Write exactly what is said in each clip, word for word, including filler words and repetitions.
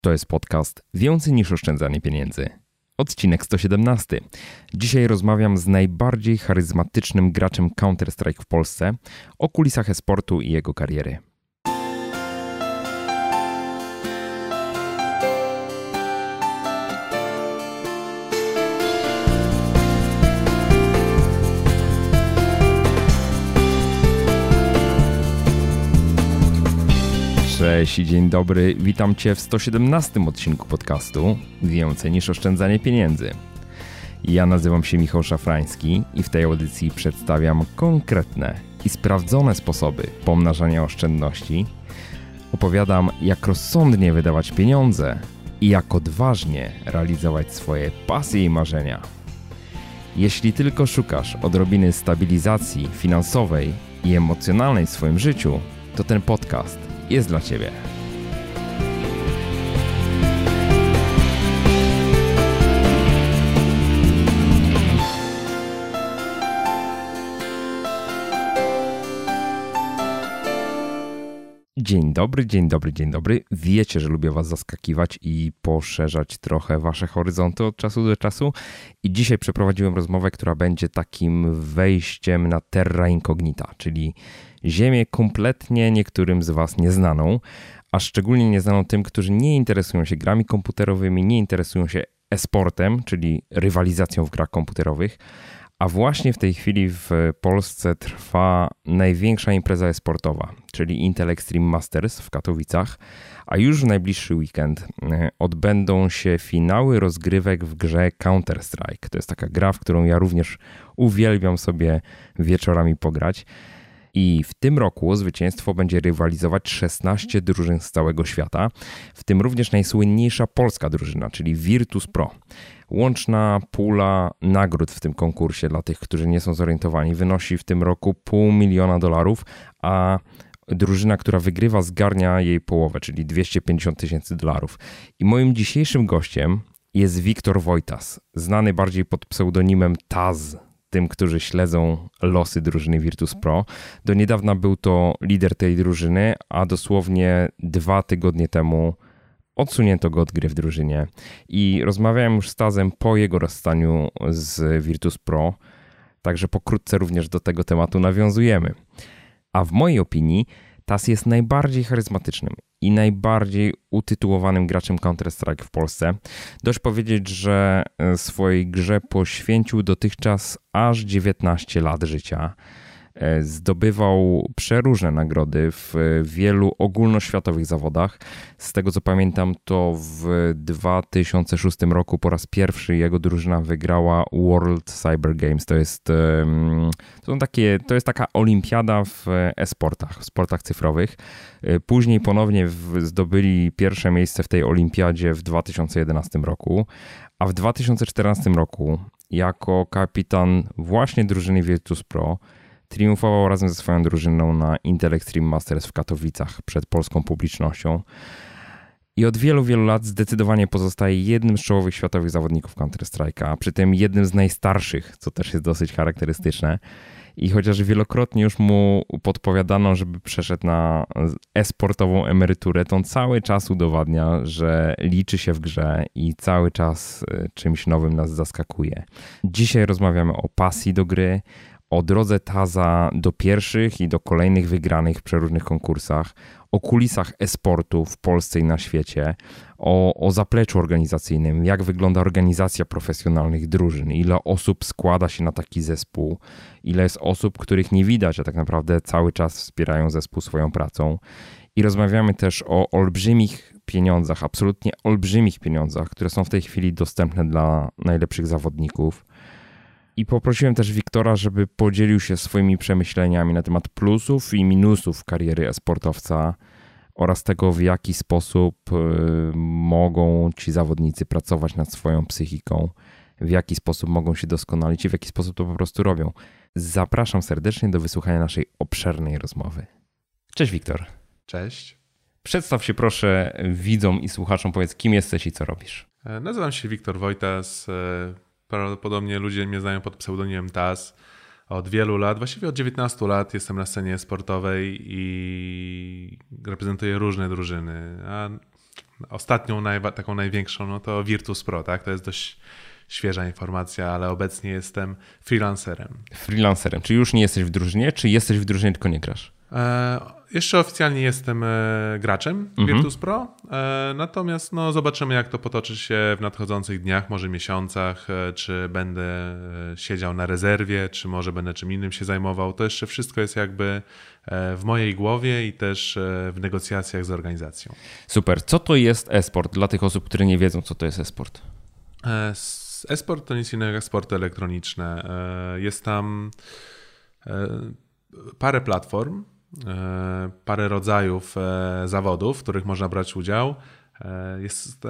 To jest podcast Więcej niż oszczędzanie pieniędzy. Odcinek sto siedemnaście. Dzisiaj rozmawiam z najbardziej charyzmatycznym graczem Counter-Strike w Polsce o kulisach e-sportu i jego kariery. Cześć i dzień dobry, witam Cię w sto siedemnastym odcinku podcastu Więcej niż oszczędzanie pieniędzy. Ja nazywam się Michał Szafrański i w tej audycji przedstawiam konkretne i sprawdzone sposoby pomnażania oszczędności. Opowiadam, jak rozsądnie wydawać pieniądze i jak odważnie realizować swoje pasje i marzenia. Jeśli tylko szukasz odrobiny stabilizacji finansowej i emocjonalnej w swoim życiu, to ten podcast jest dla Ciebie. Dzień dobry, dzień dobry, dzień dobry. Wiecie, że lubię Was zaskakiwać i poszerzać trochę Wasze horyzonty od czasu do czasu. I dzisiaj przeprowadziłem rozmowę, która będzie takim wejściem na terra incognita, czyli ziemię kompletnie niektórym z Was nieznaną, a szczególnie nieznaną tym, którzy nie interesują się grami komputerowymi, nie interesują się e-sportem, czyli rywalizacją w grach komputerowych. A właśnie w tej chwili w Polsce trwa największa impreza e-sportowa, czyli Intel Extreme Masters w Katowicach, a już w najbliższy weekend odbędą się finały rozgrywek w grze Counter-Strike. To jest taka gra, w którą ja również uwielbiam sobie wieczorami pograć. I w tym roku o zwycięstwo będzie rywalizować szesnaście drużyn z całego świata, w tym również najsłynniejsza polska drużyna, czyli Virtus Pro. Łączna pula nagród w tym konkursie dla tych, którzy nie są zorientowani, wynosi w tym roku pół miliona dolarów, a drużyna, która wygrywa, zgarnia jej połowę, czyli dwieście pięćdziesiąt tysięcy dolarów. I moim dzisiejszym gościem jest Wiktor Wojtas, znany bardziej pod pseudonimem Taz, tym, którzy śledzą losy drużyny Virtus Pro. Do niedawna był to lider tej drużyny, a dosłownie dwa tygodnie temu odsunięto go od gry w drużynie. I rozmawiałem już z Tazem po jego rozstaniu z Virtus Pro, także pokrótce również do tego tematu nawiązujemy. A w mojej opinii Taz jest najbardziej charyzmatycznym i najbardziej utytułowanym graczem Counter-Strike w Polsce. Dość powiedzieć, że swojej grze poświęcił dotychczas aż dziewiętnaście lat życia. Zdobywał przeróżne nagrody w wielu ogólnoświatowych zawodach. Z tego co pamiętam, to w dwa tysiące szóstym roku po raz pierwszy jego drużyna wygrała World Cyber Games. To jest, to są takie, to jest taka olimpiada w e-sportach, w sportach cyfrowych. Później ponownie zdobyli pierwsze miejsce w tej olimpiadzie w dwa tysiące jedenastym roku, a w dwa tysiące czternastym roku jako kapitan właśnie drużyny Virtus Pro triumfował razem ze swoją drużyną na Intel Extreme Masters w Katowicach przed polską publicznością. I od wielu, wielu lat zdecydowanie pozostaje jednym z czołowych światowych zawodników Counter-Strike'a, a przy tym jednym z najstarszych, co też jest dosyć charakterystyczne. I chociaż wielokrotnie już mu podpowiadano, żeby przeszedł na e-sportową emeryturę, to on cały czas udowadnia, że liczy się w grze i cały czas czymś nowym nas zaskakuje. Dzisiaj rozmawiamy o pasji do gry, o drodze Taza do pierwszych i do kolejnych wygranych w przeróżnych konkursach, o kulisach e-sportu w Polsce i na świecie, o, o zapleczu organizacyjnym, jak wygląda organizacja profesjonalnych drużyn, ile osób składa się na taki zespół, ile jest osób, których nie widać, a tak naprawdę cały czas wspierają zespół swoją pracą. I rozmawiamy też o olbrzymich pieniądzach, absolutnie olbrzymich pieniądzach, które są w tej chwili dostępne dla najlepszych zawodników. I poprosiłem też Wiktora, żeby podzielił się swoimi przemyśleniami na temat plusów i minusów kariery e-sportowca oraz tego, w jaki sposób mogą ci zawodnicy pracować nad swoją psychiką, w jaki sposób mogą się doskonalić i w jaki sposób to po prostu robią. Zapraszam serdecznie do wysłuchania naszej obszernej rozmowy. Cześć Wiktor. Cześć. Przedstaw się proszę widzom i słuchaczom, powiedz kim jesteś i co robisz. Nazywam się Wiktor Wojtas. Prawdopodobnie ludzie mnie znają pod pseudonimem Taz. Od wielu lat, właściwie od dziewiętnastu lat jestem na scenie sportowej i reprezentuję różne drużyny. A ostatnią, najwa- taką największą, no to Virtus Pro, tak? To jest dość świeża informacja, ale obecnie jestem freelancerem. Freelancerem, czyli już nie jesteś w drużynie, czy jesteś w drużynie, tylko nie grasz? E, jeszcze oficjalnie jestem e, graczem Mhm. Virtus Pro, e, natomiast no, zobaczymy, jak to potoczy się w nadchodzących dniach, może miesiącach, e, czy będę e, siedział na rezerwie, czy może będę czym innym się zajmował. To jeszcze wszystko jest jakby e, w mojej głowie i też e, w negocjacjach z organizacją. Super. Co to jest e-sport dla tych osób, które nie wiedzą, co to jest e-sport? E, e-sport to nic innego jak sporty elektroniczne. E, jest tam e, parę platform, parę rodzajów zawodów, w których można brać udział. Jest,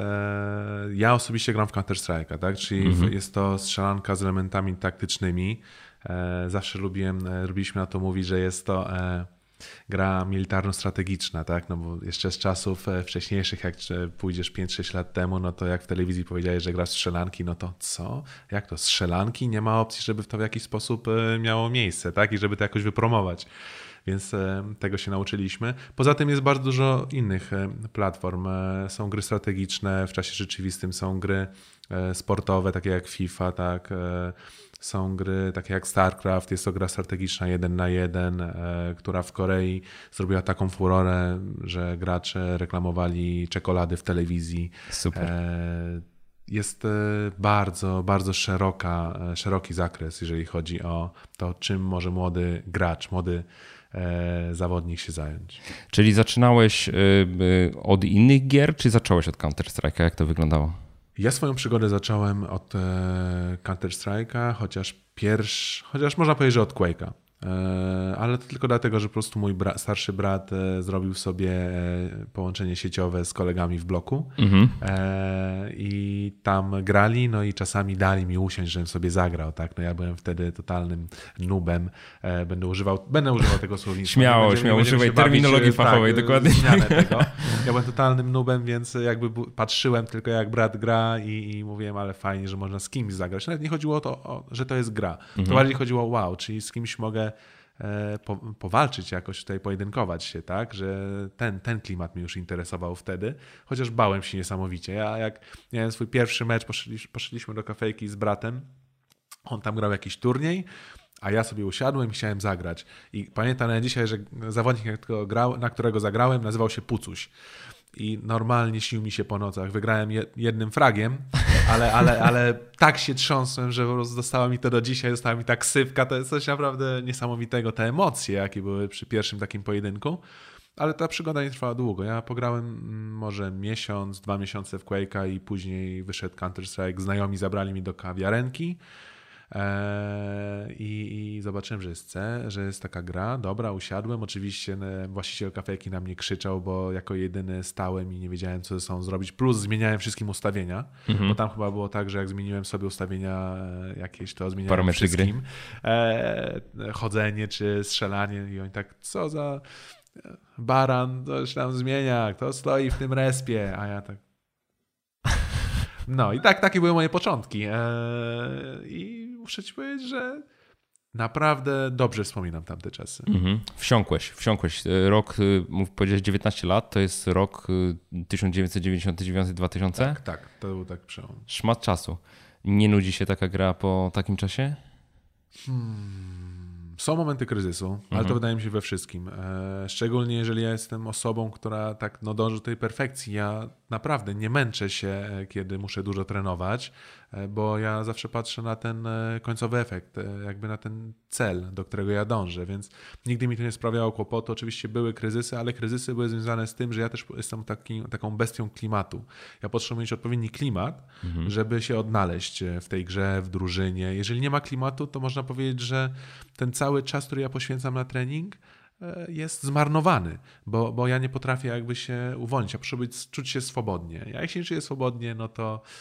ja osobiście gram w Counter-Strike'a, tak? Czyli mhm. jest to strzelanka z elementami taktycznymi. Zawsze lubiłem, lubiliśmy na to mówić, że jest to gra militarno-strategiczna, tak? No bo jeszcze z czasów wcześniejszych, jak pójdziesz pięć sześć lat temu, no to jak w telewizji powiedziałeś, że grasz w strzelanki, no to co? Jak to? Strzelanki? Nie ma opcji, żeby to w jakiś sposób miało miejsce, tak? I żeby to jakoś wypromować. Więc tego się nauczyliśmy. Poza tym jest bardzo dużo innych platform. Są gry strategiczne, w czasie rzeczywistym są gry sportowe, takie jak FIFA, tak. Są gry takie jak StarCraft, jest to gra strategiczna jeden na jeden, która w Korei zrobiła taką furorę, że gracze reklamowali czekolady w telewizji. Super. Jest bardzo, bardzo szeroka, szeroki zakres, jeżeli chodzi o to, czym może młody gracz, młody zawodnik się zająć. Czyli zaczynałeś od innych gier, czy zacząłeś od Counter-Strike'a? Jak to wyglądało? Ja swoją przygodę zacząłem od Counter-Strike'a, chociaż pierwszy, chociaż można powiedzieć, że od Quake'a. Ale to tylko dlatego, że po prostu mój bra- starszy brat zrobił sobie połączenie sieciowe z kolegami w bloku mhm. i tam grali, no i czasami dali mi usiąść, żebym sobie zagrał, tak? No ja byłem wtedy totalnym noobem, będę używał, będę używał tego słownictwa. Śmiało, będziemy, śmiało, używaj terminologii bawić, fachowej, tak, dokładnie. Tego. Ja byłem totalnym noobem, więc jakby patrzyłem tylko jak brat gra i, i mówiłem, ale fajnie, że można z kimś zagrać. Nawet nie chodziło o to, o, że to jest gra. Mhm. To bardziej chodziło o wow, czyli z kimś mogę Po, powalczyć jakoś tutaj, pojedynkować się, tak, że ten, ten klimat mnie już interesował wtedy, chociaż bałem się niesamowicie. Ja jak miałem swój pierwszy mecz, poszli, poszliśmy do kafejki z bratem, on tam grał jakiś turniej, a ja sobie usiadłem i chciałem zagrać. I pamiętam na dzisiaj, że zawodnik, na którego, grał, na którego zagrałem, nazywał się Pucuś. I normalnie śnił mi się po nocach. Wygrałem jednym fragiem, ale, ale, ale tak się trząsłem, że po prostu została mi to do dzisiaj, została mi ta ksywka. To jest coś naprawdę niesamowitego. Te emocje, jakie były przy pierwszym takim pojedynku. Ale ta przygoda nie trwała długo. Ja pograłem może miesiąc, dwa miesiące w Quake'a i później wyszedł Counter-Strike. Znajomi zabrali mi do kawiarenki. I, i zobaczyłem, że jest C, że jest taka gra. Dobra, usiadłem. Oczywiście właściciel kafejki na mnie krzyczał, bo jako jedyny stałem i nie wiedziałem, co ze sobą zrobić. Plus zmieniałem wszystkim ustawienia, mhm. bo tam chyba było tak, że jak zmieniłem sobie ustawienia jakieś, to zmieniałem parametry wszystkim. E, chodzenie czy strzelanie i oni tak, co za baran, to się tam zmienia, kto stoi w tym respie, a ja tak. No i tak, takie były moje początki. Eee, I muszę ci powiedzieć, że naprawdę dobrze wspominam tamte czasy. Mhm. Wsiąkłeś, wsiąkłeś. Rok, powiedziałeś dziewiętnaście lat, to jest rok tysiąc dziewięćset dziewięćdziesiąty dziewiąty do dwutysięcznego? Tak, tak, to był tak przełom. Szmat czasu. Nie nudzi się taka gra po takim czasie? Hmm. Są momenty kryzysu, mhm. ale to wydaje mi się we wszystkim. E, szczególnie jeżeli ja jestem osobą, która tak no, dąży do tej perfekcji. Ja naprawdę nie męczę się, kiedy muszę dużo trenować, e, bo ja zawsze patrzę na ten e, końcowy efekt, e, jakby na ten cel, do którego ja dążę, więc nigdy mi to nie sprawiało kłopotu. Oczywiście były kryzysy, ale kryzysy były związane z tym, że ja też jestem taki, taką bestią klimatu. Ja potrzebuję mieć odpowiedni klimat, mhm. żeby się odnaleźć w tej grze, w drużynie. Jeżeli nie ma klimatu, to można powiedzieć, że ten cały Cały czas, który ja poświęcam na trening, jest zmarnowany, bo, bo ja nie potrafię jakby się uwolnić. Ja potrzebuję czuć się swobodnie. Ja jak się nie czuję swobodnie, no to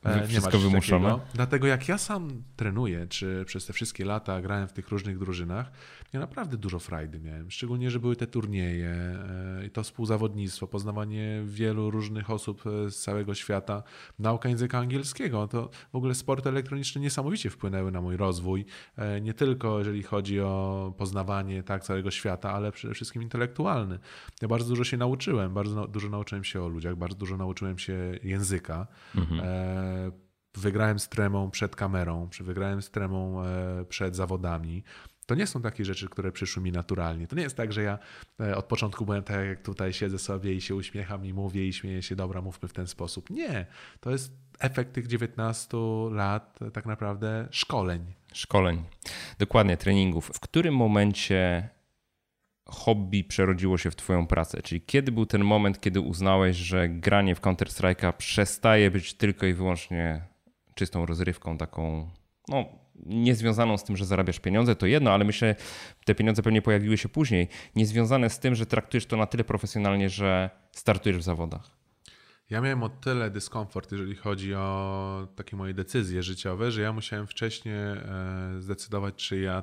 E, Wszystko wymuszone. Takiego. Dlatego jak ja sam trenuję, czy przez te wszystkie lata grałem w tych różnych drużynach, ja naprawdę dużo frajdy miałem. Szczególnie, że były te turnieje e, i to współzawodnictwo, poznawanie wielu różnych osób z całego świata, nauka języka angielskiego. To w ogóle sporty elektroniczne niesamowicie wpłynęły na mój rozwój. E, nie tylko jeżeli chodzi o poznawanie tak całego świata, ale przede wszystkim intelektualny. Ja bardzo dużo się nauczyłem, bardzo dużo nauczyłem się o ludziach, bardzo dużo nauczyłem się języka. Mhm. E, Wygrałem z tremą przed kamerą, wygrałem z tremą przed zawodami. To nie są takie rzeczy, które przyszły mi naturalnie. To nie jest tak, że ja od początku byłem tak, jak tutaj siedzę sobie i się uśmiecham i mówię i śmieję się, dobra, mówmy w ten sposób. Nie, to jest efekt tych dziewiętnastu lat tak naprawdę szkoleń. Szkoleń, dokładnie, treningów. W którym momencie hobby przerodziło się w twoją pracę? Czyli kiedy był ten moment, kiedy uznałeś, że granie w Counter-Strike'a przestaje być tylko i wyłącznie czystą rozrywką, taką no, niezwiązaną z tym, że zarabiasz pieniądze, to jedno, ale myślę, te pieniądze pewnie pojawiły się później, niezwiązane z tym, że traktujesz to na tyle profesjonalnie, że startujesz w zawodach. Ja miałem o tyle dyskomfort, jeżeli chodzi o takie moje decyzje życiowe, że ja musiałem wcześniej zdecydować, czy ja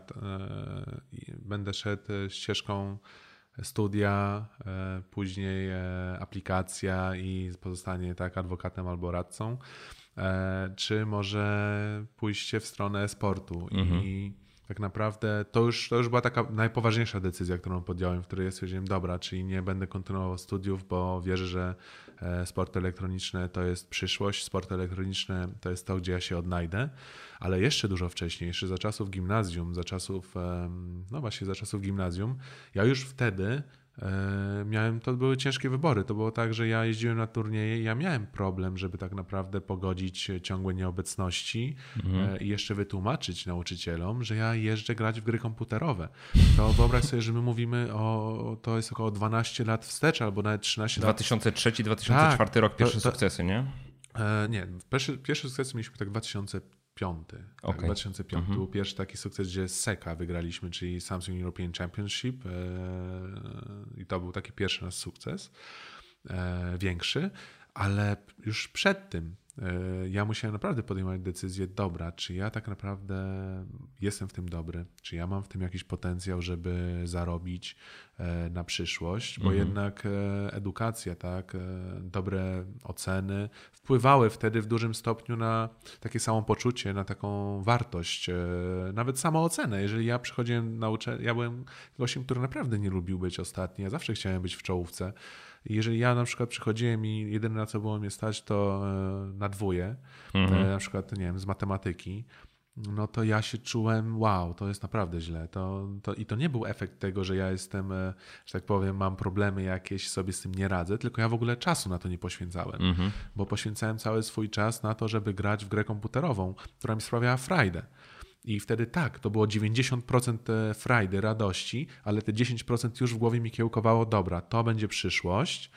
będę szedł ścieżką studia, później aplikacja i pozostanie tak adwokatem albo radcą, czy może pójście w stronę sportu. Mhm. I tak naprawdę to już, to już była taka najpoważniejsza decyzja, którą podjąłem, w której ja stwierdziłem, dobra, czyli nie będę kontynuował studiów, bo wierzę, że sport elektroniczny to jest przyszłość, sport elektroniczny to jest to, gdzie ja się odnajdę, ale jeszcze dużo wcześniej, jeszcze za czasów gimnazjum, za czasów, no właśnie za czasów gimnazjum, ja już wtedy miałem, to były ciężkie wybory. To było tak, że ja jeździłem na turnieje i ja miałem problem, żeby tak naprawdę pogodzić ciągłe nieobecności mhm. i jeszcze wytłumaczyć nauczycielom, że ja jeżdżę grać w gry komputerowe. To wyobraź sobie, że my mówimy o, to jest około dwanaście lat wstecz, albo nawet trzynaście lat. dwa tysiące trzeci dwa tysiące czwarty tak, rok, pierwsze to, to, sukcesy, nie? E, nie, pierwsze, pierwsze sukcesy mieliśmy tak dwa tysiące piąty. Okay. Tak, dwa tysiące piąty mhm. był pierwszy taki sukces, gdzie Seka wygraliśmy, czyli Samsung European Championship e, i to był taki pierwszy nasz sukces, e, większy, ale już przed tym e, ja musiałem naprawdę podejmować decyzję, dobra, czy ja tak naprawdę jestem w tym dobry, czy ja mam w tym jakiś potencjał, żeby zarobić e, na przyszłość, bo mhm. jednak e, edukacja, tak, e, dobre oceny wpływały wtedy w dużym stopniu na takie samopoczucie, na taką wartość, e, nawet samoocenę. Jeżeli ja przychodziłem na uczelnię, ja byłem gościem, który naprawdę nie lubił być ostatni, ja zawsze chciałem być w czołówce. Jeżeli ja na przykład przychodziłem i jedyne na co było mnie stać, to na dwóje, mhm. na przykład nie wiem, z matematyki, no to ja się czułem, wow, to jest naprawdę źle. To, to, I to nie był efekt tego, że ja jestem, że tak powiem, mam problemy jakieś, sobie z tym nie radzę, tylko ja w ogóle czasu na to nie poświęcałem, mhm. bo poświęcałem cały swój czas na to, żeby grać w grę komputerową, która mi sprawiała frajdę. I wtedy tak, to było dziewięćdziesiąt procent frajdy, radości, ale te dziesięć procent już w głowie mi kiełkowało, dobra, to będzie przyszłość.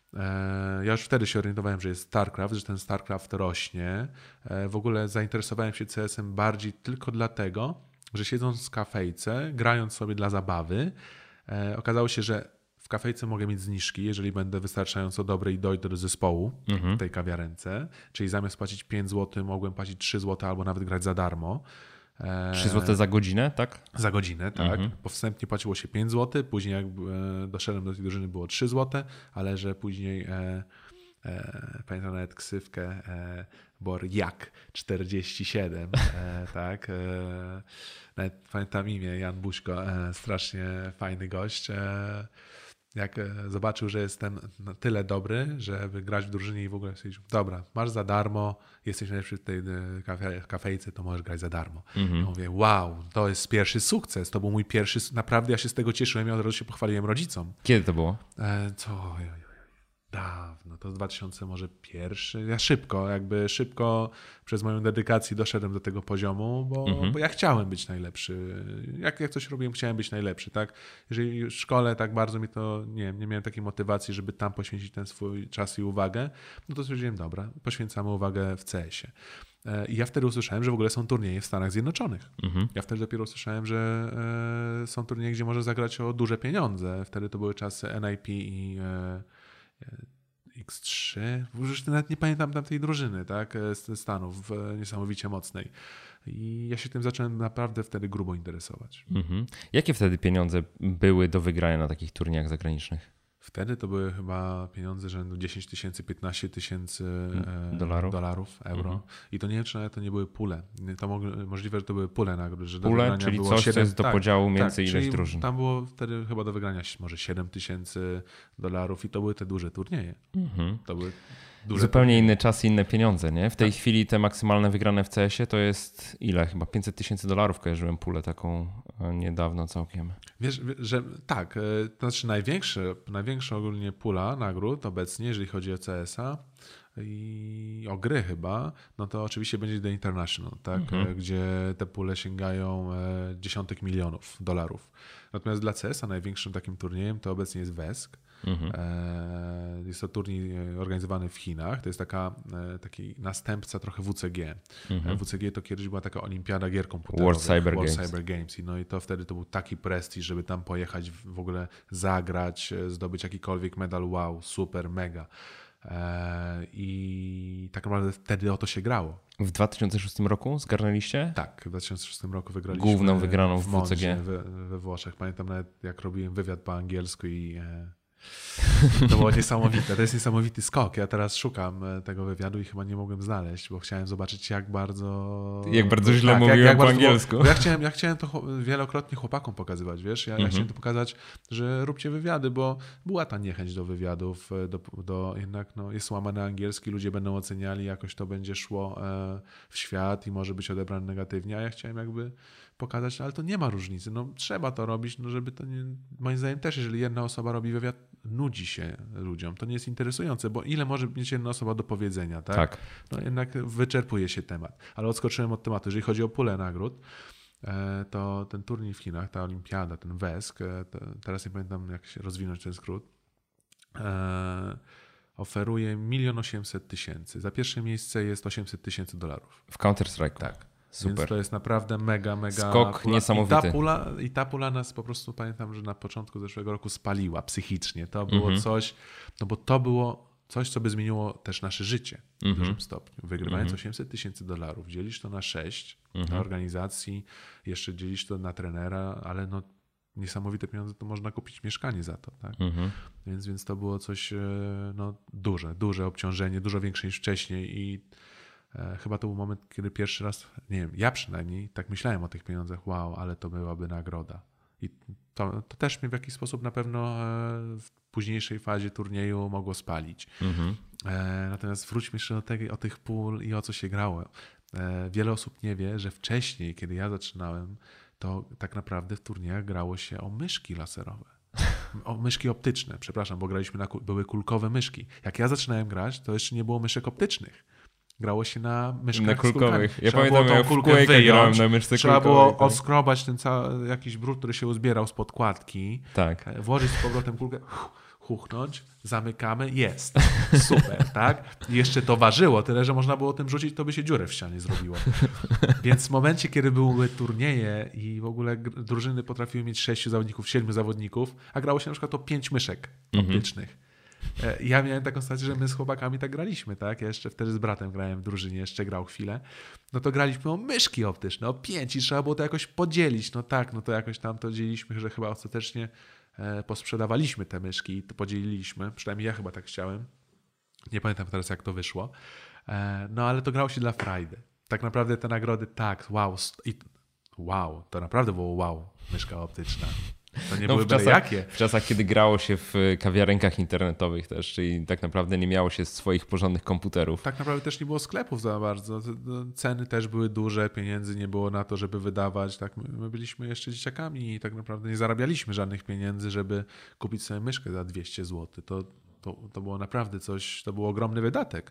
Ja już wtedy się orientowałem, że jest StarCraft, że ten StarCraft rośnie. W ogóle zainteresowałem się C S em bardziej tylko dlatego, że siedząc w kafejce, grając sobie dla zabawy, okazało się, że w kafejce mogę mieć zniżki, jeżeli będę wystarczająco dobry i dojdę do zespołu mhm. w tej kawiarence. Czyli zamiast płacić pięć złotych, mogłem płacić trzy złote albo nawet grać za darmo. trzy złote za godzinę, tak? Za godzinę, tak. Mhm. Bo wstępnie płaciło się pięć złotych, później jak doszedłem do tej drużyny było trzy złote, ale że później e, e, pamiętam nawet ksywkę e, Borjak czterdzieści siedem, e, tak. E, nawet pamiętam imię, Jan Buźko, e, strasznie fajny gość. E, jak zobaczył, że jestem na tyle dobry, żeby grać w drużynie i w ogóle stwierdził, dobra, masz za darmo, jesteś najlepszy w tej kafe, kafejce, to możesz grać za darmo. Mhm. Ja mówię, wow, to jest pierwszy sukces, to był mój pierwszy, naprawdę ja się z tego cieszyłem i od razu się pochwaliłem rodzicom. Kiedy to było? E, co? Dawno, to dwa tysiące może pierwszy. Ja szybko, jakby szybko przez moją dedykację doszedłem do tego poziomu, bo, mhm. bo ja chciałem być najlepszy. Jak, jak coś robiłem, chciałem być najlepszy, tak? Jeżeli w szkole tak bardzo mi to, nie wiem, nie miałem takiej motywacji, żeby tam poświęcić ten swój czas i uwagę, no to stwierdziłem, dobra, poświęcamy uwagę w C S ie. I ja wtedy usłyszałem, że w ogóle są turnieje w Stanach Zjednoczonych. Mhm. Ja wtedy dopiero usłyszałem, że e, są turnieje, gdzie można zagrać o duże pieniądze. Wtedy to były czasy N I P i e, X trzy, już nawet nie pamiętam tam tej drużyny, tak, z Stanów, niesamowicie mocnej. I ja się tym zacząłem naprawdę wtedy grubo interesować. Mhm. Jakie wtedy pieniądze były do wygrania na takich turniejach zagranicznych? Wtedy to były chyba pieniądze rzędu dziesięć tysięcy, piętnaście tysięcy dolarów, dolarów euro. Mhm. I to nie wiem, czy nawet to nie były pule. To mogli, możliwe, że to były pule nagród. Że pule, czyli było coś, siedem, co jest do tak, podziału między tak, ileś drużyn. Tam było wtedy chyba do wygrania może siedem tysięcy dolarów i to były te duże turnieje. Mhm. To były duże Zupełnie turnieje. inny czas i inne pieniądze, nie? W tej tak. chwili te maksymalne wygrane w C S ie to jest ile? Chyba pięćset tysięcy dolarów, kojarzyłem pulę taką niedawno całkiem. Wiesz, że tak, to znaczy największe, największa ogólnie pula nagród obecnie, jeżeli chodzi o C S a i o gry chyba, no to oczywiście będzie The International, tak? Mhm. Gdzie te pule sięgają dziesiątek milionów dolarów. Natomiast dla C S a największym takim turniejem to obecnie jest W E S K. Mhm. Jest to turniej organizowany w Chinach. To jest taka, taki następca trochę W C G. Mhm. W C G to kiedyś była taka olimpiada gier komputerowych. World Cyber World Games. Cyber Games. No i to wtedy to był taki prestiż, żeby tam pojechać, w ogóle zagrać, zdobyć jakikolwiek medal. Wow, super, mega. I tak naprawdę wtedy o to się grało. W dwa tysiące szóstym roku zgarnęliście? Tak, w dwa tysiące szóstym roku wygraliśmy. Główną wygraną w, w W C G. We, we Włoszech. Pamiętam nawet, jak robiłem wywiad po angielsku i to było niesamowite. To jest niesamowity skok. Ja teraz szukam tego wywiadu i chyba nie mogłem znaleźć, bo chciałem zobaczyć, jak bardzo... Jak bardzo źle tak, mówiłem jak, jak po bardzo angielsku. Było, bo ja chciałem, ja chciałem to wielokrotnie chłopakom pokazywać, wiesz? Ja, mm-hmm. ja chciałem to pokazać, że róbcie wywiady, bo była ta niechęć do wywiadów, do, do jednak no, jest łamany angielski, ludzie będą oceniali, jakoś to będzie szło w świat i może być odebrane negatywnie, a ja chciałem jakby pokazać, ale to nie ma różnicy. No, trzeba to robić, no, żeby to nie... Moim zdaniem też, jeżeli jedna osoba robi wywiad, nudzi się ludziom. To nie jest interesujące, bo ile może mieć jedna osoba do powiedzenia, tak? Tak. No jednak wyczerpuje się temat. Ale odskoczyłem od tematu. Jeżeli chodzi o pulę nagród, to ten turniej w Chinach, ta olimpiada, ten W E S K, teraz nie pamiętam, jak się rozwinąć ten skrót, oferuje milion osiemset tysięcy. Za pierwsze miejsce jest osiemset tysięcy dolarów. W Counter-Strike. Tak. Super. Więc to jest naprawdę mega, mega... Skok pula. niesamowity. I ta, pula, I ta pula nas po prostu, pamiętam, że na początku zeszłego roku spaliła psychicznie. To było mhm. coś, no bo to było coś, co by zmieniło też nasze życie w mhm. dużym stopniu. Wygrywając mhm. osiemset tysięcy dolarów, dzielisz to na sześć mhm. na organizacji, jeszcze dzielisz to na trenera, ale no niesamowite pieniądze, to można kupić mieszkanie za to. Tak? Mhm. Więc, więc to było coś no, duże, duże obciążenie, dużo większe niż wcześniej i chyba to był moment, kiedy pierwszy raz, nie wiem, ja przynajmniej tak myślałem o tych pieniądzach, wow, ale to byłaby nagroda. I to, to też mnie w jakiś sposób na pewno w późniejszej fazie turnieju mogło spalić. Mhm. Natomiast wróćmy jeszcze do tego, o tych pól i o co się grało. Wiele osób nie wie, że wcześniej, kiedy ja zaczynałem, to tak naprawdę w turniejach grało się o myszki laserowe. O myszki optyczne, przepraszam, bo graliśmy na, były kulkowe myszki. Jak ja zaczynałem grać, to jeszcze nie było myszek optycznych. Grało się na myszkach na kulkowych. Ja trzeba pamiętam, było jak w Quake'a grałem na myszce trzeba kulkowej. było tak. oskrobać ten cały jakiś brud, który się uzbierał z podkładki. Tak. Włożyć z powrotem kulkę, chuchnąć, zamykamy, jest. Super, tak? I jeszcze to ważyło, tyle, że można było tym rzucić, to by się dziurę w ścianie zrobiło. Więc w momencie, kiedy były turnieje i w ogóle drużyny potrafiły mieć sześciu zawodników, siedmiu zawodników, a grało się na przykład o pięć myszek optycznych. Mhm. Ja miałem taką sytuację, że my z chłopakami tak graliśmy, tak? Ja jeszcze wtedy z bratem grałem w drużynie, jeszcze grał chwilę. No to graliśmy o myszki optyczne, o pięć i trzeba było to jakoś podzielić. No tak, no to jakoś tam to dzieliliśmy, że chyba ostatecznie posprzedawaliśmy te myszki i to podzieliliśmy. Przynajmniej ja chyba tak chciałem. Nie pamiętam teraz, jak to wyszło. No ale to grało się dla frajdy. Tak naprawdę te nagrody, tak, wow. I, wow, to naprawdę było wow, myszka optyczna. To nie no, były w czasach, jakie. w czasach, kiedy grało się w kawiarenkach internetowych też, czyli tak naprawdę nie miało się swoich porządnych komputerów. Tak naprawdę też nie było sklepów za bardzo. Ceny też były duże, pieniędzy nie było na to, żeby wydawać. Tak, my byliśmy jeszcze dzieciakami i tak naprawdę nie zarabialiśmy żadnych pieniędzy, żeby kupić sobie myszkę za dwieście złotych. To, to, to było naprawdę coś, to był ogromny wydatek.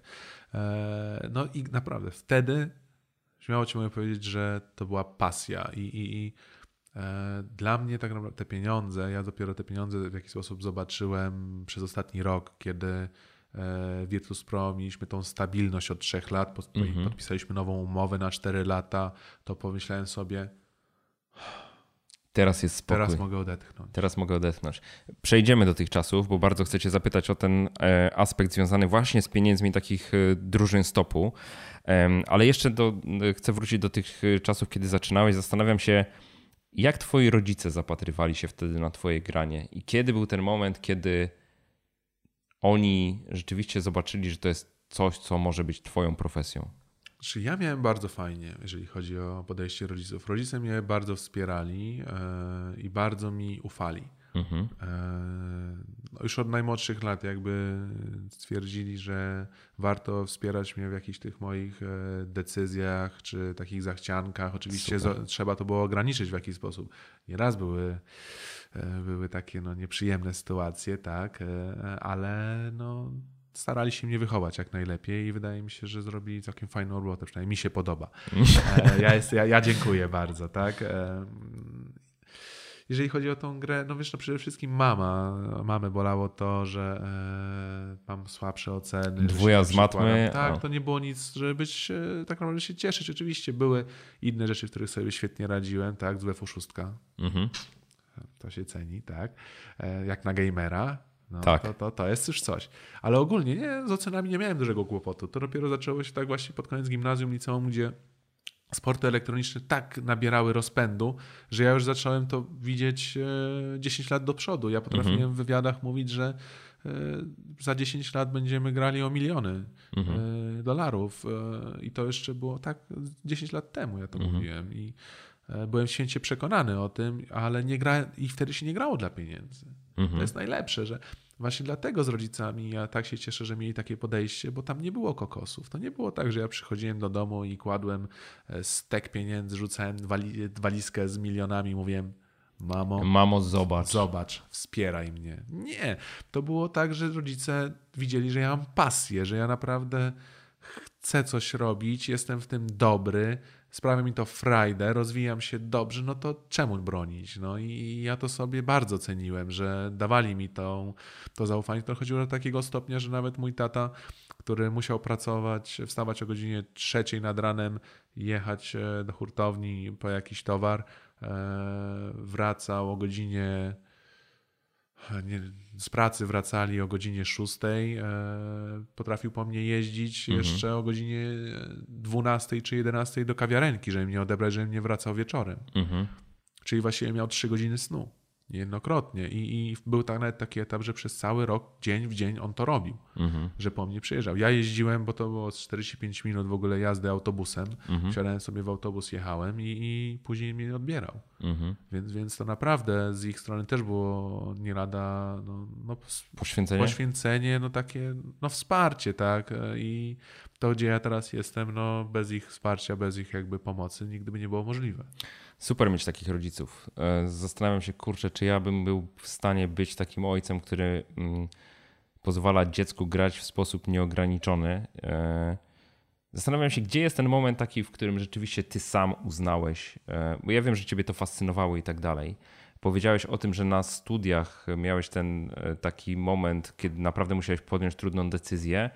No i naprawdę wtedy śmiało ci mogę powiedzieć, że to była pasja i, i, i dla mnie tak naprawdę te pieniądze, ja dopiero te pieniądze w jakiś sposób zobaczyłem przez ostatni rok, kiedy w Virtus Pro mieliśmy tą stabilność od trzech lat, podpisaliśmy nową umowę na cztery lata, to pomyślałem sobie, Teraz jest spokój. Teraz mogę odetchnąć. Teraz mogę odetchnąć. Przejdziemy do tych czasów, bo bardzo chcę cię zapytać o ten aspekt związany właśnie z pieniędzmi takich drużyn stopu. Ale jeszcze do, chcę wrócić do tych czasów, kiedy zaczynałeś. Zastanawiam się, jak twoi rodzice zapatrywali się wtedy na twoje granie i kiedy był ten moment, kiedy oni rzeczywiście zobaczyli, że to jest coś, co może być twoją profesją? Czy ja miałem bardzo fajnie, jeżeli chodzi o podejście rodziców. Rodzice mnie bardzo wspierali e, i bardzo mi ufali. Mhm. E, już od najmłodszych lat jakby stwierdzili, że warto wspierać mnie w jakichś tych moich e, decyzjach czy takich zachciankach. Oczywiście za, trzeba to było ograniczyć w jakiś sposób. Nieraz były, e, były takie no, nieprzyjemne sytuacje, tak, e, ale no... starali się mnie wychować jak najlepiej i wydaje mi się, że zrobili całkiem fajną robotę, przynajmniej mi się podoba. Ja, jest, ja, ja dziękuję bardzo, tak. Jeżeli chodzi o tą grę, no wiesz, no przede wszystkim mama. Mamę bolało to, że mam słabsze oceny. Dwuja z matmy. Tak, o. To nie było nic, żeby być, tak naprawdę się cieszyć. Oczywiście były inne rzeczy, w których sobie świetnie radziłem, tak, z W F U sześć. Mhm. To się ceni, tak. Jak na gamera. No, tak. to, to, to jest już coś. Ale ogólnie nie, z ocenami nie miałem dużego kłopotu. To dopiero zaczęło się tak właśnie pod koniec gimnazjum, liceum, gdzie sporty elektroniczne tak nabierały rozpędu, że ja już zacząłem to widzieć dziesięć lat do przodu. Ja potrafiłem mhm. w wywiadach mówić, że za dziesięć lat będziemy grali o miliony mhm. dolarów. I to jeszcze było tak dziesięć lat temu, ja to mhm. mówiłem. I byłem święcie przekonany o tym, ale nie gra... i wtedy się nie grało dla pieniędzy. Mhm. To jest najlepsze, że właśnie dlatego z rodzicami ja tak się cieszę, że mieli takie podejście, bo tam nie było kokosów. To nie było tak, że ja przychodziłem do domu i kładłem stek pieniędzy, rzucałem wali... walizkę z milionami i mówiłem: Mamo, Mamo, zobacz. Zobacz, wspieraj mnie. Nie. To było tak, że rodzice widzieli, że ja mam pasję, że ja naprawdę chcę coś robić, jestem w tym dobry, sprawia mi to frajdę, rozwijam się dobrze, no to czemu bronić? No i ja to sobie bardzo ceniłem, że dawali mi to, to zaufanie. To chodziło do takiego stopnia, że nawet mój tata, który musiał pracować, wstawać o godzinie trzeciej nad ranem, jechać do hurtowni po jakiś towar, wracał o godzinie nie, z pracy wracali o godzinie szóstej, potrafił po mnie jeździć mhm. jeszcze o godzinie dwunastej czy jedenastej do kawiarenki, żeby mnie odebrać, żebym nie wracał wieczorem. Mhm. Czyli właściwie miał trzy godziny snu. Niejednokrotnie. I, I był tak nawet taki etap, że przez cały rok, dzień w dzień on to robił, mhm. że po mnie przyjeżdżał. Ja jeździłem, bo to było czterdzieści pięć minut w ogóle jazdy autobusem. Mhm. Wsiadałem sobie w autobus, jechałem i, i później mnie odbierał. Mhm. Więc, więc to naprawdę z ich strony też było nie lada no, no, poświęcenie? poświęcenie, no takie no, wsparcie, tak. I to, gdzie ja teraz jestem, no bez ich wsparcia, bez ich jakby pomocy nigdy by nie było możliwe. Super mieć takich rodziców. Zastanawiam się, kurczę, czy ja bym był w stanie być takim ojcem, który pozwala dziecku grać w sposób nieograniczony. Zastanawiam się, gdzie jest ten moment taki, w którym rzeczywiście ty sam uznałeś, bo ja wiem, że ciebie to fascynowało i tak dalej. Powiedziałeś o tym, że na studiach miałeś ten taki moment, kiedy naprawdę musiałeś podjąć trudną decyzję.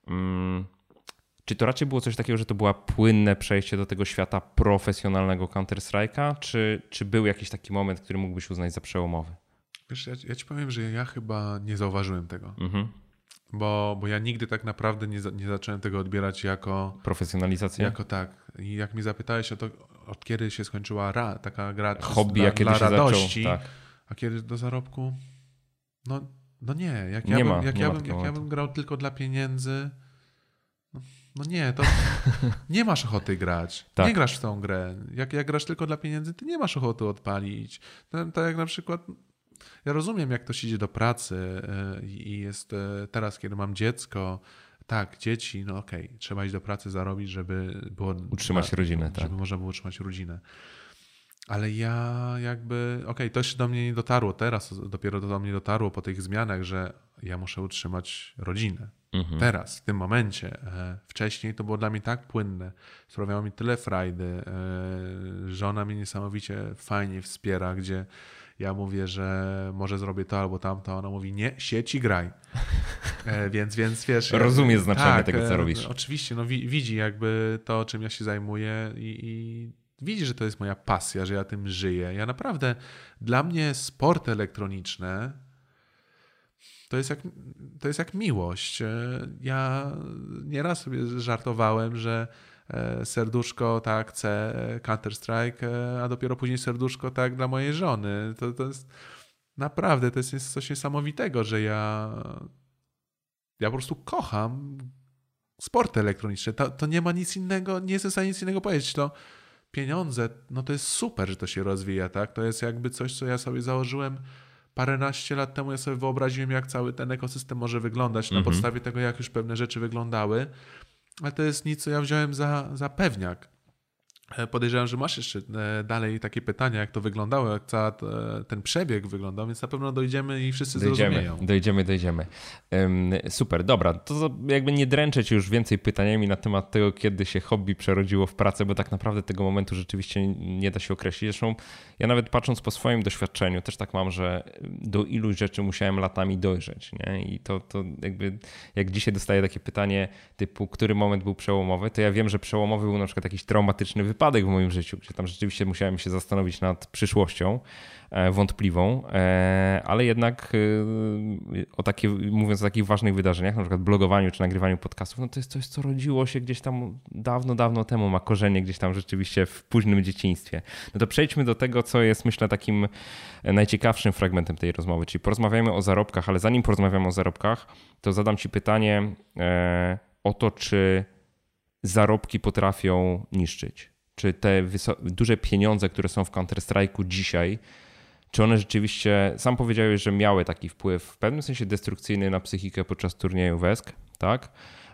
Czy to raczej było coś takiego, że to było płynne przejście do tego świata profesjonalnego Counter-Strike'a, czy, czy był jakiś taki moment, który mógłbyś uznać za przełomowy? Wiesz, ja, ja ci powiem, że ja chyba nie zauważyłem tego, mhm. bo, bo ja nigdy tak naprawdę nie, nie zacząłem tego odbierać jako... Profesjonalizację? Jako tak. I jak mnie zapytałeś o to, od kiedy się skończyła ra, taka gra hobby, dla, a kiedy dla się radości, zaczął, tak. A kiedy do zarobku? No, no nie. Jak, nie ja, ma, bym, jak, nie ja, ma bym, jak momentu. ja bym grał tylko dla pieniędzy... No nie, to nie masz ochoty grać. Tak. Nie grasz w tą grę. Jak, jak grasz tylko dla pieniędzy, ty nie masz ochoty odpalić. Tak to jak na przykład, ja rozumiem, jak ktoś idzie do pracy i jest teraz, kiedy mam dziecko, tak, dzieci, no okej, okay, trzeba iść do pracy, zarobić, żeby było... Utrzymać na, rodzinę, żeby tak. można było utrzymać rodzinę. Ale ja jakby, okej, okay, to jeszcze do mnie nie dotarło, teraz dopiero do mnie dotarło po tych zmianach, że ja muszę utrzymać rodzinę. Mhm. Teraz, w tym momencie. Wcześniej to było dla mnie tak płynne, sprawiało mi tyle frajdy, żona mnie niesamowicie fajnie wspiera, gdzie ja mówię, że może zrobię to albo tamto, a ona mówi nie, siedź i graj. Więc, więc wiesz... Rozumie znaczenie tak, tego, co robisz. Oczywiście, no widzi jakby to, czym ja się zajmuję i, i widzi, że to jest moja pasja, że ja tym żyję. Ja naprawdę, dla mnie sporty elektroniczne to jest jak, to jest jak miłość. Ja nieraz sobie żartowałem, że serduszko tak C, Counter-Strike, a dopiero później serduszko tak dla mojej żony. To, to jest naprawdę, to jest coś niesamowitego, że ja ja po prostu kocham sporty elektroniczne. To, to nie ma nic innego, nie jest w stanie nic innego powiedzieć. To pieniądze, no to jest super, że to się rozwija, tak? To jest jakby coś, co ja sobie założyłem paręnaście lat temu. Ja sobie wyobraziłem, jak cały ten ekosystem może wyglądać na Mhm. podstawie tego, jak już pewne rzeczy wyglądały. Ale to jest nic, co ja wziąłem za, za pewniak. Podejrzewam, że masz jeszcze dalej takie pytania, jak to wyglądało, jak cały ten przebieg wyglądał, więc na pewno dojdziemy i wszyscy Dojdziemy, zrozumieją. dojdziemy, dojdziemy. Um, super, dobra, to jakby nie dręczę cię już więcej pytaniami na temat tego, kiedy się hobby przerodziło w pracę, bo tak naprawdę tego momentu rzeczywiście nie da się określić. Zresztą ja nawet patrząc po swoim doświadczeniu też tak mam, że do iluś rzeczy musiałem latami dojrzeć, nie? I to, to jakby jak dzisiaj dostaję takie pytanie typu, który moment był przełomowy, to ja wiem, że przełomowy był na przykład jakiś traumatyczny wypadek wypadek w moim życiu, gdzie tam rzeczywiście musiałem się zastanowić nad przyszłością wątpliwą, ale jednak o takie, mówiąc o takich ważnych wydarzeniach, na przykład blogowaniu czy nagrywaniu podcastów, no to jest coś, co rodziło się gdzieś tam dawno, dawno temu, ma korzenie gdzieś tam rzeczywiście w późnym dzieciństwie. No to przejdźmy do tego, co jest myślę takim najciekawszym fragmentem tej rozmowy, czyli porozmawiamy o zarobkach, ale zanim porozmawiamy o zarobkach, to zadam ci pytanie o to, czy zarobki potrafią niszczyć. Czy te duże pieniądze, które są w Counter-Strike'u dzisiaj, czy one rzeczywiście, sam powiedziałeś, że miały taki wpływ w pewnym sensie destrukcyjny na psychikę podczas turnieju W E S K, tak?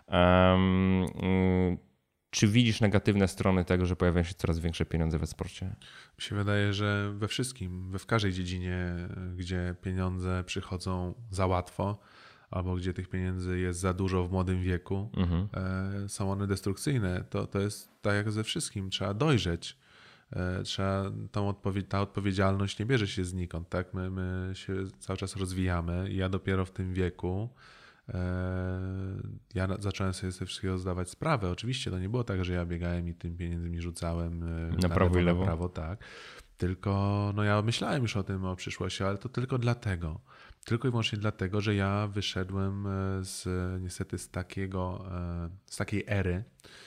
Um, um, czy widzisz negatywne strony tego, że pojawiają się coraz większe pieniądze w e-sporcie? Mi się wydaje, że we wszystkim, we w każdej dziedzinie, gdzie pieniądze przychodzą za łatwo, albo gdzie tych pieniędzy jest za dużo w młodym wieku, mhm. e, są one destrukcyjne. To, to jest tak jak ze wszystkim, trzeba dojrzeć. E, trzeba tą odpowie- ta odpowiedzialność nie bierze się znikąd. Tak? My, my się cały czas rozwijamy i ja dopiero w tym wieku e, ja na, zacząłem sobie ze wszystkiego zdawać sprawę. Oczywiście to nie było tak, że ja biegałem i tym pieniędzmi rzucałem e, na, na prawo i lewo. Na prawo, tak. Tylko no ja myślałem już o tym, o przyszłości, ale to tylko dlatego. Tylko i wyłącznie dlatego, że ja wyszedłem z, niestety z takiego, z takiej ery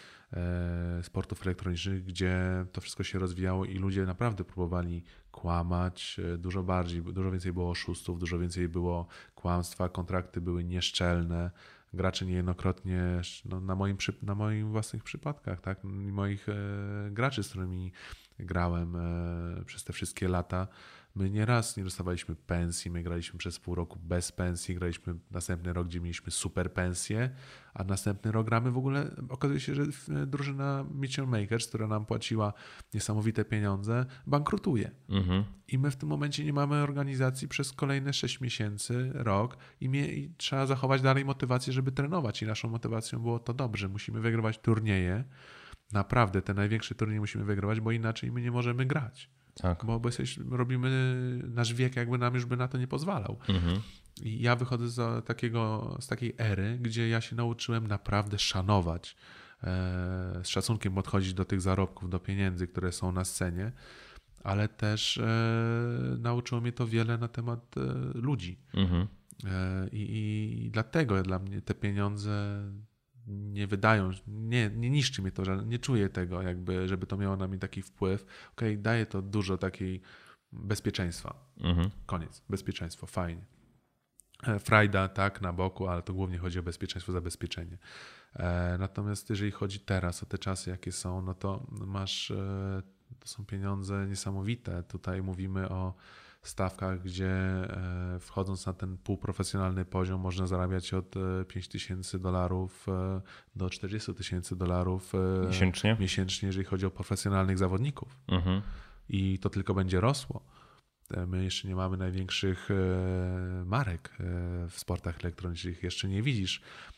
sportów elektronicznych, gdzie to wszystko się rozwijało i ludzie naprawdę próbowali kłamać dużo bardziej, dużo więcej było oszustów, dużo więcej było kłamstwa, kontrakty były nieszczelne, gracze niejednokrotnie, no na, moim, na moich własnych przypadkach, tak, moich graczy, z którymi grałem przez te wszystkie lata, my nieraz nie dostawaliśmy pensji, my graliśmy przez pół roku bez pensji, graliśmy następny rok, gdzie mieliśmy super pensję, a następny rok gramy w ogóle, okazuje się, że drużyna Mission Makers, która nam płaciła niesamowite pieniądze, bankrutuje. Mhm. I my w tym momencie nie mamy organizacji przez kolejne sześć miesięcy, rok i, mnie, i trzeba zachować dalej motywację, żeby trenować i naszą motywacją było to dobrze, musimy wygrywać turnieje, naprawdę te największe turnieje musimy wygrywać, bo inaczej my nie możemy grać. Tak. Bo, bo jesteś, robimy, nasz wiek jakby nam już by na to nie pozwalał. Mhm. I ja wychodzę z, takiego, z takiej ery, gdzie ja się nauczyłem naprawdę szanować, e, z szacunkiem podchodzić do tych zarobków, do pieniędzy, które są na scenie, ale też e, nauczyło mnie to wiele na temat e, ludzi. Mhm. E, i, I dlatego dla mnie te pieniądze nie wydają, nie, nie niszczy mnie to, że nie czuję tego, jakby, żeby to miało na mnie taki wpływ. Okej, okay, daje to dużo takiej bezpieczeństwa. Mhm. Koniec. Bezpieczeństwo, fajnie. Frajda, tak, na boku, ale to głównie chodzi o bezpieczeństwo, zabezpieczenie. E, natomiast jeżeli chodzi teraz o te czasy, jakie są, no to masz, e, to są pieniądze niesamowite. Tutaj mówimy o stawkach, gdzie wchodząc na ten półprofesjonalny poziom można zarabiać od pięć tysięcy dolarów do czterdzieści tysięcy dolarów miesięcznie? miesięcznie, jeżeli chodzi o profesjonalnych zawodników. Mhm. I to tylko będzie rosło. My jeszcze nie mamy największych marek w sportach elektronicznych. Jeszcze nie widzisz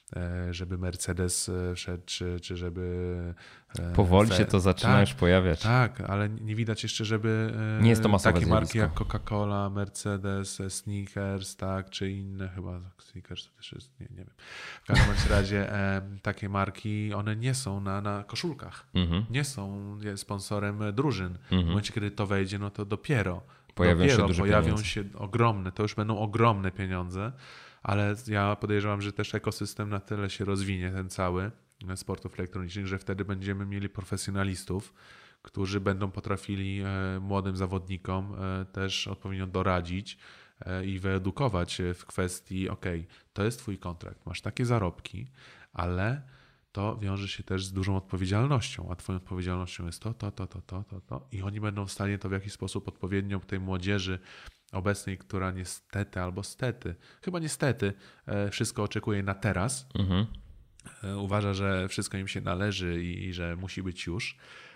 żeby Mercedes wszedł, czy, czy żeby... Powoli się to zaczyna tak, już pojawiać. Tak, ale nie widać jeszcze, żeby nie jest to masowe takie zjawisko. marki jak Coca-Cola, Mercedes, Snickers, tak, czy inne, chyba Snickers to też jest, nie, nie wiem. W każdym razie takie marki, one nie są na, na koszulkach, mhm. nie są sponsorem drużyn. Mhm. W momencie, kiedy to wejdzie, no to dopiero pojawią dopiero się duże pojawią pieniądze. się ogromne, to już będą ogromne pieniądze, ale ja podejrzewam, że też ekosystem na tyle się rozwinie, ten cały sportów elektronicznych, że wtedy będziemy mieli profesjonalistów, którzy będą potrafili młodym zawodnikom też odpowiednio doradzić i wyedukować w kwestii, ok, to jest twój kontrakt, masz takie zarobki, ale to wiąże się też z dużą odpowiedzialnością, a twoją odpowiedzialnością jest to, to, to, to, to, to, to i oni będą w stanie to w jakiś sposób odpowiednio tej młodzieży obecnej, która niestety albo stety, chyba niestety wszystko oczekuje na teraz, mhm. uważa, że wszystko im się należy i, i że musi być już.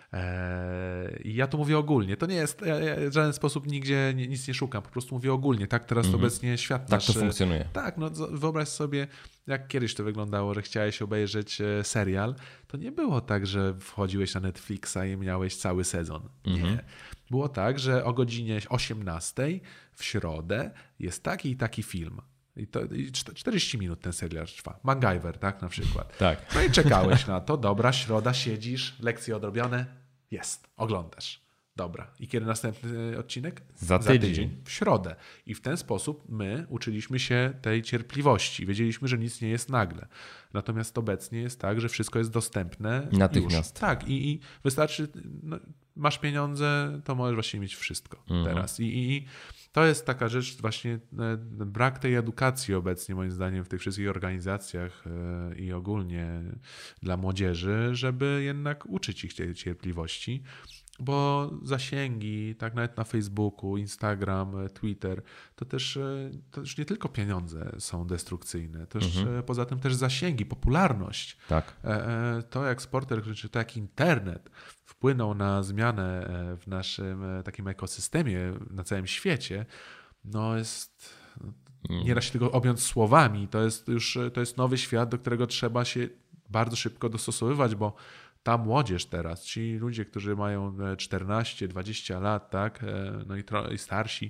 I ja to mówię ogólnie. To nie jest, ja, ja w żaden sposób nigdzie nic nie szukam, po prostu mówię ogólnie. Tak teraz mm-hmm. obecnie świat tak nasz... to funkcjonuje. Tak, no wyobraź sobie, jak kiedyś to wyglądało, że chciałeś obejrzeć serial, to nie było tak, że wchodziłeś na Netflixa i miałeś cały sezon. Nie. Mm-hmm. Było tak, że o godzinie osiemnastej w środę jest taki i taki film. I to i czterdzieści minut ten serial trwa. MacGyver, tak, na przykład. Tak. No i czekałeś na to, dobra, środa, siedzisz, lekcje odrobione, jest, oglądasz. Dobra. I kiedy następny odcinek? Za tydzień. Za tydzień. W środę. I w ten sposób my uczyliśmy się tej cierpliwości. Wiedzieliśmy, że nic nie jest nagle. Natomiast obecnie jest tak, że wszystko jest dostępne natychmiast. Już. Tak. I, i wystarczy, no, masz pieniądze, to możesz właśnie mieć wszystko mhm. teraz. I, i to jest taka rzecz, właśnie brak tej edukacji obecnie, moim zdaniem, w tych wszystkich organizacjach i ogólnie dla młodzieży, żeby jednak uczyć ich tej cierpliwości. Bo zasięgi, tak nawet na Facebooku, Instagram, Twitter, to też, to też nie tylko pieniądze są destrukcyjne, to też, mhm. poza tym też zasięgi, popularność. Tak. To jak sport elektroniczny, to jak internet wpłynął na zmianę w naszym takim ekosystemie na całym świecie, no jest... Nie da się tego objąć słowami. To jest już to jest nowy świat, do którego trzeba się bardzo szybko dostosowywać, bo ta młodzież teraz, ci ludzie, którzy mają czternaście dwadzieścia lat, tak, no i, tro, i starsi,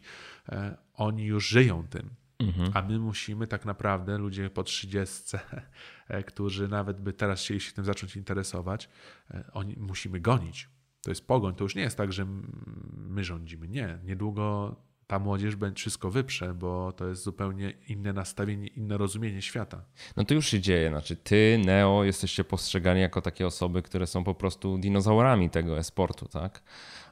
oni już żyją tym. Mhm. A my musimy tak naprawdę, ludzie po trzydziestce, którzy nawet by teraz chcieli się tym zacząć interesować, oni musimy gonić. To jest pogoń. To już nie jest tak, że my rządzimy. Nie. Niedługo ta młodzież będzie wszystko wyprze, bo to jest zupełnie inne nastawienie, inne rozumienie świata. No to już się dzieje. Znaczy ty, Neo, jesteście postrzegani jako takie osoby, które są po prostu dinozaurami tego e-sportu, tak?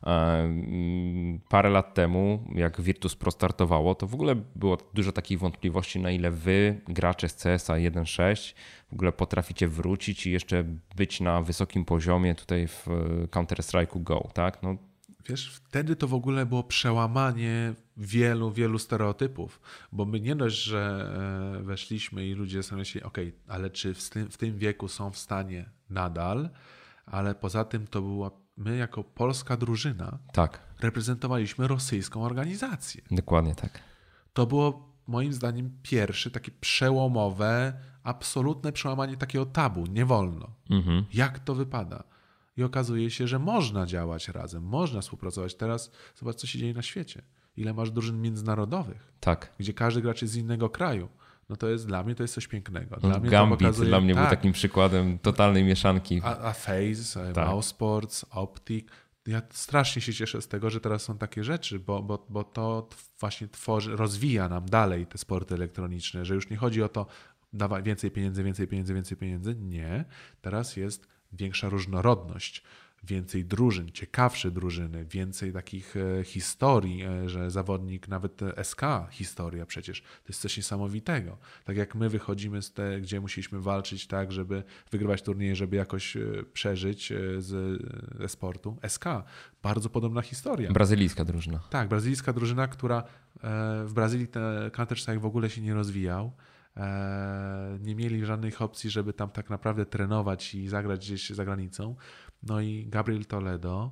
Parę lat temu, jak Virtus Pro startowało, to w ogóle było dużo takich wątpliwości, na ile wy, gracze z C S a jeden sześć, w ogóle potraficie wrócić i jeszcze być na wysokim poziomie tutaj w Counter-Strike'u Go, tak? No, wiesz, wtedy to w ogóle było przełamanie wielu, wielu stereotypów, bo my nie dość, że weszliśmy i ludzie sobie myśleli, okej, okay, ale czy w tym, w tym wieku są w stanie nadal, ale poza tym to była, my jako polska drużyna tak. reprezentowaliśmy rosyjską organizację. Dokładnie tak. To było moim zdaniem pierwsze takie przełomowe, absolutne przełamanie takiego tabu, nie wolno. Mhm. Jak to wypada? I okazuje się, że można działać razem, można współpracować. Teraz zobacz, co się dzieje na świecie. Ile masz drużyn międzynarodowych, tak. gdzie każdy gracz jest z innego kraju. No to jest dla mnie to jest coś pięknego. Dla no, mnie Gambit to pokazuje, dla mnie tak. był takim przykładem totalnej mieszanki. A, a FaZe, tak. Mousesports, Optic. Ja strasznie się cieszę z tego, że teraz są takie rzeczy, bo, bo, bo to właśnie tworzy, rozwija nam dalej te sporty elektroniczne, że już nie chodzi o to, dawaj więcej pieniędzy, więcej pieniędzy, więcej pieniędzy. Nie. Teraz jest większa różnorodność, więcej drużyn, ciekawsze drużyny, więcej takich e, historii, e, że zawodnik, nawet S K historia przecież, to jest coś niesamowitego. Tak jak my wychodzimy z te, gdzie musieliśmy walczyć tak, żeby wygrywać turnieje, żeby jakoś e, przeżyć e, z e, sportu. S K, bardzo podobna historia. Brazylijska drużyna. Tak, brazylijska drużyna, która e, w Brazylii ten Counter-Strike w ogóle się nie rozwijał. Nie mieli żadnych opcji, żeby tam tak naprawdę trenować i zagrać gdzieś za granicą. No i Gabriel Toledo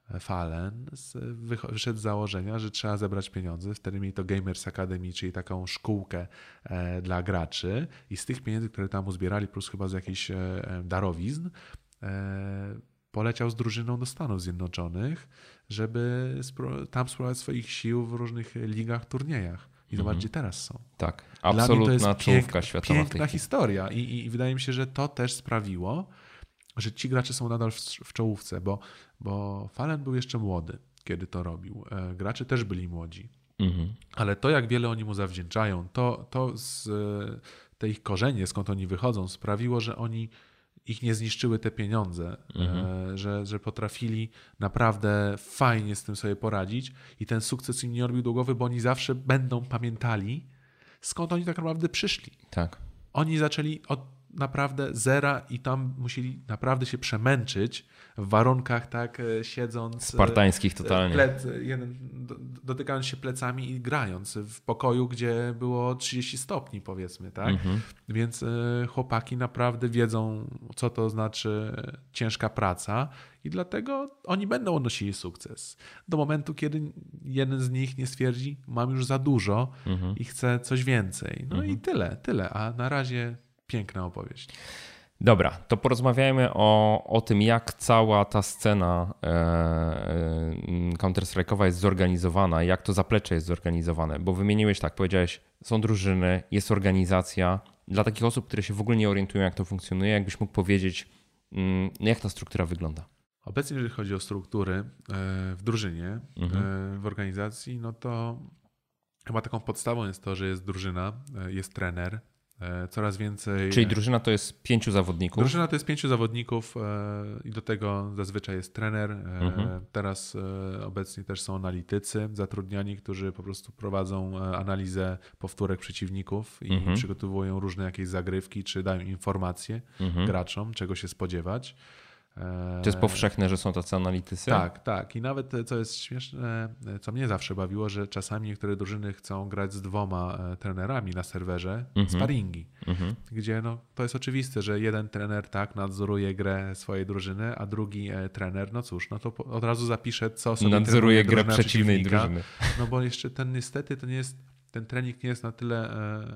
Fallen wyszedł z założenia, że trzeba zebrać pieniądze. Wtedy mieli to Gamers Academy, czyli taką szkółkę dla graczy i z tych pieniędzy, które tam uzbierali, plus chyba z jakichś darowizn, poleciał z drużyną do Stanów Zjednoczonych, żeby tam spróbować swoich sił w różnych ligach, turniejach. I zobacz, gdzie teraz są. Tak, absolutna czołówka pięk, światowa. Piękna historia I, i wydaje mi się, że to też sprawiło, że ci gracze są nadal w, w czołówce, bo, bo Fallen był jeszcze młody, kiedy to robił. Gracze też byli młodzi. Mhm. Ale to, jak wiele oni mu zawdzięczają, to, to z te ich korzenie, skąd oni wychodzą, sprawiło, że oni ich nie zniszczyły te pieniądze, mhm. że, że potrafili naprawdę fajnie z tym sobie poradzić i ten sukces im nie robił do głowy, bo oni zawsze będą pamiętali, skąd oni tak naprawdę przyszli. Tak. Oni zaczęli od naprawdę zera i tam musieli naprawdę się przemęczyć w warunkach tak siedząc... Spartańskich totalnie. Plec, jeden, dotykając się plecami i grając w pokoju, gdzie było trzydzieści stopni powiedzmy, tak? Mhm. Więc chłopaki naprawdę wiedzą, co to znaczy ciężka praca i dlatego oni będą odnosili sukces. Do momentu, kiedy jeden z nich nie stwierdzi, mam już za dużo mhm. i chcę coś więcej. No mhm. i tyle, tyle. A na razie piękna opowieść. Dobra, to porozmawiajmy o, o tym, jak cała ta scena e, Counter-Strike'owa jest zorganizowana, jak to zaplecze jest zorganizowane, bo wymieniłeś tak, powiedziałeś, są drużyny, jest organizacja. Dla takich osób, które się w ogóle nie orientują, jak to funkcjonuje, jakbyś mógł powiedzieć, mm, jak ta struktura wygląda? Obecnie, jeżeli chodzi o struktury e, w drużynie, mhm. e, w organizacji, no to chyba taką podstawą jest to, że jest drużyna, e, jest trener, coraz więcej... Czyli drużyna to jest pięciu zawodników? Drużyna to jest pięciu zawodników i do tego zazwyczaj jest trener. Mhm. Teraz obecnie też są analitycy zatrudniani, którzy po prostu prowadzą analizę powtórek przeciwników i mhm. przygotowują różne jakieś zagrywki, czy dają informacje mhm. graczom, czego się spodziewać. To jest powszechne, że są tacy analitycy? Tak, tak. I nawet, co jest śmieszne, co mnie zawsze bawiło, że czasami niektóre drużyny chcą grać z dwoma trenerami na serwerze, mm-hmm. sparingi, mm-hmm. gdzie no, to jest oczywiste, że jeden trener tak nadzoruje grę swojej drużyny, a drugi trener, no cóż, no to od razu zapisze, co sobie nadzoruje grę przeciwnej drużyny. No bo jeszcze ten niestety to nie jest, ten trening nie jest na tyle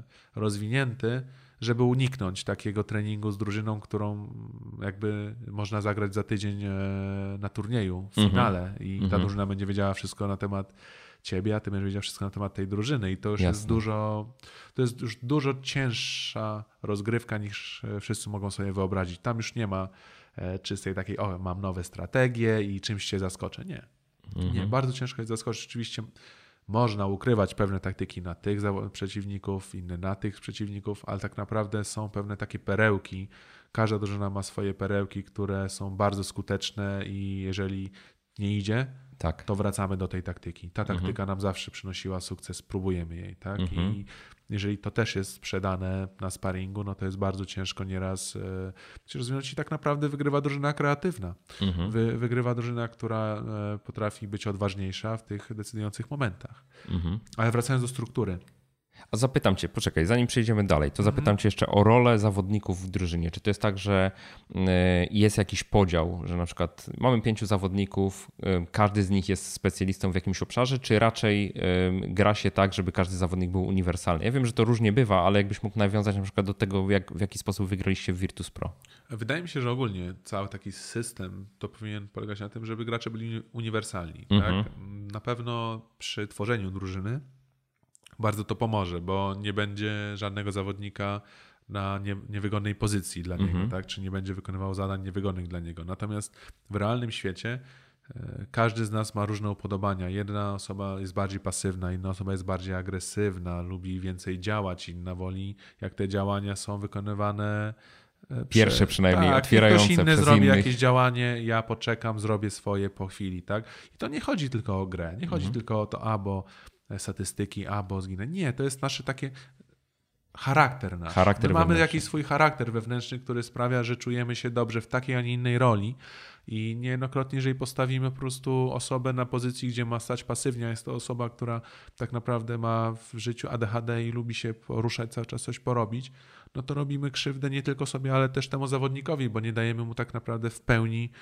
rozwinięty, żeby uniknąć takiego treningu z drużyną, którą jakby można zagrać za tydzień na turnieju, w finale mm-hmm. i ta mm-hmm. drużyna będzie wiedziała wszystko na temat ciebie, a ty będziesz wiedział wszystko na temat tej drużyny i to już Jasne. jest dużo, to jest już dużo cięższa rozgrywka niż wszyscy mogą sobie wyobrazić. Tam już nie ma czystej takiej, o mam nowe strategie i czymś cię zaskoczę. Nie. Mm-hmm. Nie, bardzo ciężko jest zaskoczyć. Oczywiście można ukrywać pewne taktyki na tych przeciwników, inne na tych przeciwników, ale tak naprawdę są pewne takie perełki. Każda drużyna ma swoje perełki, które są bardzo skuteczne i jeżeli nie idzie, tak. to wracamy do tej taktyki. Ta taktyka mhm. nam zawsze przynosiła sukces, próbujemy jej. Tak? Mhm. I jeżeli to też jest sprzedane na sparingu, no to jest bardzo ciężko nieraz się rozwinąć i tak naprawdę wygrywa drużyna kreatywna. Mhm. Wy, wygrywa drużyna, która potrafi być odważniejsza w tych decydujących momentach. Mhm. Ale wracając do struktury. A zapytam cię, poczekaj, zanim przejdziemy dalej, to zapytam cię jeszcze o rolę zawodników w drużynie. Czy to jest tak, że jest jakiś podział, że na przykład mamy pięciu zawodników, każdy z nich jest specjalistą w jakimś obszarze, czy raczej gra się tak, żeby każdy zawodnik był uniwersalny? Ja wiem, że to różnie bywa, ale jakbyś mógł nawiązać na przykład do tego, jak, w jaki sposób wygraliście w Virtus Pro. Wydaje mi się, że ogólnie cały taki system to powinien polegać na tym, żeby gracze byli uniwersalni. Mhm. Tak? Na pewno przy tworzeniu drużyny bardzo to pomoże, bo nie będzie żadnego zawodnika na nie, niewygodnej pozycji dla niego, mm-hmm. tak? Czy nie będzie wykonywał zadań niewygodnych dla niego. Natomiast w realnym świecie e, każdy z nas ma różne upodobania. Jedna osoba jest bardziej pasywna, inna osoba jest bardziej agresywna, lubi więcej działać, inna woli, jak te działania są wykonywane. E, Pierwsze prze... przynajmniej, tak, otwierające ktoś inny przez zrobi innych. jakieś działanie, ja poczekam, zrobię swoje po chwili, tak? I to nie chodzi tylko o grę, nie chodzi mm-hmm. tylko o to, a bo statystyki, a bo zginę. Nie, to jest nasze takie charakter nasz. Charakter My mamy wewnętrzny. jakiś swój charakter wewnętrzny, który sprawia, że czujemy się dobrze w takiej, a nie innej roli I niejednokrotnie, jeżeli postawimy po prostu osobę na pozycji, gdzie ma stać pasywnie, jest to osoba, która tak naprawdę ma w życiu A D H D i lubi się poruszać, cały czas coś porobić, no to robimy krzywdę nie tylko sobie, ale też temu zawodnikowi, bo nie dajemy mu tak naprawdę w pełni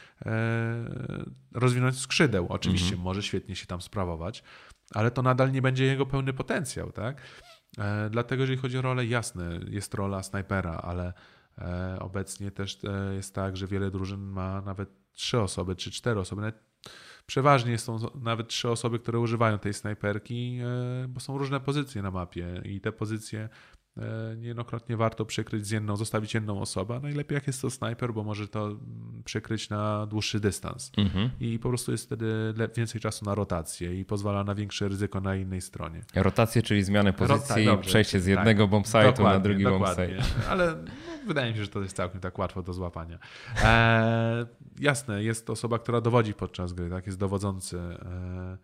e, rozwinąć skrzydeł. Oczywiście mhm. może świetnie się tam sprawować, ale to nadal nie będzie jego pełny potencjał, tak? E, dlatego jeżeli chodzi o rolę, jasne, jest rola snajpera, ale e, obecnie też e, jest tak, że wiele drużyn ma nawet trzy osoby czy cztery osoby. Nawet przeważnie są nawet trzy osoby, które używają tej snajperki, e, bo są różne pozycje na mapie i te pozycje niejednokrotnie warto przykryć z jedną, zostawić jedną osobę, a najlepiej jak jest to snajper, bo może to przykryć na dłuższy dystans mhm. i po prostu jest wtedy więcej czasu na rotację i pozwala na większe ryzyko na innej stronie. Rotację, czyli zmianę pozycji i przejście z jednego tak, bombsite'u na drugi bombsite. Ale no, wydaje mi się, że to jest całkiem tak łatwo do złapania. E, jasne, jest to osoba, która dowodzi podczas gry, tak? Jest dowodzący. E,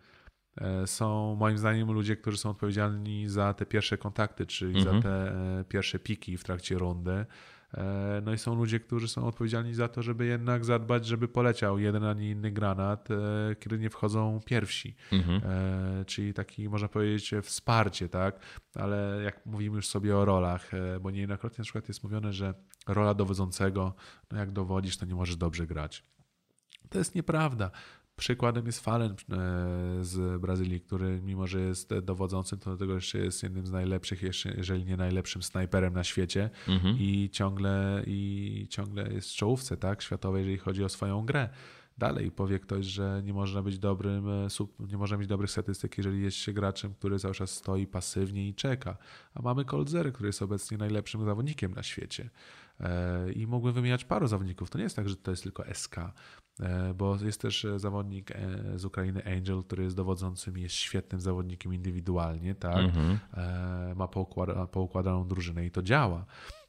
Są moim zdaniem ludzie, którzy są odpowiedzialni za te pierwsze kontakty, czyli mhm. za te pierwsze piki w trakcie rundy. No i są ludzie, którzy są odpowiedzialni za to, żeby jednak zadbać, żeby poleciał jeden, a nie inny granat, kiedy nie wchodzą pierwsi. Mhm. Czyli taki, można powiedzieć, wsparcie, tak? Ale jak mówimy już sobie o rolach, bo niejednokrotnie na przykład jest mówione, że rola dowodzącego, no jak dowodzisz, to nie możesz dobrze grać. To jest nieprawda. Przykładem jest Fallen z Brazylii, który mimo, że jest dowodzącym, to do tego jeszcze jest jednym z najlepszych, jeszcze, jeżeli nie najlepszym snajperem na świecie mhm. i ciągle i ciągle jest w czołówce, tak, światowej, jeżeli chodzi o swoją grę. Dalej powie ktoś, że nie można być dobrym, nie można mieć dobrych statystyk, jeżeli jest się graczem, który cały czas stoi pasywnie i czeka. A mamy Coldzera, który jest obecnie najlepszym zawodnikiem na świecie. I mógłbym wymieniać paru zawodników. To nie jest tak, że to jest tylko S K, bo jest też zawodnik z Ukrainy Angel, który jest dowodzącym, jest świetnym zawodnikiem indywidualnie, tak? Mhm. Ma poukłada, poukładaną drużynę i to działa.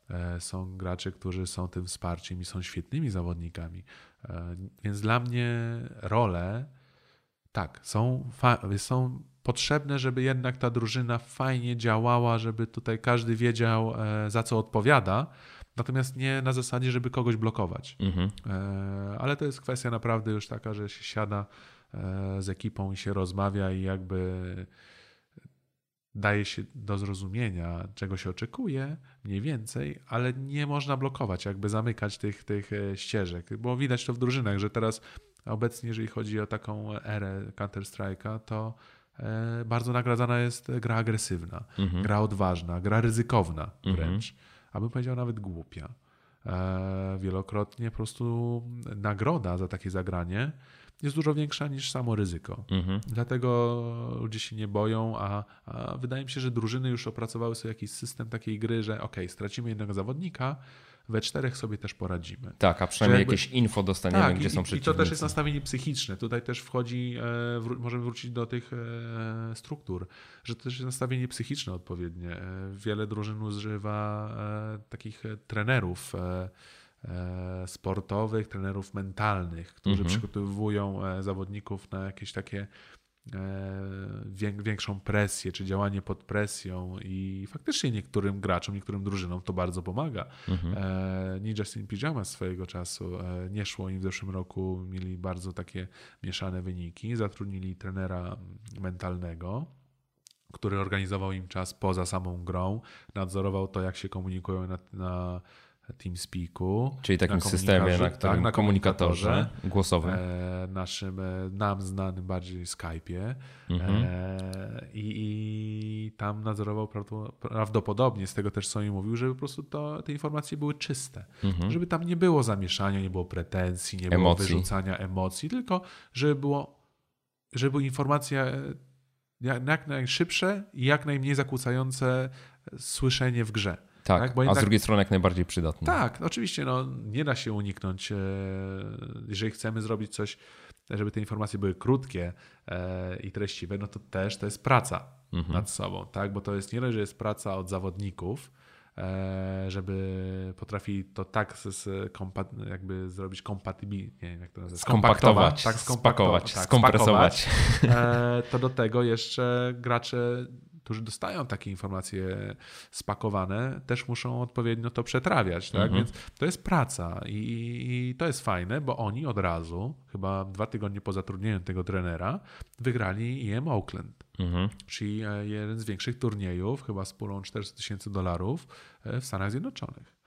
Są gracze, którzy są tym wsparciem i są świetnymi zawodnikami. Więc dla mnie role, tak, są, są potrzebne, żeby jednak ta drużyna fajnie działała, żeby tutaj każdy wiedział, za co odpowiada, natomiast nie na zasadzie, żeby kogoś blokować. Mhm. Ale to jest kwestia naprawdę już taka, że się siada z ekipą i się rozmawia i jakby daje się do zrozumienia, czego się oczekuje, mniej więcej, ale nie można blokować, jakby zamykać tych, tych ścieżek, bo widać to w drużynach, że teraz obecnie, jeżeli chodzi o taką erę Counter-Strike'a, to bardzo nagradzana jest gra agresywna, mhm. gra odważna, gra ryzykowna wręcz, mhm. a bym powiedział nawet głupia. Wielokrotnie po prostu nagroda za takie zagranie jest dużo większa niż samo ryzyko. Mhm. Dlatego ludzie się nie boją, a, a wydaje mi się, że drużyny już opracowały sobie jakiś system takiej gry, że ok, stracimy jednego zawodnika, we czterech sobie też poradzimy. Tak, a przynajmniej jakby jakieś info dostaniemy, tak, gdzie i, są przeciwnicy. I to też jest nastawienie psychiczne. Tutaj też wchodzi, e, wró- możemy wrócić do tych e, struktur, że to też jest nastawienie psychiczne odpowiednie. E, wiele drużyn używa e, takich trenerów e, sportowych, trenerów mentalnych, którzy mhm. przygotowują zawodników na jakieś takie większą presję, czy działanie pod presją i faktycznie niektórym graczom, niektórym drużynom to bardzo pomaga. Mhm. Ninjas in Pyjamas swojego czasu nie szło im w zeszłym roku, mieli bardzo takie mieszane wyniki, zatrudnili trenera mentalnego, który organizował im czas poza samą grą, nadzorował to, jak się komunikują na, na TeamSpeaku. Czyli takim systemie, na którym tak, na komunikatorze głosowym. E, naszym, e, nam znanym bardziej Skype'ie. Mhm. E, i, I tam nadzorował prawdopodobnie, z tego też co mi mówił, żeby po prostu to, te informacje były czyste. Mhm. Żeby tam nie było zamieszania, nie było pretensji, nie było emocji. Wyrzucania emocji, tylko żeby było, żeby były informacje jak najszybsze i jak najmniej zakłócające słyszenie w grze. Tak, tak? Bo jednak, a z drugiej strony jak najbardziej przydatne. Tak, oczywiście, no, nie da się uniknąć, jeżeli chcemy zrobić coś, żeby te informacje były krótkie i treściwe, no to też to jest praca mhm. nad sobą, tak? Bo to jest nie dość, że jest praca od zawodników, żeby potrafili to tak z, jakby zrobić kompatybilnie, nie wiem jak to nazwać, skompaktować, tak, spakować, tak, skompresować. To do tego jeszcze gracze którzy dostają takie informacje spakowane, też muszą odpowiednio to przetrawiać, tak? Mhm. Więc to jest praca i, i to jest fajne, bo oni od razu, chyba dwa tygodnie po zatrudnieniu tego trenera, wygrali E M Oakland. Mhm. Czyli jeden z większych turniejów, chyba z pulą czterysta tysięcy dolarów w Stanach Zjednoczonych.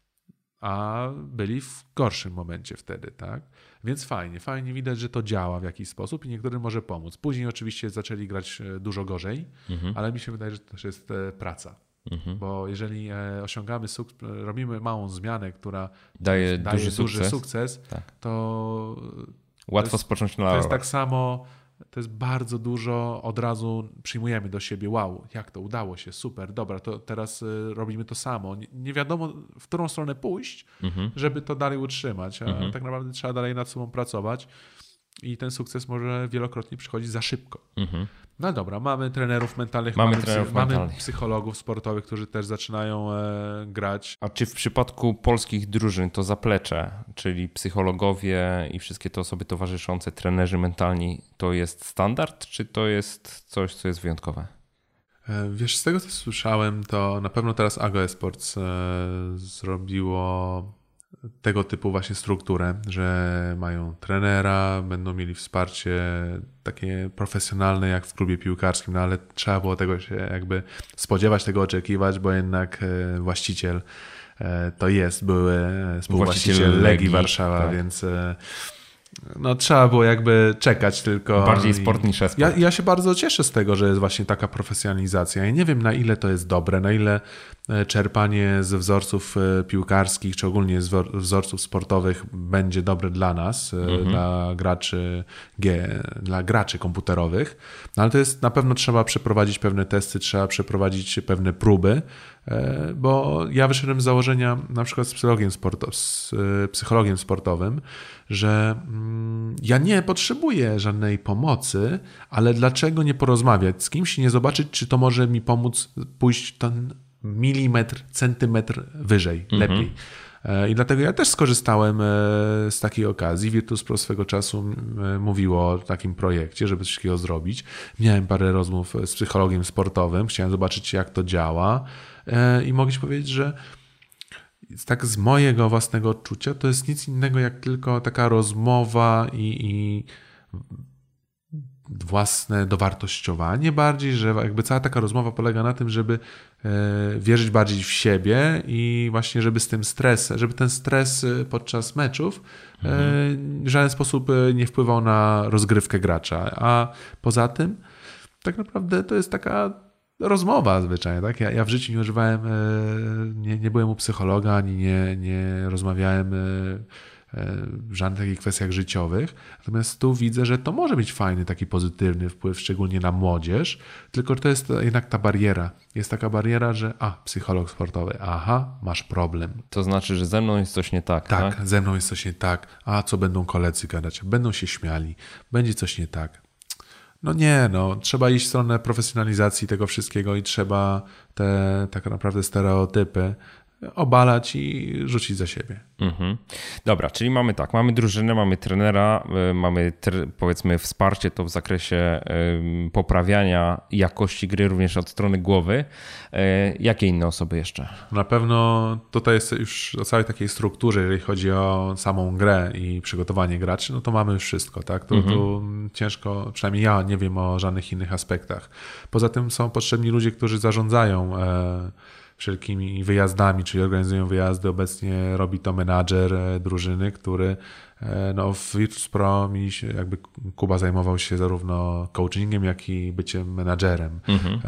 A byli w gorszym momencie wtedy, tak? Więc fajnie, fajnie widać, że to działa w jakiś sposób i niektórym może pomóc. Później oczywiście zaczęli grać dużo gorzej, mhm. ale mi się wydaje, że to też jest praca. Mhm. Bo jeżeli osiągamy sukces, robimy małą zmianę, która daje, daje duży, duży sukces, sukces tak. to łatwo to jest, spocząć na laurach. laurach. To jest tak samo, to jest bardzo dużo, od razu przyjmujemy do siebie, wow, jak to udało się, super, dobra, to teraz robimy to samo. Nie, nie wiadomo, w którą stronę pójść, mhm. żeby to dalej utrzymać, a mhm. tak naprawdę trzeba dalej nad sobą pracować i ten sukces może wielokrotnie przychodzić za szybko. Mhm. No dobra, mamy trenerów mentalnych, mamy, mamy, trenerów psy, mentalnych. mamy psychologów sportowych, którzy też zaczynają e, grać. A czy w przypadku polskich drużyn to zaplecze, czyli psychologowie i wszystkie te osoby towarzyszące, trenerzy mentalni, to jest standard, czy to jest coś, co jest wyjątkowe? E, wiesz, z tego co słyszałem, to na pewno teraz Ago Esports e, zrobiło tego typu właśnie strukturę, że mają trenera, będą mieli wsparcie takie profesjonalne jak w klubie piłkarskim, no ale trzeba było tego się jakby spodziewać, tego oczekiwać, bo jednak właściciel to jest były współwłaściciel Legii, Legii Warszawa, tak. Więc no trzeba było jakby czekać tylko. Bardziej sport niż e-sport. Ja, ja się bardzo cieszę z tego, że jest właśnie taka profesjonalizacja. Ja nie wiem, na ile to jest dobre, na ile czerpanie ze wzorców piłkarskich, czy ogólnie z wzorców sportowych będzie dobre dla nas, mhm. dla graczy G, dla graczy komputerowych. No ale to jest, na pewno trzeba przeprowadzić pewne testy, trzeba przeprowadzić pewne próby, bo ja wyszedłem z założenia na przykład z psychologiem, sporto, z psychologiem sportowym, że ja nie potrzebuję żadnej pomocy, ale dlaczego nie porozmawiać z kimś i nie zobaczyć, czy to może mi pomóc pójść ten milimetr, centymetr wyżej, mhm. lepiej. I dlatego ja też skorzystałem z takiej okazji. Virtus Pro swego czasu mówiło o takim projekcie, żeby coś takiego zrobić. Miałem parę rozmów z psychologiem sportowym, chciałem zobaczyć, jak to działa i mogę ci powiedzieć, że tak z mojego własnego odczucia to jest nic innego jak tylko taka rozmowa i, i własne dowartościowanie bardziej, że jakby cała taka rozmowa polega na tym, żeby wierzyć bardziej w siebie i właśnie żeby z tym stresem, żeby ten stres podczas meczów mhm. w żaden sposób nie wpływał na rozgrywkę gracza. A poza tym tak naprawdę to jest taka rozmowa zwyczajnie, tak? Ja, ja w życiu nie używałem, nie, nie byłem u psychologa, ani nie, nie rozmawiałem w żadnych takich kwestiach życiowych. Natomiast tu widzę, że to może mieć fajny, taki pozytywny wpływ, szczególnie na młodzież, tylko to jest jednak ta bariera. Jest taka bariera, że a, psycholog sportowy, aha, masz problem. To znaczy, że ze mną jest coś nie tak, tak? Tak, ze mną jest coś nie tak. A co będą koledzy gadać? Będą się śmiali. Będzie coś nie tak. No nie, no trzeba iść w stronę profesjonalizacji tego wszystkiego i trzeba te tak naprawdę stereotypy obalać i rzucić za siebie. Mhm. Dobra, czyli mamy tak, mamy drużynę, mamy trenera, mamy powiedzmy wsparcie to w zakresie poprawiania jakości gry również od strony głowy. Jakie inne osoby jeszcze? Na pewno tutaj jest już o całej takiej strukturze, jeżeli chodzi o samą grę i przygotowanie graczy, no to mamy już wszystko, tak? Tu, mhm. tu ciężko, przynajmniej ja nie wiem o żadnych innych aspektach. Poza tym są potrzebni ludzie, którzy zarządzają e, wszelkimi wyjazdami, czyli organizują wyjazdy. Obecnie robi to menadżer drużyny, który no, w Virtus Pro mieliśmy, jakby Kuba zajmował się zarówno coachingiem, jak i byciem menadżerem. Mhm.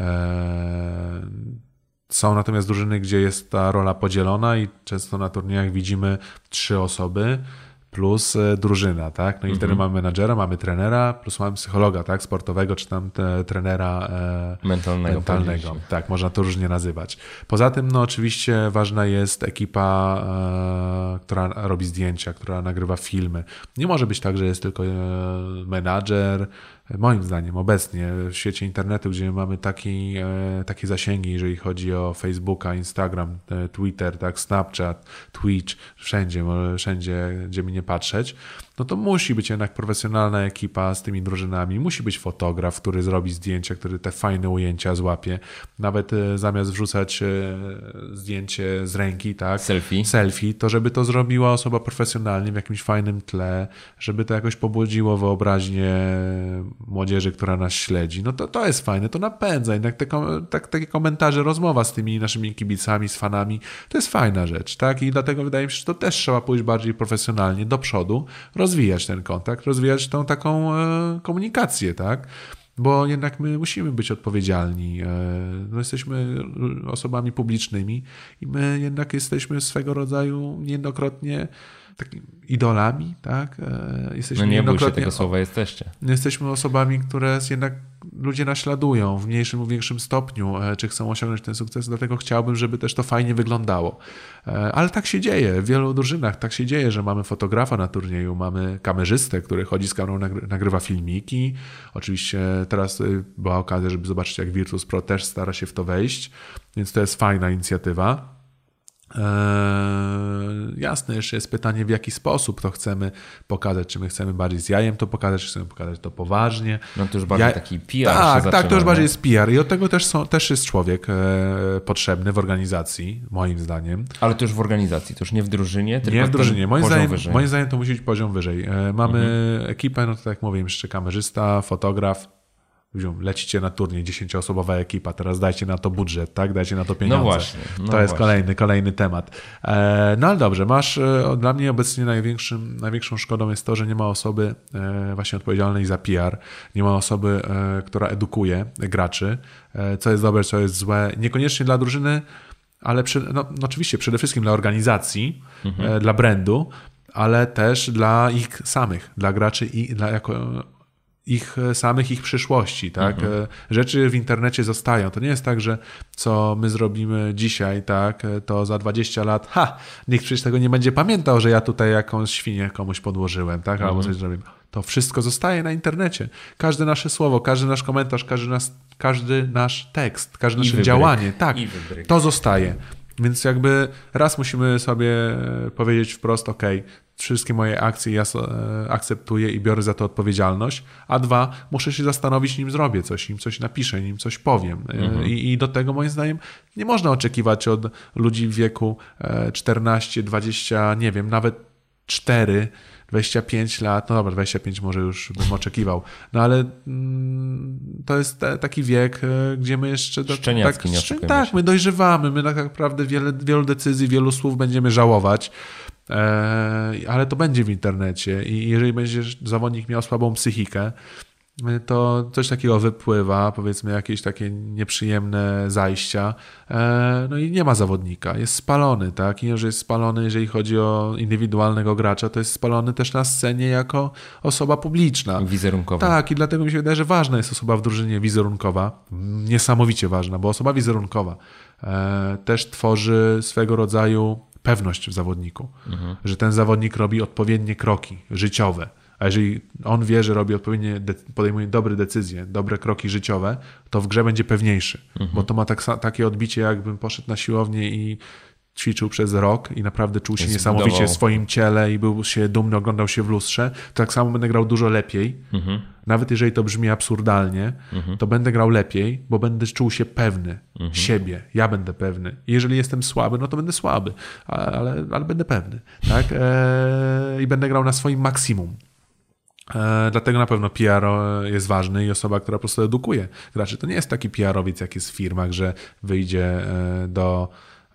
Są natomiast drużyny, gdzie jest ta rola podzielona i często na turniejach widzimy trzy osoby plus drużyna, tak? No i mhm. wtedy mamy menadżera, mamy trenera, plus mamy psychologa, tak? Sportowego, czy tam te, trenera e, mentalnego. mentalnego. Tak, można to różnie nazywać. Poza tym, no oczywiście ważna jest ekipa, e, która robi zdjęcia, która nagrywa filmy. Nie może być tak, że jest tylko e, menadżer. Moim zdaniem obecnie w świecie internetu, gdzie mamy taki, e, takie zasięgi, jeżeli chodzi o Facebooka, Instagram, e, Twitter, tak, Snapchat, Twitch, wszędzie, wszędzie, gdzie mnie nie patrzeć, no to musi być jednak profesjonalna ekipa z tymi drużynami, musi być fotograf, który zrobi zdjęcia, który te fajne ujęcia złapie. Nawet zamiast wrzucać zdjęcie z ręki, tak? Selfie. Selfie, to żeby to zrobiła osoba profesjonalnie w jakimś fajnym tle, żeby to jakoś pobudziło wyobraźnię młodzieży, która nas śledzi. No to, to jest fajne, to napędza. Jednak te, tak, takie komentarze, rozmowa z tymi naszymi kibicami, z fanami, to jest fajna rzecz, tak? I dlatego wydaje mi się, że to też trzeba pójść bardziej profesjonalnie do przodu, rozwijać ten kontakt, rozwijać tą taką e, komunikację, tak? Bo jednak my musimy być odpowiedzialni. No jesteśmy osobami publicznymi i my jednak jesteśmy swego rodzaju niejednokrotnie takimi idolami, tak? Jesteśmy no nie bój się tego słowa, jesteście. Jesteśmy osobami, które jednak ludzie naśladują w mniejszym lub większym stopniu, czy chcą osiągnąć ten sukces, dlatego chciałbym, żeby też to fajnie wyglądało. Ale tak się dzieje w wielu drużynach, tak się dzieje, że mamy fotografa na turnieju, mamy kamerzystę, który chodzi z kamerą, nagrywa filmiki. Oczywiście teraz była okazja, żeby zobaczyć, jak Virtus Pro też stara się w to wejść, więc to jest fajna inicjatywa. Eee, jasne, jeszcze jest pytanie, w jaki sposób to chcemy pokazać, czy my chcemy bardziej z jajem to pokazać, czy chcemy pokazać to poważnie. No to już bardziej ja... taki P R. Tak, się tak, to już nie? bardziej jest P R i od tego też, są, też jest człowiek e, potrzebny w organizacji, moim zdaniem. Ale to już w organizacji, to już nie w drużynie, tylko nie w drużynie. Moim zdaniem, wyżej. moim zdaniem to musi być poziom wyżej. E, mamy mhm. ekipę, no to tak jak mówię, jeszcze kamerzysta, fotograf. Lecicie na turniej, dziesięcioosobowa ekipa, teraz dajcie na to budżet, tak? Dajcie na to pieniądze. No właśnie. No to jest właśnie. kolejny, kolejny temat. E, no ale dobrze, masz, e, dla mnie obecnie największym, największą szkodą jest to, że nie ma osoby e, właśnie odpowiedzialnej za P R, nie ma osoby, e, która edukuje graczy, e, co jest dobre, co jest złe, niekoniecznie dla drużyny, ale przy, no, no oczywiście przede wszystkim dla organizacji, mhm. e, dla brandu, ale też dla ich samych, dla graczy i dla jako ich samych, ich przyszłości, tak? Mhm. Rzeczy w internecie zostają. To nie jest tak, że co my zrobimy dzisiaj, tak, to za dwadzieścia lat, ha, nikt przecież tego nie będzie pamiętał, że ja tutaj jakąś świnię komuś podłożyłem, tak, albo coś zrobiłem. To wszystko zostaje na internecie. Każde nasze słowo, każdy nasz komentarz, każdy, nas, każdy nasz tekst, każde nasze działanie, tak, to zostaje. Więc jakby raz musimy sobie powiedzieć wprost, ok, wszystkie moje akcje ja akceptuję i biorę za to odpowiedzialność, a dwa, muszę się zastanowić, nim zrobię coś, nim coś napiszę, nim coś powiem. Mhm. I, I do tego moim zdaniem nie można oczekiwać od ludzi w wieku czternaście, dwadzieścia, nie wiem, nawet cztery, dwadzieścia pięć lat, no dobra, dwadzieścia pięć może już bym oczekiwał, no ale mm, to jest te, taki wiek, gdzie my jeszcze... Do, Szczeniacki, tak, nie szcz- Tak, my dojrzewamy, my tak naprawdę wiele, wielu decyzji, wielu słów będziemy żałować, e, ale to będzie w internecie i jeżeli będzie zawodnik miał słabą psychikę, to coś takiego wypływa, powiedzmy jakieś takie nieprzyjemne zajścia, no i nie ma zawodnika, jest spalony, tak? I jeżeli jest spalony, jeżeli chodzi o indywidualnego gracza, to jest spalony też na scenie jako osoba publiczna. Wizerunkowa. Tak, i dlatego mi się wydaje, że ważna jest osoba w drużynie wizerunkowa, niesamowicie ważna, bo osoba wizerunkowa też tworzy swego rodzaju pewność w zawodniku, mhm. że ten zawodnik robi odpowiednie kroki życiowe. A jeżeli on wie, że robi odpowiednie, podejmuje dobre decyzje, dobre kroki życiowe, to w grze będzie pewniejszy. Mhm. Bo to ma tak, takie odbicie, jakbym poszedł na siłownię i ćwiczył przez rok i naprawdę czuł się Jest niesamowicie budował. w swoim ciele i był się dumny, oglądał się w lustrze, to tak samo będę grał dużo lepiej. Mhm. Nawet jeżeli to brzmi absurdalnie, mhm. to będę grał lepiej, bo będę czuł się pewny mhm. siebie. Ja będę pewny. I jeżeli jestem słaby, no to będę słaby, ale, ale będę pewny. Tak? Eee, I będę grał na swoim maksimum. E, dlatego na pewno P R jest ważny i osoba, która po prostu edukuje graczy. To nie jest taki P R-owiec, jak jest w firmach, że wyjdzie e, do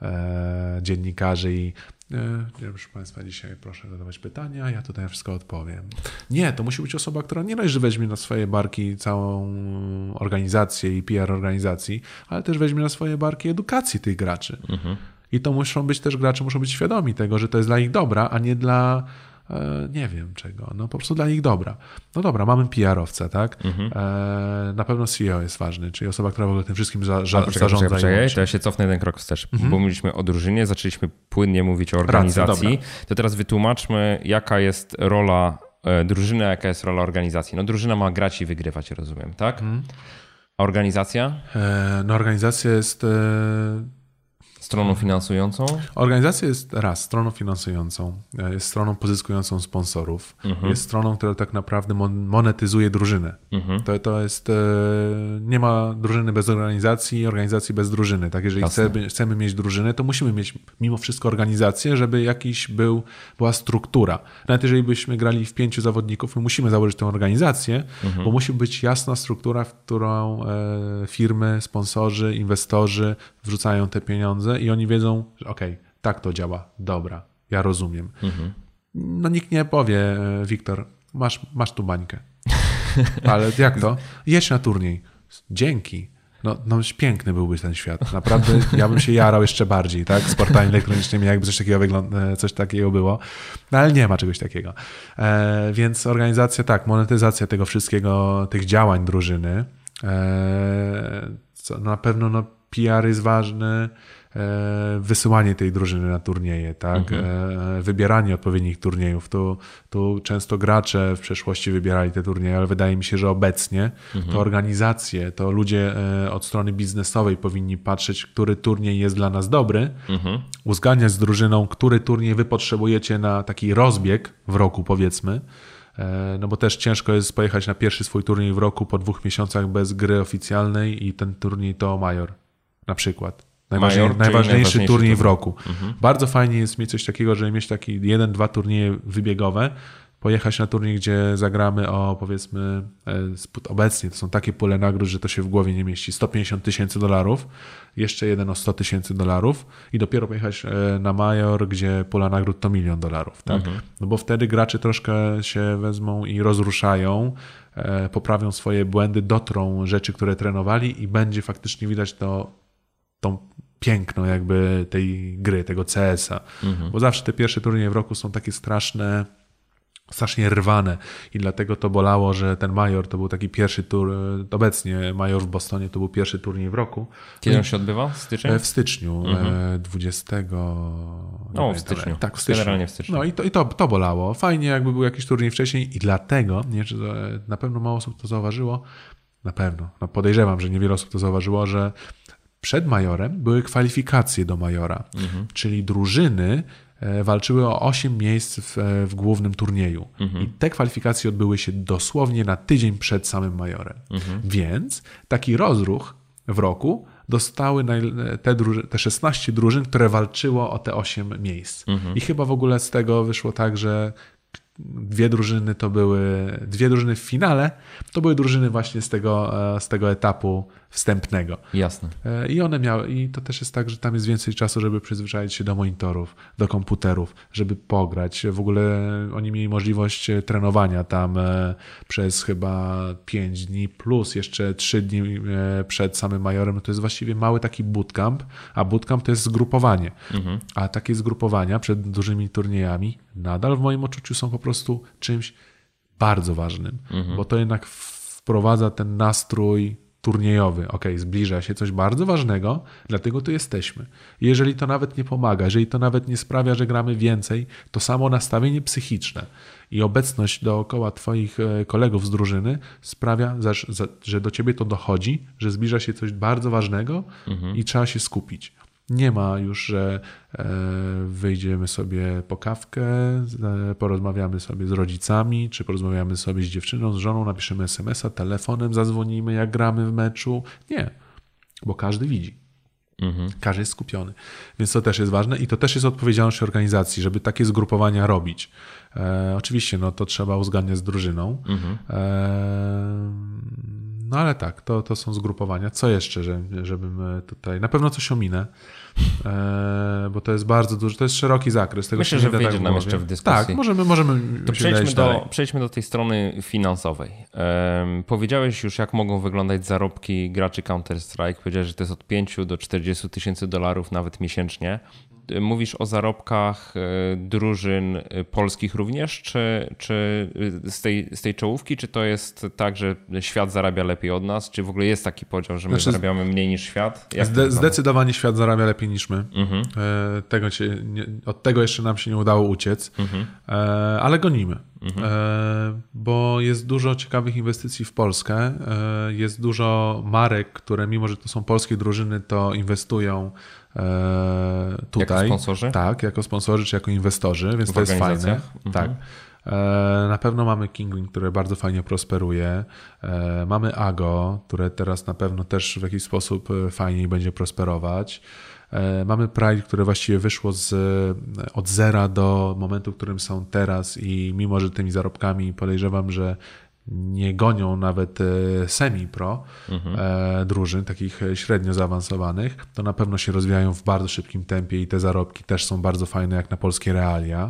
e, dziennikarzy i e, proszę Państwa, dzisiaj proszę zadawać pytania, ja tutaj wszystko odpowiem. Nie, to musi być osoba, która nie dość, że weźmie na swoje barki całą organizację i P R organizacji, ale też weźmie na swoje barki edukację tych graczy. Mhm. I to muszą być też gracze, muszą być świadomi tego, że to jest dla ich dobra, a nie dla nie wiem czego, no po prostu dla nich dobra. No dobra, mamy P R-owca, tak? Mhm. E, na pewno C E O jest ważny, czyli osoba, która w ogóle tym wszystkim za, za, poczekaj, zarządza. Poczekaj, poczekaj, to ja się cofnę jeden krok wstecz, mhm. bo mówiliśmy o drużynie, zaczęliśmy płynnie mówić o organizacji, Racja, to teraz wytłumaczmy, jaka jest rola e, drużyny, a jaka jest rola organizacji. No drużyna ma grać i wygrywać, rozumiem, tak? Mhm. A organizacja? E, no organizacja jest... E... Stroną finansującą? Organizacja jest raz stroną finansującą, jest stroną pozyskującą sponsorów, mhm. jest stroną, która tak naprawdę monetyzuje drużynę. Mhm. To, to jest, nie ma drużyny bez organizacji, organizacji bez drużyny. Tak, jeżeli chcemy, chcemy mieć drużynę, to musimy mieć mimo wszystko organizację, żeby jakiś był, była struktura. Nawet jeżeli byśmy grali w pięciu zawodników, my musimy założyć tę organizację, mhm. bo musi być jasna struktura, w którą firmy, sponsorzy, inwestorzy wrzucają te pieniądze i oni wiedzą, że okej, okay, tak to działa, dobra, ja rozumiem. Mhm. No nikt nie powie, Wiktor, masz, masz tu bańkę. Ale jak to? Jedź na turniej. Dzięki. No, no piękny byłby ten świat. Naprawdę ja bym się jarał jeszcze bardziej, tak? Sportami elektronicznymi, jakby coś takiego, wygląda, coś takiego było. No ale nie ma czegoś takiego. E, więc organizacja, tak, monetyzacja tego wszystkiego, tych działań drużyny. E, co, na pewno no, P R jest ważny, wysyłanie tej drużyny na turnieje, tak? Mhm. Wybieranie odpowiednich turniejów. Tu, tu często gracze w przeszłości wybierali te turnieje, ale wydaje mi się, że obecnie mhm. to organizacje, to ludzie od strony biznesowej powinni patrzeć, który turniej jest dla nas dobry, mhm. uzgadniać z drużyną, który turniej wy potrzebujecie na taki rozbieg w roku, powiedzmy. No bo też ciężko jest pojechać na pierwszy swój turniej w roku po dwóch miesiącach bez gry oficjalnej i ten turniej to Major na przykład. Najważniej, Major, najważniejszy, najważniejszy turniej w roku. Mhm. Bardzo fajnie jest mieć coś takiego, żeby mieć taki jeden, dwa turnieje wybiegowe, pojechać na turniej, gdzie zagramy o powiedzmy obecnie to są takie pule nagród, że to się w głowie nie mieści. sto pięćdziesiąt tysięcy dolarów, jeszcze jeden o sto tysięcy dolarów i dopiero pojechać na Major, gdzie pula nagród to milion dolarów. Tak? Mhm. No bo wtedy gracze troszkę się wezmą i rozruszają, poprawią swoje błędy, dotrą rzeczy, które trenowali i będzie faktycznie widać to tą piękno jakby tej gry, tego C S a. Mhm. Bo zawsze te pierwsze turnieje w roku są takie straszne, strasznie rwane i dlatego to bolało, że ten Major to był taki pierwszy tur, obecnie Major w Bostonie to był pierwszy turniej w roku. Kiedy on się odbywa? W styczniu? W styczniu, mhm. dwudziestego No, w styczniu. Tak, w styczniu. Generalnie w styczniu. No i, to, i to, to bolało. Fajnie jakby był jakiś turniej wcześniej i dlatego, nie wiem, czy to, na pewno mało osób to zauważyło, na pewno, no podejrzewam, że niewiele osób to zauważyło, że przed Majorem były kwalifikacje do Majora, mhm. czyli drużyny walczyły o osiem miejsc w, w głównym turnieju. Mhm. I te kwalifikacje odbyły się dosłownie na tydzień przed samym Majorem. Mhm. Więc taki rozruch w roku dostały te, te szesnaście drużyn, które walczyło o te osiem miejsc. Mhm. I chyba w ogóle z tego wyszło tak, że dwie drużyny to były, dwie drużyny w finale, to były drużyny właśnie z tego, z tego etapu wstępnego. Jasne. I one miały, i to też jest tak, że tam jest więcej czasu, żeby przyzwyczaić się do monitorów, do komputerów, żeby pograć. W ogóle oni mieli możliwość trenowania tam przez chyba pięć dni plus jeszcze trzy dni przed samym Majorem. To jest właściwie mały taki bootcamp, a bootcamp to jest zgrupowanie. Mhm. A takie zgrupowania przed dużymi turniejami nadal w moim odczuciu są po prostu czymś bardzo ważnym, mhm. bo to jednak wprowadza ten nastrój turniejowy. Ok, zbliża się coś bardzo ważnego, dlatego tu jesteśmy. Jeżeli to nawet nie pomaga, jeżeli to nawet nie sprawia, że gramy więcej, to samo nastawienie psychiczne i obecność dookoła twoich kolegów z drużyny sprawia, że do ciebie to dochodzi, że zbliża się coś bardzo ważnego mhm. i trzeba się skupić. Nie ma już, że wyjdziemy sobie po kawkę, porozmawiamy sobie z rodzicami, czy porozmawiamy sobie z dziewczyną, z żoną, napiszemy es em es a, telefonem zadzwonimy, jak gramy w meczu. Nie, bo każdy widzi. Mhm. Każdy jest skupiony. Więc to też jest ważne i to też jest odpowiedzialność organizacji, żeby takie zgrupowania robić. E, oczywiście no, to trzeba uzgadniać z drużyną. Mhm. E, No ale tak, to, to są zgrupowania. Co jeszcze, że, żebym tutaj... Na pewno coś ominę, e, bo to jest bardzo duży, to jest szeroki zakres. Tego Myślę, że wyjdzie tak nam jeszcze w dyskusji. Tak, możemy, możemy to przejdźmy do, przejdźmy do tej strony finansowej. Um, powiedziałeś już, jak mogą wyglądać zarobki graczy Counter-Strike. Powiedziałeś, że to jest od pięciu do czterdziestu tysięcy dolarów nawet miesięcznie. Mówisz o zarobkach drużyn polskich również, czy, czy z, tej, z tej czołówki, czy to jest tak, że świat zarabia lepiej od nas, czy w ogóle jest taki podział, że my znaczy, zarabiamy mniej niż świat? Zde, zdecydowanie świat zarabia lepiej niż my. Mhm. Tego się, nie, od tego jeszcze nam się nie udało uciec, mhm. ale gonimy. Mhm. Bo jest dużo ciekawych inwestycji w Polskę, jest dużo marek, które mimo, że to są polskie drużyny, to inwestują e, tutaj. Jako sponsorzy? Tak, jako sponsorzy czy jako inwestorzy, więc to jest fajne. Mhm. Tak. Na pewno mamy Kinguin, które bardzo fajnie prosperuje. Mamy Ago, które teraz na pewno też w jakiś sposób fajniej będzie prosperować. Mamy Pride, które właściwie wyszło z, od zera do momentu, w którym są teraz i mimo, że tymi zarobkami podejrzewam, że nie gonią nawet semi-pro mhm. drużyn, takich średnio zaawansowanych, to na pewno się rozwijają w bardzo szybkim tempie i te zarobki też są bardzo fajne jak na polskie realia.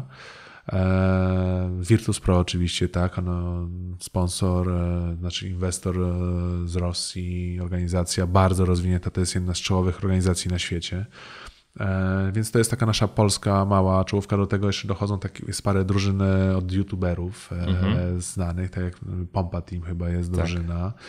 Virtus Pro oczywiście, tak, no, sponsor, znaczy inwestor z Rosji, organizacja bardzo rozwinięta, to jest jedna z czołowych organizacji na świecie, więc to jest taka nasza polska mała czołówka, do tego jeszcze dochodzą takie, jest parę drużyn od youtuberów mhm. znanych, tak jak Pompa Team chyba jest drużyna. Tak.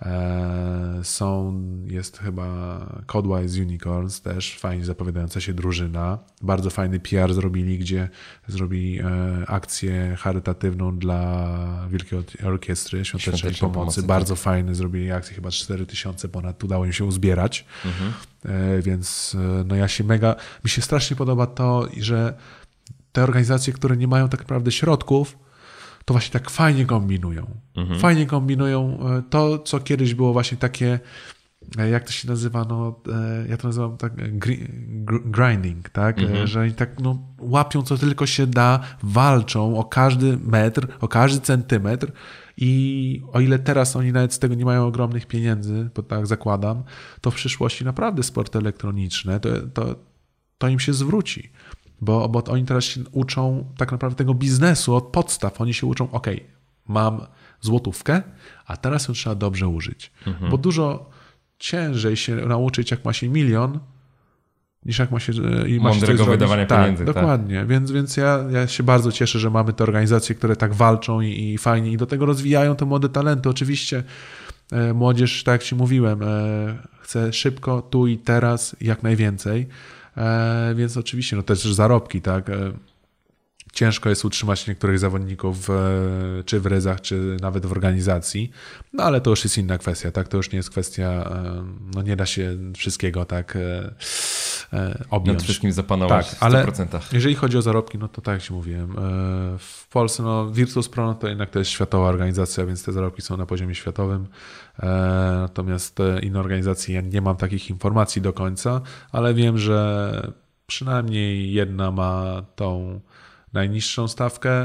Są, jest chyba Codewise Unicorns, też fajnie zapowiadająca się drużyna. Bardzo fajny P R zrobili, gdzie zrobili akcję charytatywną dla Wielkiej Orkiestry Świątecznej, Świątecznej Pomocy. Pomocy. Bardzo tak. fajny, zrobili akcję, chyba cztery tysiące ponad udało im się uzbierać. Mhm. Więc no ja się mega, mi się strasznie podoba to, że te organizacje, które nie mają tak naprawdę środków, to właśnie tak fajnie kombinują. Mhm. Fajnie kombinują to, co kiedyś było właśnie takie, jak to się nazywa, no, ja to nazywam tak grinding, tak, mhm. że oni tak no, łapią co tylko się da, walczą o każdy metr, o każdy centymetr i o ile teraz oni nawet z tego nie mają ogromnych pieniędzy, bo tak zakładam, to w przyszłości naprawdę sporty elektroniczne, to, to, to im się zwróci. Bo, bo oni teraz się uczą tak naprawdę tego biznesu od podstaw. Oni się uczą, ok, mam złotówkę, a teraz ją trzeba dobrze użyć. Mhm. Bo dużo ciężej się nauczyć, jak ma się milion, niż jak ma się... I ma Mądrego się wydawania tak, pieniędzy. Dokładnie. Tak. Więc, więc ja, ja się bardzo cieszę, że mamy te organizacje, które tak walczą i, i fajnie i do tego rozwijają te młode talenty. Oczywiście e, młodzież, tak jak ci mówiłem, e, chce szybko, tu i teraz, jak najwięcej. E, więc oczywiście no też zarobki, tak. E, ciężko jest utrzymać niektórych zawodników e, czy w ryzach, czy nawet w organizacji, no ale to już jest inna kwestia, tak. To już nie jest kwestia, e, no nie da się wszystkiego tak e, e, objąć. Nad wszystkim zapanować tak, w sto procent. Ale jeżeli chodzi o zarobki, no to tak jak ci mówiłem, e, w Polsce no Virtus Pro no to jednak to jest światowa organizacja, więc te zarobki są na poziomie światowym. Natomiast inne organizacje, ja nie mam takich informacji do końca, ale wiem, że przynajmniej jedna ma tą najniższą stawkę,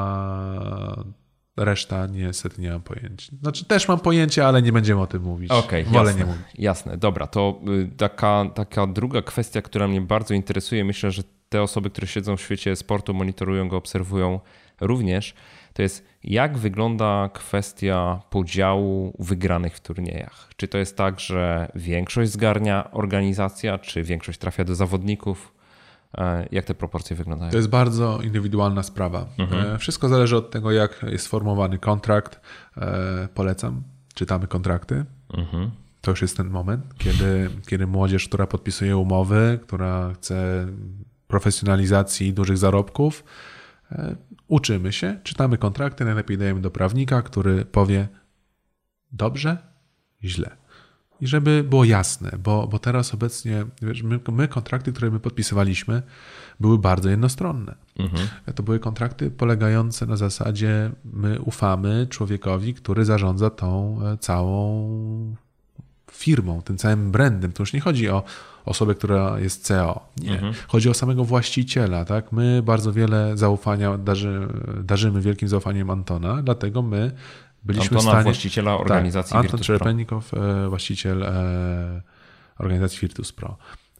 a reszta niestety nie mam pojęcia. Znaczy też mam pojęcie, ale nie będziemy o tym mówić. Okej, okay, Wolę jasne, nie mówić. Jasne, dobra. To taka, taka druga kwestia, która mnie bardzo interesuje, myślę, że te osoby, które siedzą w świecie sportu, monitorują go, obserwują również, to jest jak wygląda kwestia podziału wygranych w turniejach. Czy to jest tak, że większość zgarnia organizacja, czy większość trafia do zawodników? Jak te proporcje wyglądają? To jest bardzo indywidualna sprawa. Mhm. Wszystko zależy od tego, jak jest sformułowany kontrakt. Polecam, czytamy kontrakty. Mhm. To już jest ten moment, kiedy, kiedy młodzież, która podpisuje umowy, która chce profesjonalizacji dużych zarobków, uczymy się, czytamy kontrakty, najlepiej dajemy do prawnika, który powie dobrze, źle. I żeby było jasne, bo, bo teraz obecnie wiesz, my, my kontrakty, które my podpisywaliśmy, były bardzo jednostronne. Mhm. To były kontrakty polegające na zasadzie my ufamy człowiekowi, który zarządza tą całą firmą, tym całym brandem. To już nie chodzi o osobę, która jest C E O. Nie. Mhm. Chodzi o samego właściciela. Tak? My bardzo wiele zaufania darzy, darzymy wielkim zaufaniem Antona, dlatego my byliśmy Antona, w stanie... właściciela organizacji tak, Virtus Anton Czerepennikow, właściciel organizacji Virtus Pro.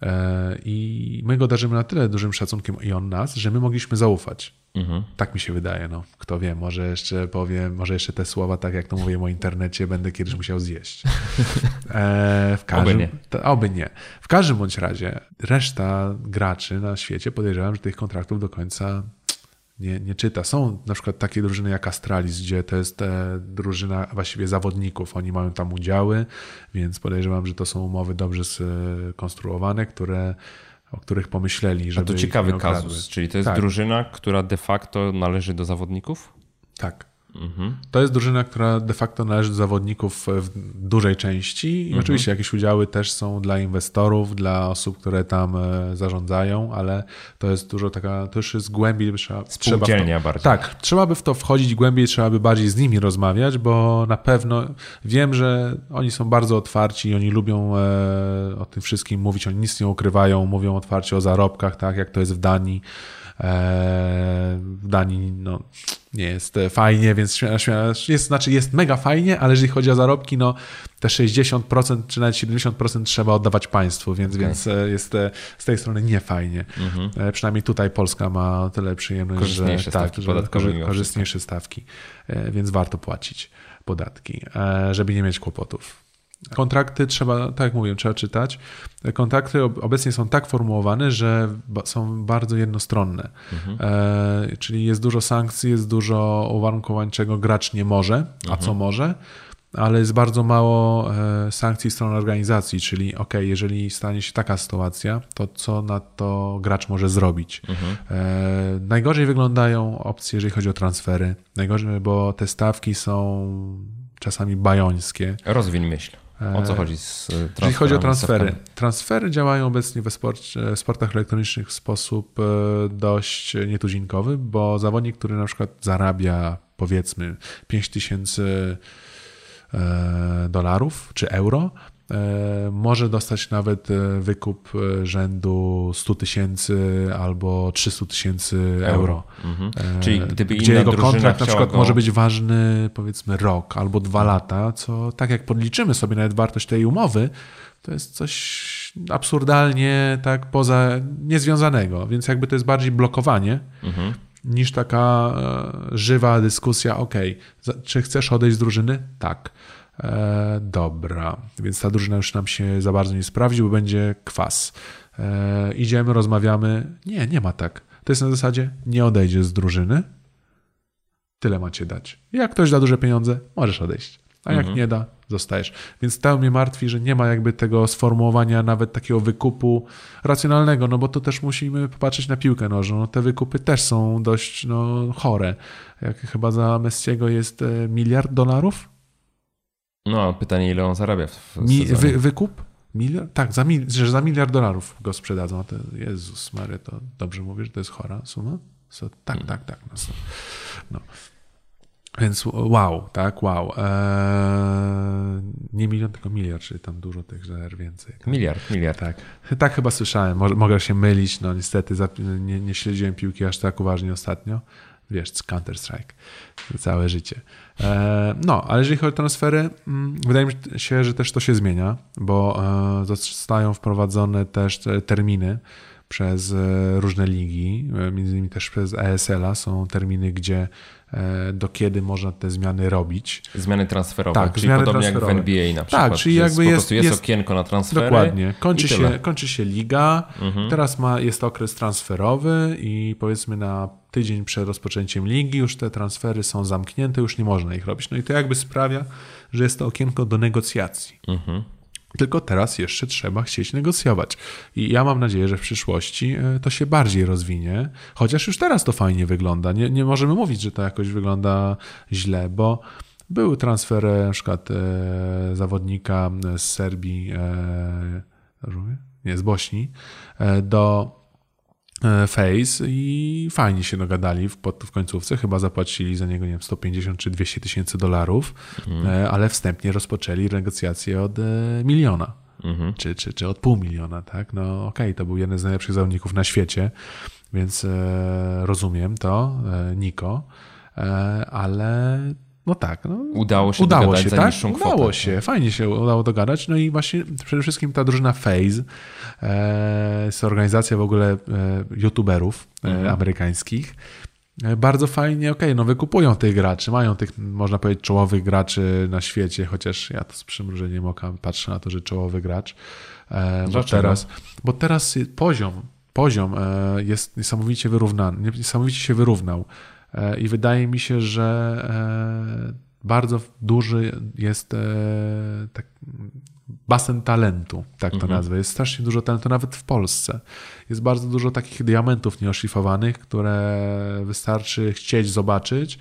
I my go darzymy na tyle dużym szacunkiem i on nas, że my mogliśmy zaufać. Mhm. Tak mi się wydaje. No. Kto wie, może jeszcze powiem, może jeszcze te słowa, tak jak to mówię o internecie, będę kiedyś musiał zjeść. E, w każdym, oby nie. To, oby nie. W każdym bądź razie reszta graczy na świecie podejrzewam, że tych kontraktów do końca nie, nie czyta. Są na przykład takie drużyny jak Astralis, gdzie to jest e, drużyna właściwie zawodników. Oni mają tam udziały, więc podejrzewam, że to są umowy dobrze skonstruowane, które, o których pomyśleli, żeby... A to ciekawy kazus, czyli to jest tak. drużyna, która de facto należy do zawodników? Tak. Mhm. To jest drużyna, która de facto należy do zawodników w dużej części i mhm. oczywiście jakieś udziały też są dla inwestorów, dla osób, które tam zarządzają, ale to jest dużo taka, to już jest głębiej. Trzeba, Spółdzielnia to, bardziej. Tak, trzeba by w to wchodzić głębiej, trzeba by bardziej z nimi rozmawiać, bo na pewno wiem, że oni są bardzo otwarci i oni lubią e, o tym wszystkim mówić, oni nic nie ukrywają, mówią otwarcie o zarobkach, tak jak to jest w Danii. W Danii no, nie jest fajnie, więc jest, znaczy jest mega fajnie, ale jeżeli chodzi o zarobki, no te sześćdziesiąt procent czy nawet siedemdziesiąt procent trzeba oddawać państwu, więc, okay. więc jest z tej strony nie fajnie. Mhm. Przynajmniej tutaj Polska ma tyle przyjemność, korzystniejsze że, stawki tak, podatkowe, że korzystniejsze stawki, więc warto płacić podatki, żeby nie mieć kłopotów. Kontrakty trzeba, tak jak mówiłem, trzeba czytać. Kontrakty obecnie są tak formułowane, że są bardzo jednostronne. Mhm. E, czyli jest dużo sankcji, jest dużo uwarunkowań, czego gracz nie może, a mhm. co może, ale jest bardzo mało e, sankcji strony organizacji, czyli ok, jeżeli stanie się taka sytuacja, to co na to gracz może zrobić. Mhm. E, najgorzej wyglądają opcje, jeżeli chodzi o transfery. Najgorzej, bo te stawki są czasami bajońskie. Rozwiń myśl. O co chodzi z transferami? Jeżeli chodzi o transfery. Stawkami? Transfery działają obecnie we sporcie, sportach elektronicznych w sposób dość nietuzinkowy, bo zawodnik, który na przykład zarabia powiedzmy pięć tysięcy dolarów czy euro, może dostać nawet wykup rzędu sto tysięcy albo trzysta tysięcy euro. Mhm. Czyli gdyby gdzie jego kontrakt na przykład go... może być ważny powiedzmy rok albo dwa lata, co tak jak podliczymy sobie nawet wartość tej umowy, to jest coś absurdalnie tak poza niezwiązanego, więc jakby to jest bardziej blokowanie mhm. niż taka żywa dyskusja, ok, czy chcesz odejść z drużyny? Tak. E, dobra, więc ta drużyna już nam się za bardzo nie sprawdzi, bo będzie kwas. E, idziemy, rozmawiamy. Nie, nie ma tak. To jest na zasadzie, nie odejdziesz z drużyny, tyle macie dać. Jak ktoś da duże pieniądze, możesz odejść. A jak mhm. nie da, zostajesz. Więc to mnie martwi, że nie ma jakby tego sformułowania nawet takiego wykupu racjonalnego, no bo tu też musimy popatrzeć na piłkę nożną. No, te wykupy też są dość no, chore. Jak chyba za Messiego jest miliard dolarów? No, pytanie, ile on zarabia w Mi, wy, Wykup? Miliard? Tak, za, mil, że za miliard dolarów go sprzedadzą. To, Jezus Maria, to dobrze mówisz, że to jest chora suma? So, tak, hmm. tak, tak. No, so, no. Więc wow, tak, wow. Eee, nie milion, tylko miliard, czyli tam dużo tych rzeczy więcej. Tak? Miliard, miliard. Tak, tak chyba słyszałem. Może, mogę się mylić, no niestety nie, nie śledziłem piłki aż tak uważnie ostatnio. Wiesz, Counter-Strike, całe życie. No, ale jeżeli chodzi o transfery, wydaje mi się, że też to się zmienia, bo zostają wprowadzone też terminy przez różne ligi, między innymi też przez E S L a są terminy, gdzie do kiedy można te zmiany robić. Zmiany transferowe, tak, czyli podobnie transferowe. Jak w N B A na przykład. Tak, czyli jakby jest, jest, po jest, jest okienko na transfery. Dokładnie. Kończy, się, kończy się liga, mhm. teraz ma, jest okres transferowy i powiedzmy na tydzień przed rozpoczęciem ligi już te transfery są zamknięte, już nie można ich robić. No i to jakby sprawia, że jest to okienko do negocjacji. Mhm. Tylko teraz jeszcze trzeba chcieć negocjować. I ja mam nadzieję, że w przyszłości to się bardziej rozwinie, chociaż już teraz to fajnie wygląda. Nie, nie możemy mówić, że to jakoś wygląda źle, bo były transfery na przykład e, zawodnika z Serbii, e, nie, z Bośni, e, do Face i fajnie się dogadali w, w końcówce. Chyba zapłacili za niego, nie wiem, sto pięćdziesiąt czy dwieście tysięcy dolarów, mhm. ale wstępnie rozpoczęli negocjacje od miliona, mhm. czy, czy, czy od pół miliona, tak? No okej, okay, to był jeden z najlepszych zawodników na świecie, więc e, rozumiem to, e, Niko, e, ale no tak. No, udało się udało dogadać się, za tak? niższą kwotę. Udało się, fajnie się udało dogadać. No i właśnie przede wszystkim ta drużyna FaZe e, jest organizacja w ogóle e, youtuberów e, mhm. amerykańskich. E, bardzo fajnie, okej, okay, no wykupują tych graczy, mają tych, można powiedzieć, czołowych graczy na świecie, chociaż ja to z przymrużeniem oka patrzę na to, że czołowy gracz. E, bo, teraz, bo teraz poziom, poziom e, jest niesamowicie wyrównany, niesamowicie się wyrównał. I wydaje mi się, że bardzo duży jest tak, basen talentu, tak to mhm. nazwę. Jest strasznie dużo talentu, nawet w Polsce. Jest bardzo dużo takich diamentów nieoszlifowanych, które wystarczy chcieć zobaczyć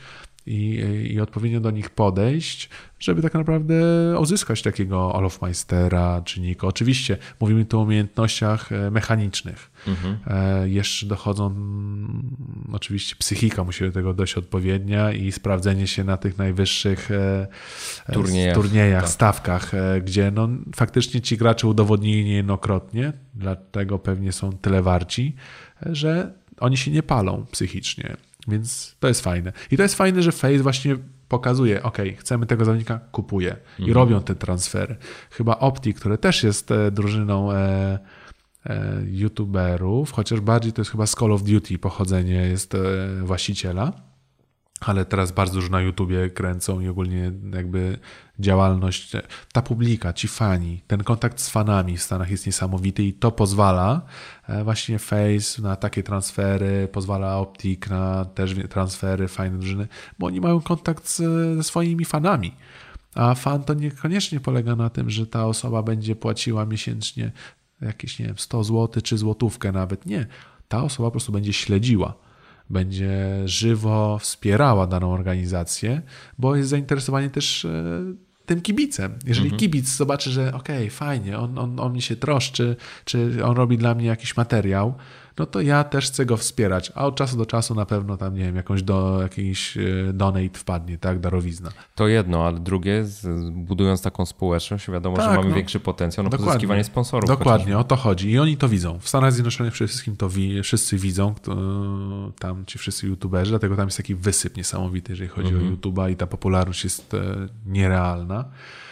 i, i odpowiednio do nich podejść, żeby tak naprawdę uzyskać takiego Olofmeistera czy Niko. Oczywiście mówimy tu o umiejętnościach mechanicznych. Mhm. Jeszcze dochodzą, oczywiście psychika musi do tego dojść odpowiednia i sprawdzenie się na tych najwyższych turniejach, turniejach tak. stawkach, gdzie no, faktycznie ci gracze udowodnili niejednokrotnie, dlatego pewnie są tyle warci, że oni się nie palą psychicznie. Więc to jest fajne. I to jest fajne, że Face właśnie pokazuje, ok, chcemy tego zawodnika, kupuje. I mhm. robią te transfery. Chyba Opti, które też jest drużyną e, e, youtuberów, chociaż bardziej to jest chyba z Call of Duty pochodzenie jest e, właściciela, ale teraz bardzo dużo na YouTubie kręcą i ogólnie jakby działalność, ta publika, ci fani, ten kontakt z fanami w Stanach jest niesamowity i to pozwala właśnie Face na takie transfery, pozwala Optic na też transfery, fajne drużyny, bo oni mają kontakt z, ze swoimi fanami. A fan to niekoniecznie polega na tym, że ta osoba będzie płaciła miesięcznie jakieś, nie wiem, sto złotych czy złotówkę nawet. Nie. Ta osoba po prostu będzie śledziła. Będzie żywo wspierała daną organizację, bo jest zainteresowanie też tym kibicem. Jeżeli mhm. kibic zobaczy, że okej, okay, fajnie, on, on, on mnie się troszczy, czy on robi dla mnie jakiś materiał, no to ja też chcę go wspierać, a od czasu do czasu na pewno tam, nie wiem, jakąś do, jakiś donate wpadnie, tak, darowizna. To jedno, ale drugie, budując taką społeczność, wiadomo, tak, że mamy no, większy potencjał na dokładnie, pozyskiwanie sponsorów. Dokładnie, chociażby. O to chodzi i oni to widzą. W Stanach Zjednoczonych przede wszystkim to wi- wszyscy widzą, to, tam ci wszyscy youtuberzy, dlatego tam jest taki wysyp niesamowity, jeżeli chodzi mhm. o YouTube'a i ta popularność jest e, nierealna.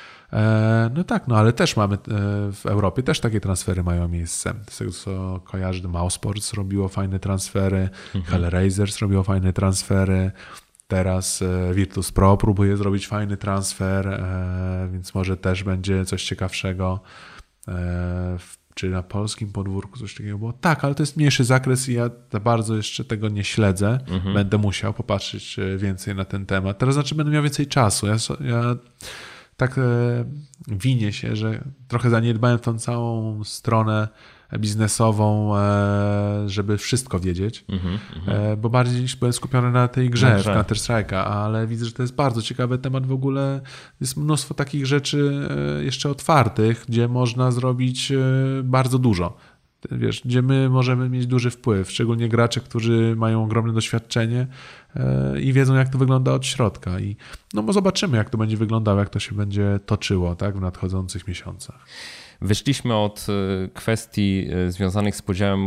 No tak, no ale też mamy w Europie, też takie transfery mają miejsce. Z tego co kojarzę, Mousesports robiło fajne transfery, mhm. Hellraisers robiło fajne transfery, teraz Virtus Pro próbuje zrobić fajny transfer, więc może też będzie coś ciekawszego. Czy na polskim podwórku coś takiego było? Tak, ale to jest mniejszy zakres i ja za bardzo jeszcze tego nie śledzę. Mhm. Będę musiał popatrzeć więcej na ten temat. Teraz znaczy będę miał więcej czasu. Ja, ja tak e, winię się, że trochę zaniedbałem tą całą stronę biznesową, e, żeby wszystko wiedzieć, mm-hmm, e, bo bardziej byłem skupiony na tej grze, na grze. w Counter-Strike'a, ale widzę, że to jest bardzo ciekawy temat w ogóle. Jest mnóstwo takich rzeczy e, jeszcze otwartych, gdzie można zrobić e, bardzo dużo. Wiesz, gdzie my możemy mieć duży wpływ, szczególnie gracze, którzy mają ogromne doświadczenie yy, i wiedzą, jak to wygląda od środka. I no bo zobaczymy, jak to będzie wyglądało, jak to się będzie toczyło, tak, w nadchodzących miesiącach. Wyszliśmy od kwestii związanych z podziałem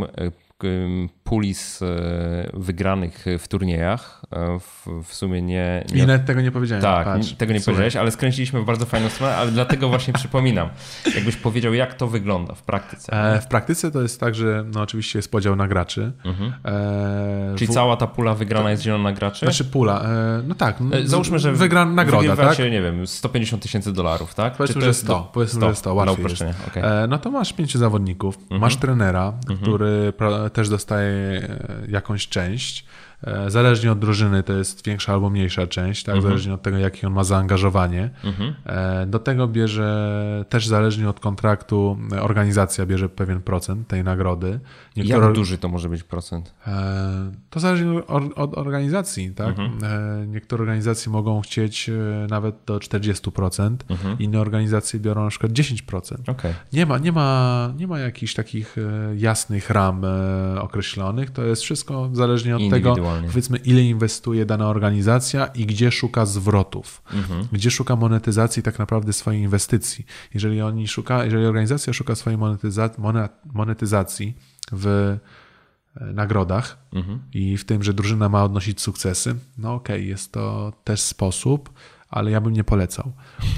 puli z wygranych w turniejach. W, w sumie nie... nie... I nawet tego nie powiedziałem. Tak, patrz, tego nie słuchaj. powiedziałeś, ale skręciliśmy w bardzo fajną stronę, ale dlatego właśnie przypominam. Jakbyś powiedział, jak to wygląda w praktyce. E, w praktyce to jest tak, że no oczywiście jest podział na graczy. Mhm. E, Czyli w... cała ta pula wygrana to... jest dzielona na graczy? Znaczy pula, e, no tak. E, załóżmy, że wygrana nagroda, tak? nie wiem, sto pięćdziesiąt tysięcy dolarów, tak? Powiedzmy, że sto. Do... Powiedzmy, sto. że sto, łatwiej jest. Okay. E, no to masz pięciu zawodników, mhm. masz trenera, mhm. który pra- też dostaje jakąś część. Zależnie od drużyny to jest większa albo mniejsza część, tak? Mhm. Zależnie od tego, jakie on ma zaangażowanie. Mhm. Do tego bierze, też zależnie od kontraktu, organizacja bierze pewien procent tej nagrody. Niektóre... Jak duży to może być procent? To zależy od organizacji, tak? Mhm. Niektóre organizacje mogą chcieć nawet do czterdzieści procent, mhm. inne organizacje biorą na przykład dziesięć procent. Okay. Nie ma, nie ma, nie ma jakichś takich jasnych ram określonych, to jest wszystko zależnie od tego, powiedzmy, ile inwestuje dana organizacja i gdzie szuka zwrotów, mhm. gdzie szuka monetyzacji tak naprawdę swojej inwestycji. Jeżeli oni szuka, jeżeli organizacja szuka swojej monetyza- monetyzacji w nagrodach mhm. i w tym, że drużyna ma odnosić sukcesy, no okej, okay, jest to też sposób, ale ja bym nie polecał,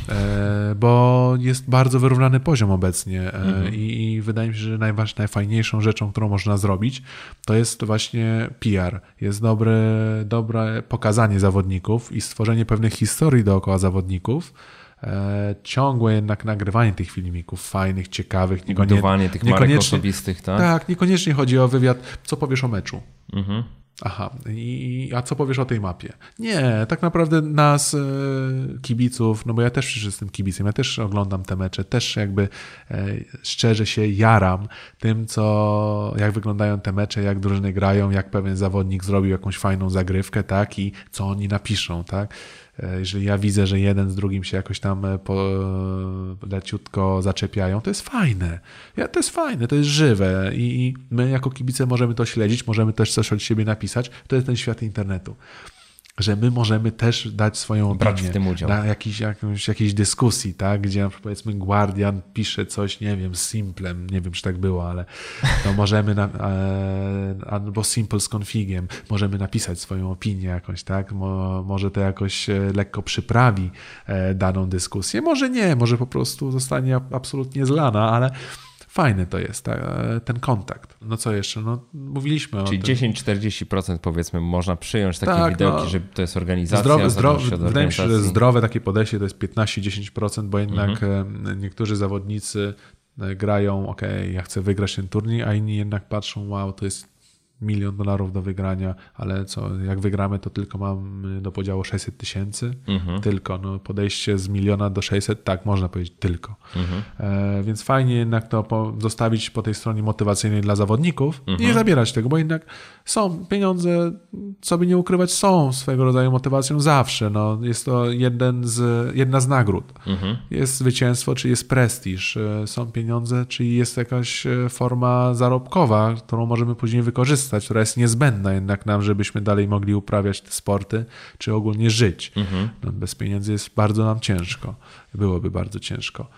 e, bo jest bardzo wyrównany poziom obecnie e, mhm. i, i wydaje mi się, że najważ, najfajniejszą rzeczą, którą można zrobić, to jest właśnie P R. Jest dobre, dobre pokazanie zawodników i stworzenie pewnych historii dookoła zawodników, e, ciągłe jednak nagrywanie tych filmików fajnych, ciekawych. Budowanie tych marek osobistych, tak? Tak, niekoniecznie chodzi o wywiad, co powiesz o meczu. Mhm. Aha, i a co powiesz o tej mapie? Nie, tak naprawdę nas, e, kibiców, no bo ja też przecież jestem kibicem, ja też oglądam te mecze, też jakby e, szczerze się jaram tym, co, jak wyglądają te mecze, jak drużyny grają, jak pewien zawodnik zrobił jakąś fajną zagrywkę, tak, i co oni napiszą, tak. Jeżeli ja widzę, że jeden z drugim się jakoś tam po, leciutko zaczepiają, to jest fajne. Ja, to jest fajne, to jest żywe i, i my jako kibice możemy to śledzić, możemy też coś od siebie napisać. To jest ten świat internetu. Że my możemy też dać swoją Brać opinię w tym udział. na jakiś, jakąś, jakiejś dyskusji, tak? Gdzie na przykład powiedzmy Guardian pisze coś, nie wiem, z Simplem, nie wiem czy tak było, ale to możemy, na, e, albo Simple z configiem, możemy napisać swoją opinię jakąś, tak? Mo, może to jakoś lekko przyprawi e, daną dyskusję, może nie, może po prostu zostanie absolutnie zlana, ale fajny to jest ta, ten kontakt. No co jeszcze? No, mówiliśmy Czyli o tym. dziesięć czterdzieści procent powiedzmy można przyjąć takie tak, widełki, no, że to jest organizacja. Zdrowe, zdrowe, od wydaje mi się, że organizacji. zdrowe takie podejście to jest piętnaście do dziesięciu procent, bo jednak mhm. niektórzy zawodnicy grają, ok, ja chcę wygrać ten turniej, a inni jednak patrzą, wow, to jest milion dolarów do wygrania, ale co, jak wygramy, to tylko mamy do podziału sześćset tysięcy. Mhm. Tylko, no podejście z miliona do sześćset, tak, można powiedzieć tylko. Mhm. E, więc fajnie jednak to po, zostawić po tej stronie motywacyjnej dla zawodników i nie zabierać tego, bo jednak są pieniądze, co by nie ukrywać, są swego rodzaju motywacją zawsze. No, jest to jeden z, jedna z nagród. Mhm. Jest zwycięstwo, czy jest prestiż. Są pieniądze, czy jest jakaś forma zarobkowa, którą możemy później wykorzystać, która jest niezbędna jednak nam, żebyśmy dalej mogli uprawiać te sporty, czy ogólnie żyć. Mhm. No, bez pieniędzy jest bardzo nam ciężko. Byłoby bardzo ciężko.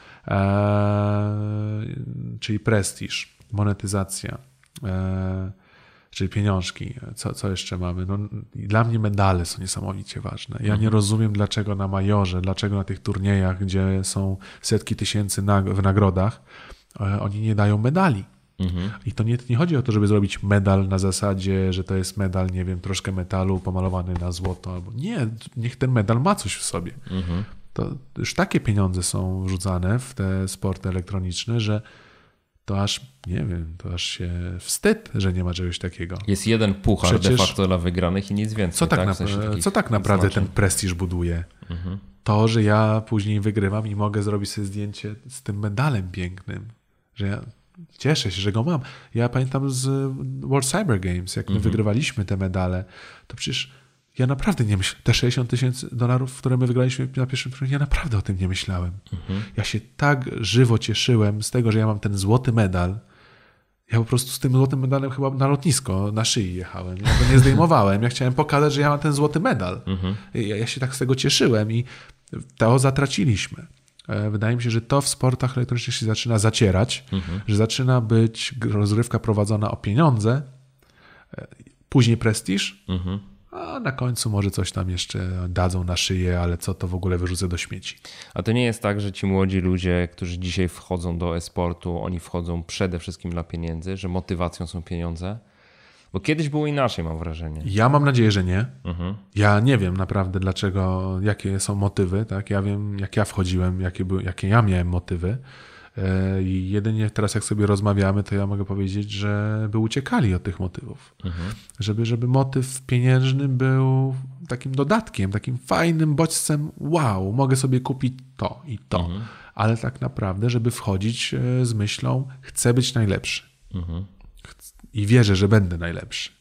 Eee, czyli prestiż, monetyzacja, eee, czyli pieniążki. Co, co jeszcze mamy? No, dla mnie medale są niesamowicie ważne. Ja mhm. nie rozumiem, dlaczego na majorze, dlaczego na tych turniejach, gdzie są setki tysięcy nag- w nagrodach, e, oni nie dają medali. Mhm. I to nie, nie chodzi o to, żeby zrobić medal na zasadzie, że to jest medal, nie wiem, troszkę metalu pomalowany na złoto. Albo nie, niech ten medal ma coś w sobie. Mhm. To już takie pieniądze są wrzucane w te sporty elektroniczne, że to aż, nie wiem, to aż się wstyd, że nie ma czegoś takiego. Jest jeden puchar Przecież, de facto dla wygranych i nic więcej. Co tak, tak? Na, w sensie co tak naprawdę znaczy? ten prestiż buduje? Mhm. To, że ja później wygrywam i mogę zrobić sobie zdjęcie z tym medalem pięknym, że ja cieszę się, że go mam. Ja pamiętam z World Cyber Games, jak my mhm. wygrywaliśmy te medale, to przecież ja naprawdę nie myślałem, te sześćdziesiąt tysięcy dolarów, które my wygraliśmy na pierwszym turnieju, ja naprawdę o tym nie myślałem. Mhm. Ja się tak żywo cieszyłem z tego, że ja mam ten złoty medal. Ja po prostu z tym złotym medalem chyba na lotnisko, na szyi jechałem. Ja go nie zdejmowałem. Ja chciałem pokazać, że ja mam ten złoty medal. Mhm. Ja, ja się tak z tego cieszyłem i to zatraciliśmy. Wydaje mi się, że to w sportach elektronicznych się zaczyna zacierać, mhm. że zaczyna być rozgrywka prowadzona o pieniądze, później prestiż, mhm. a na końcu może coś tam jeszcze dadzą na szyję, ale co to w ogóle wyrzucę do śmieci. A to nie jest tak, że ci młodzi ludzie, którzy dzisiaj wchodzą do e-sportu, oni wchodzą przede wszystkim dla pieniędzy, że motywacją są pieniądze? Bo kiedyś było inaczej, mam wrażenie. Ja mam nadzieję, że nie. Mhm. Ja nie wiem naprawdę dlaczego, jakie są motywy. Tak? Ja wiem, jak ja wchodziłem, jakie, były, jakie ja miałem motywy. I jedynie teraz jak sobie rozmawiamy, to ja mogę powiedzieć, żeby uciekali od tych motywów. Mhm. Żeby, żeby motyw pieniężny był takim dodatkiem, takim fajnym bodźcem. Wow, mogę sobie kupić to i to. Mhm. Ale tak naprawdę, żeby wchodzić z myślą, chcę być najlepszy. Mhm. I wierzę, że będę najlepszy.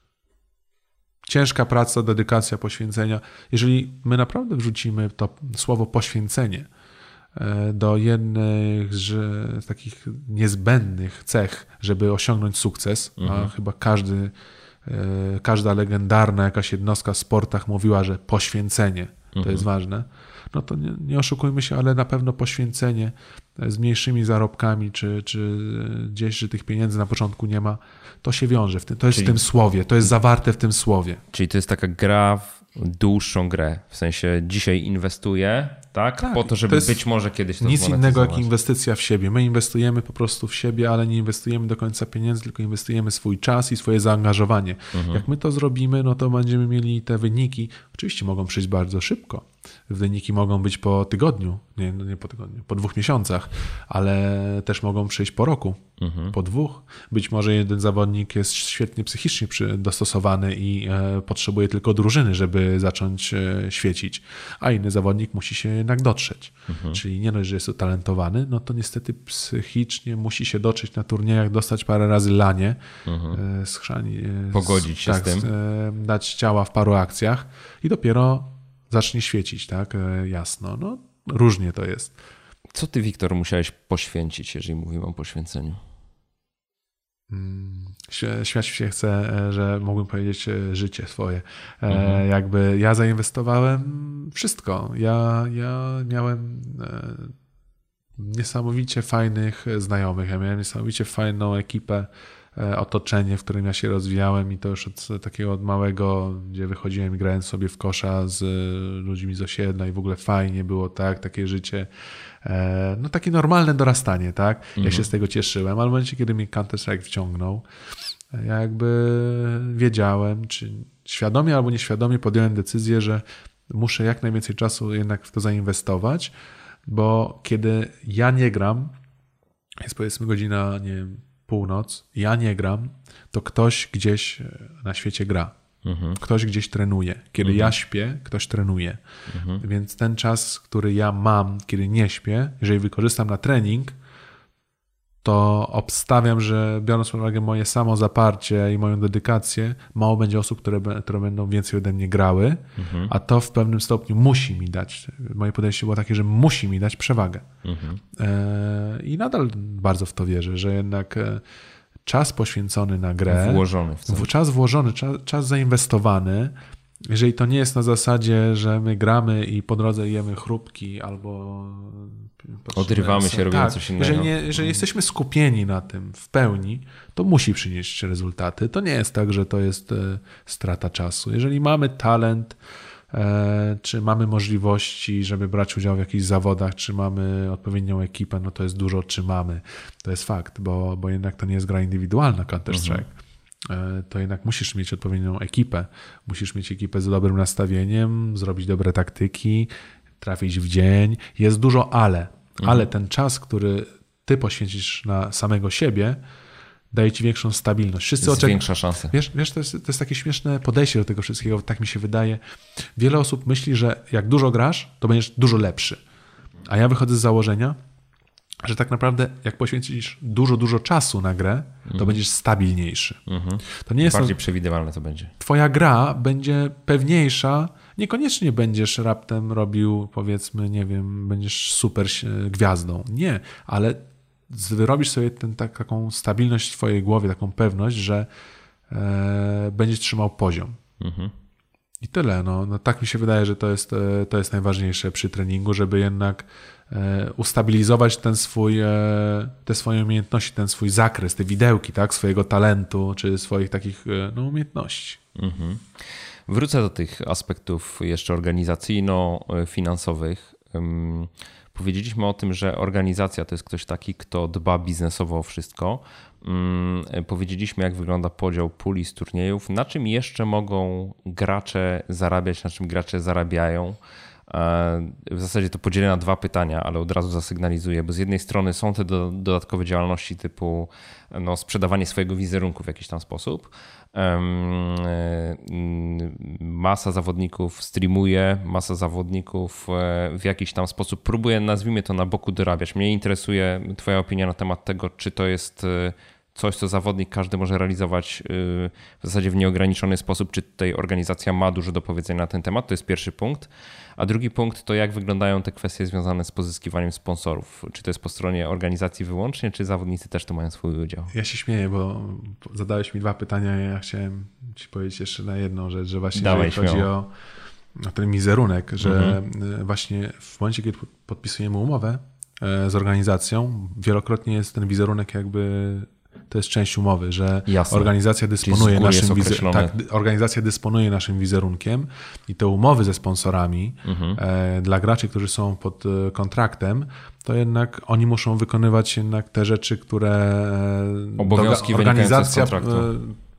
Ciężka praca, dedykacja, poświęcenia. Jeżeli my naprawdę wrzucimy to słowo poświęcenie do jednych z takich niezbędnych cech, żeby osiągnąć sukces, mhm. a chyba każdy, każda legendarna jakaś jednostka w sportach mówiła, że poświęcenie mhm. to jest ważne, no to nie, nie oszukujmy się, ale na pewno poświęcenie z mniejszymi zarobkami, czy, czy gdzieś, że tych pieniędzy na początku nie ma, to się wiąże. W tym, to jest Czyli... w tym słowie, to jest zawarte w tym słowie. Czyli to jest taka gra w dłuższą grę, w sensie dzisiaj inwestuję, tak? tak po to, żeby to być może kiedyś to nic innego jak inwestycja w siebie. My inwestujemy po prostu w siebie, ale nie inwestujemy do końca pieniędzy, tylko inwestujemy swój czas i swoje zaangażowanie. Mhm. Jak my to zrobimy, no to będziemy mieli te wyniki. Oczywiście mogą przyjść bardzo szybko, wyniki mogą być po tygodniu, nie, no nie po tygodniu, po dwóch miesiącach, ale też mogą przyjść po roku, mhm. po dwóch. Być może jeden zawodnik jest świetnie psychicznie przy, dostosowany i e, potrzebuje tylko drużyny, żeby zacząć e, świecić, a inny zawodnik musi się jednak dotrzeć. Mhm. Czyli nie dość, że jest utalentowany, no to niestety psychicznie musi się dotrzeć na turniejach, dostać parę razy lanie, mhm. e, schrzani, e, pogodzić się tak, z tym. E, dać ciała w paru akcjach i dopiero zacznie świecić, tak? E, jasno. No, różnie to jest. Co ty, Wiktor, musiałeś poświęcić, jeżeli mówimy o poświęceniu? Hmm. Śmiać się chce, że mógłbym powiedzieć życie swoje. Mhm. Jakby ja zainwestowałem wszystko. Ja, ja miałem niesamowicie fajnych znajomych. Ja miałem niesamowicie fajną ekipę, otoczenie, w którym ja się rozwijałem i to już od takiego od małego, gdzie wychodziłem i grałem sobie w kosza z ludźmi z osiedla i w ogóle fajnie było, tak, takie życie, no takie normalne dorastanie, tak. Ja mhm. się z tego cieszyłem, ale w momencie, kiedy mnie Counter-Strike wciągnął, ja jakby wiedziałem, czy świadomie albo nieświadomie podjąłem decyzję, że muszę jak najwięcej czasu jednak w to zainwestować, bo kiedy ja nie gram, jest powiedzmy godzina, nie wiem, północ, ja nie gram, to ktoś gdzieś na świecie gra. Mhm. Ktoś gdzieś trenuje. Kiedy mhm. ja śpię, ktoś trenuje. Mhm. Więc ten czas, który ja mam, kiedy nie śpię, jeżeli wykorzystam na trening, to obstawiam, że biorąc pod uwagę moje samozaparcie i moją dedykację, mało będzie osób, które, które będą więcej ode mnie grały, mhm. a to w pewnym stopniu musi mi dać. Moje podejście było takie, że musi mi dać przewagę. Mhm. E, I nadal bardzo w to wierzę, że jednak czas poświęcony na grę, włożony w co? czas włożony, czas, czas zainwestowany, jeżeli to nie jest na zasadzie, że my gramy i po drodze jemy chrupki albo odrywamy się, robimy tak, coś innego. Jeżeli, nie, jeżeli jesteśmy skupieni na tym w pełni, to musi przynieść rezultaty. To nie jest tak, że to jest e, strata czasu. Jeżeli mamy talent, e, czy mamy możliwości, żeby brać udział w jakichś zawodach, czy mamy odpowiednią ekipę, no to jest dużo, czy mamy. To jest fakt, bo, bo jednak to nie jest gra indywidualna Counter-Strike. Mhm. To jednak musisz mieć odpowiednią ekipę. Musisz mieć ekipę z dobrym nastawieniem, zrobić dobre taktyki, trafić w dzień. Jest dużo ale, mhm. ale ten czas, który ty poświęcisz na samego siebie, daje ci większą stabilność. Wszyscy jest oczek... większa szansa. Wiesz, wiesz to, jest, to jest takie śmieszne podejście do tego wszystkiego, tak mi się wydaje. Wiele osób myśli, że jak dużo grasz, to będziesz dużo lepszy. A ja wychodzę z założenia, że tak naprawdę jak poświęcisz dużo, dużo czasu na grę, to mhm. będziesz stabilniejszy. Mhm. To nie jest bardziej to... przewidywalne to będzie. Twoja gra będzie pewniejsza, niekoniecznie będziesz raptem robił, powiedzmy, nie wiem, będziesz super gwiazdą. Nie, ale wyrobisz sobie ten, tak, taką stabilność w twojej głowie, taką pewność, że e, będziesz trzymał poziom. Mhm. I tyle. No, no tak mi się wydaje, że to jest, to jest najważniejsze przy treningu, żeby jednak ustabilizować ten swój, te swoje umiejętności, ten swój zakres, te widełki, tak, swojego talentu, czy swoich takich no, umiejętności. Mhm. Wrócę do tych aspektów jeszcze organizacyjno-finansowych. Powiedzieliśmy o tym, że organizacja to jest ktoś taki, kto dba biznesowo o wszystko. Powiedzieliśmy, jak wygląda podział puli z turniejów, na czym jeszcze mogą gracze zarabiać, na czym gracze zarabiają. W zasadzie to podzielę na dwa pytania, ale od razu zasygnalizuję, bo z jednej strony są te do, dodatkowe działalności typu no, sprzedawanie swojego wizerunku w jakiś tam sposób. Masa zawodników streamuje, masa zawodników w jakiś tam sposób próbuje, nazwijmy to, na boku dorabiać. Mnie interesuje twoja opinia na temat tego, czy to jest coś, co zawodnik każdy może realizować w zasadzie w nieograniczony sposób, czy tutaj organizacja ma dużo do powiedzenia na ten temat, to jest pierwszy punkt. A drugi punkt to jak wyglądają te kwestie związane z pozyskiwaniem sponsorów. Czy to jest po stronie organizacji wyłącznie, czy zawodnicy też tu mają swój udział? Ja się śmieję, bo zadałeś mi dwa pytania, ja chciałem ci powiedzieć jeszcze na jedną rzecz, że właśnie Dawaj, jeżeli chodzi o, o ten wizerunek, że mhm. właśnie w momencie, kiedy podpisujemy umowę z organizacją, wielokrotnie jest ten wizerunek jakby... To jest część umowy, że Jasne. organizacja dysponuje naszym wizer- tak, organizacja dysponuje naszym wizerunkiem i te umowy ze sponsorami mhm. e, dla graczy, którzy są pod kontraktem, to jednak oni muszą wykonywać jednak te rzeczy, które obowiązki doga- organizacja z kontraktu.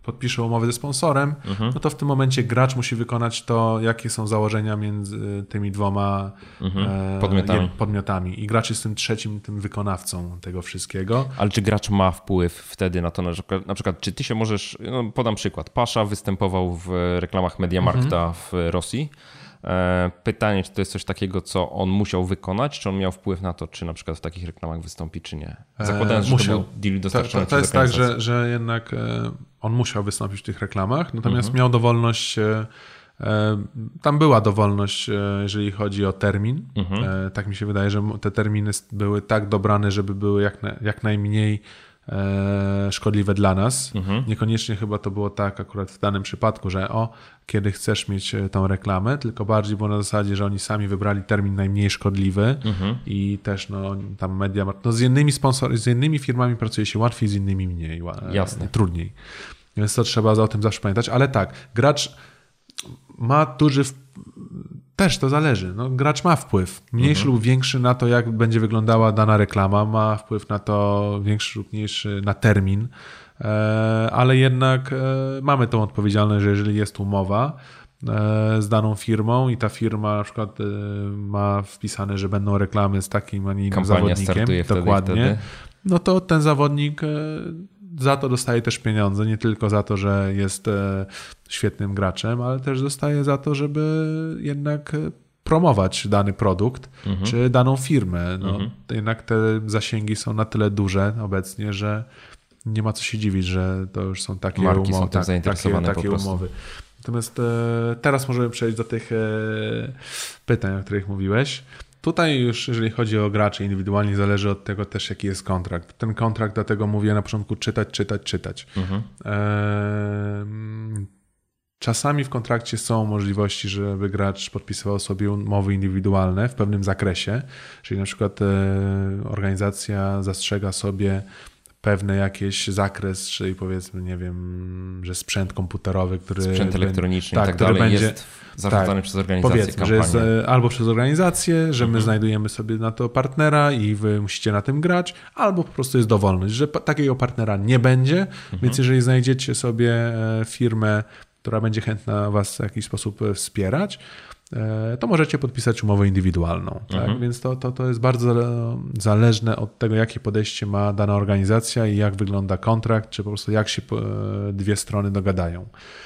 podpisze umowę ze sponsorem, mhm. no to w tym momencie gracz musi wykonać to, jakie są założenia między tymi dwoma mhm. podmiotami. E, podmiotami. I gracz jest tym trzecim, tym wykonawcą tego wszystkiego. Ale czy gracz ma wpływ wtedy na to, na przykład, na przykład czy ty się możesz, no podam przykład, Pasza występował w reklamach MediaMarkta mhm. w Rosji. Pytanie, czy to jest coś takiego, co on musiał wykonać, czy on miał wpływ na to, czy na przykład w takich reklamach wystąpi, czy nie? Zakładając, że musiał. To był deal dostarczony To, to, to jest tak, że, że jednak on musiał wystąpić w tych reklamach, natomiast mhm. miał dowolność, tam była dowolność, jeżeli chodzi o termin. Mhm. Tak mi się wydaje, że te terminy były tak dobrane, żeby były jak, na, jak najmniej szkodliwe dla nas. Mhm. Niekoniecznie chyba to było tak akurat w danym przypadku, że o, kiedy chcesz mieć tą reklamę, tylko bardziej było na zasadzie, że oni sami wybrali termin najmniej szkodliwy mhm. i też no tam MediaMarkt, no z innymi sponsorami, z innymi firmami pracuje się łatwiej, z innymi mniej. Jasne. Trudniej. Więc to trzeba o tym zawsze pamiętać, ale tak, gracz ma duży wpływ. Też to zależy. No, gracz ma wpływ. Mniejszy mhm. lub większy na to, jak będzie wyglądała dana reklama. Ma wpływ na to większy lub mniejszy na termin. E, ale jednak e, mamy tą odpowiedzialność, że jeżeli jest umowa e, z daną firmą i ta firma na przykład e, ma wpisane, że będą reklamy z takim, a nie innym zawodnikiem, dokładnie, wtedy. No to ten zawodnik e, za to dostaje też pieniądze, nie tylko za to, że jest e, świetnym graczem, ale też dostaje za to, żeby jednak promować dany produkt mhm. czy daną firmę. No, mhm. Jednak te zasięgi są na tyle duże obecnie, że nie ma co się dziwić, że to już są takie Marki umowy. Są tak, zainteresowane takie, takie umowy. Natomiast e, teraz możemy przejść do tych e, pytań, o których mówiłeś. Tutaj już, jeżeli chodzi o graczy indywidualnie, zależy od tego też, jaki jest kontrakt. Ten kontrakt, dlatego mówię na początku czytać, czytać, czytać. Mhm. E, czasami w kontrakcie są możliwości, żeby gracz podpisywał sobie umowy indywidualne w pewnym zakresie, czyli na przykład e, organizacja zastrzega sobie pewny jakiś zakres, czyli powiedzmy, nie wiem, że sprzęt komputerowy, który... Sprzęt elektroniczny tak, i tak dalej będzie, jest zarządzany tak, przez organizację powiedzmy, że jest albo przez organizację, że my mhm. znajdujemy sobie na to partnera i wy musicie na tym grać, albo po prostu jest dowolność, że takiego partnera nie będzie, mhm. więc jeżeli znajdziecie sobie firmę, która będzie chętna was w jakiś sposób wspierać, to możecie podpisać umowę indywidualną. Tak? Mhm. Więc to, to, to jest bardzo zależne od tego, jakie podejście ma dana organizacja i jak wygląda kontrakt, czy po prostu jak się dwie strony dogadają.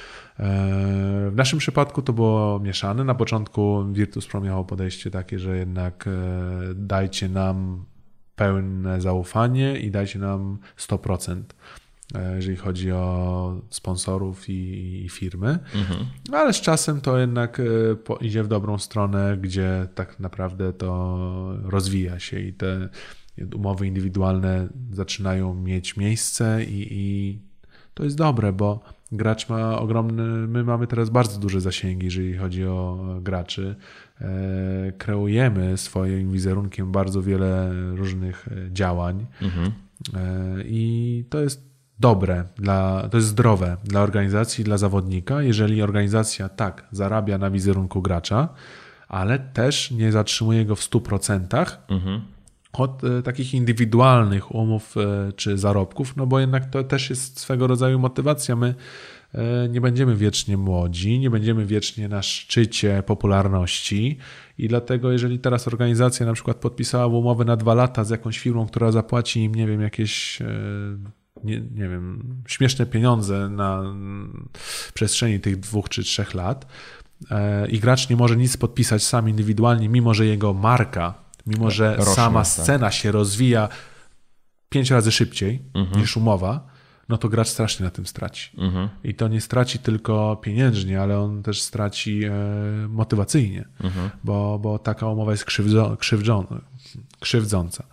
W naszym przypadku to było mieszane. Na początku Virtus.pro miało podejście takie, że jednak dajcie nam pełne zaufanie i dajcie nam sto procent. Jeżeli chodzi o sponsorów i, i firmy, mhm. ale z czasem to jednak po, idzie w dobrą stronę, gdzie tak naprawdę to rozwija się i te umowy indywidualne zaczynają mieć miejsce i, i to jest dobre, bo gracz ma ogromny, my mamy teraz bardzo duże zasięgi, jeżeli chodzi o graczy. E, kreujemy swoim wizerunkiem bardzo wiele różnych działań mhm. e, i to jest dobre, dla, to jest zdrowe dla organizacji, dla zawodnika, jeżeli organizacja tak zarabia na wizerunku gracza, ale też nie zatrzymuje go w stu procentach mhm. od e, takich indywidualnych umów e, czy zarobków, no bo jednak to też jest swego rodzaju motywacja. My e, nie będziemy wiecznie młodzi, nie będziemy wiecznie na szczycie popularności i dlatego jeżeli teraz organizacja na przykład podpisała umowę na dwa lata z jakąś firmą, która zapłaci im, nie wiem, jakieś e, Nie, nie wiem, śmieszne pieniądze na przestrzeni tych dwóch czy trzech lat e, i gracz nie może nic podpisać sam indywidualnie, mimo że jego marka, mimo że Rośnie, sama scena tak. się rozwija pięć razy szybciej mhm. niż umowa, no to gracz strasznie na tym straci. Mhm. I to nie straci tylko pieniężnie, ale on też straci e, motywacyjnie, mhm. bo, bo taka umowa jest krzywdzo, krzywdzą, krzywdząca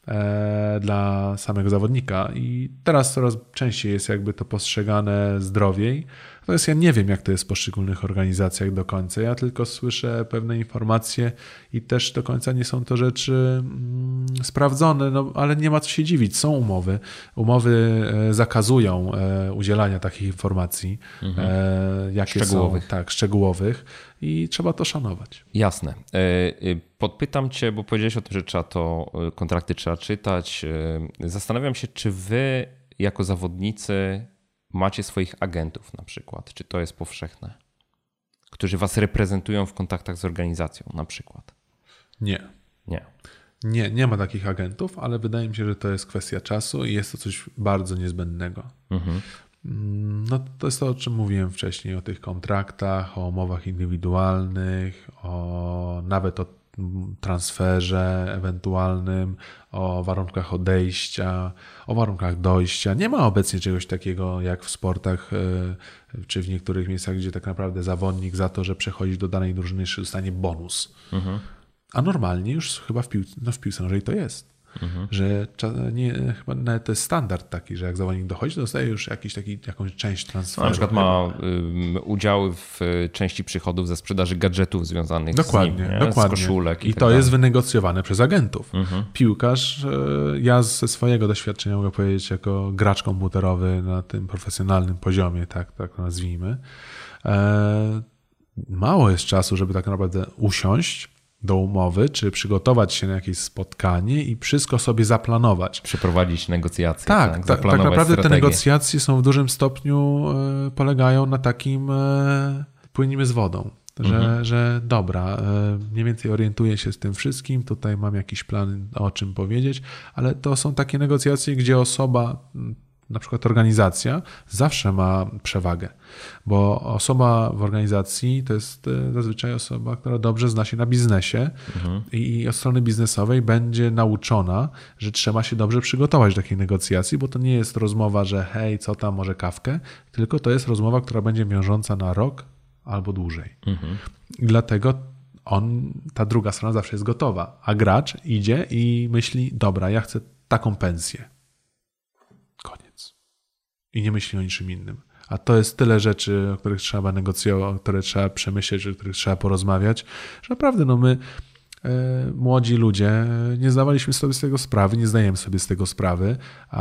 dla samego zawodnika i teraz coraz częściej jest jakby to postrzegane zdrowiej. Natomiast ja nie wiem, jak to jest w poszczególnych organizacjach do końca. Ja tylko słyszę pewne informacje i też do końca nie są to rzeczy mm, sprawdzone, no, ale nie ma co się dziwić. Są umowy. Umowy zakazują udzielania takich informacji. Mhm. Jakie szczegółowych. Są, tak, szczegółowych i trzeba to szanować. Jasne. Podpytam cię, bo powiedziałeś o tym, że trzeba to, kontrakty trzeba czytać. Zastanawiam się, czy wy jako zawodnicy macie swoich agentów na przykład? Czy to jest powszechne? Którzy was reprezentują w kontaktach z organizacją na przykład? Nie. Nie. Nie, nie ma takich agentów, ale wydaje mi się, że to jest kwestia czasu i jest to coś bardzo niezbędnego. Mhm. No to jest to, o czym mówiłem wcześniej, o tych kontraktach, o umowach indywidualnych, o nawet o transferze ewentualnym, o warunkach odejścia, o warunkach dojścia. Nie ma obecnie czegoś takiego jak w sportach czy w niektórych miejscach, gdzie tak naprawdę zawodnik za to, że przechodzi do danej drużyny, dostanie bonus. Mhm. A normalnie już chyba w piłce, no w piłce nożnej to jest. Mhm. Że nie, chyba nawet to jest standard taki, że jak zawodnik dochodzi, to dostaje już jakiś taki, jakąś część transferu. Na przykład ma y, udziały w części przychodów ze sprzedaży gadżetów związanych dokładnie, z nim, nie? dokładnie. Z koszulek. I, I tak to dalej. jest wynegocjowane przez agentów. Mhm. Piłkarz, ja ze swojego doświadczenia mogę powiedzieć, jako gracz komputerowy na tym profesjonalnym poziomie, tak, tak to nazwijmy, e, mało jest czasu, żeby tak naprawdę usiąść do umowy, czy przygotować się na jakieś spotkanie i wszystko sobie zaplanować. Przeprowadzić negocjacje. Tak, tak, ta, tak naprawdę strategię. Te negocjacje są w dużym stopniu, e, polegają na takim e, płynimy z wodą. Że, mhm. że dobra, e, mniej więcej orientuję się z tym wszystkim, tutaj mam jakiś plan, o czym powiedzieć, ale to są takie negocjacje, gdzie osoba, na przykład organizacja, zawsze ma przewagę, bo osoba w organizacji to jest zazwyczaj osoba, która dobrze zna się na biznesie mhm. i od strony biznesowej będzie nauczona, że trzeba się dobrze przygotować do takiej negocjacji, bo to nie jest rozmowa, że hej, co tam, może kawkę, tylko to jest rozmowa, która będzie wiążąca na rok albo dłużej. Mhm. I dlatego on, ta druga strona zawsze jest gotowa, a gracz idzie i myśli, dobra, ja chcę taką pensję. Koniec. I nie myśli o niczym innym. A to jest tyle rzeczy, o których trzeba negocjować, o których trzeba przemyśleć, o których trzeba porozmawiać, że naprawdę no my, e, młodzi ludzie, nie zdawaliśmy sobie z tego sprawy, nie zdajemy sobie z tego sprawy,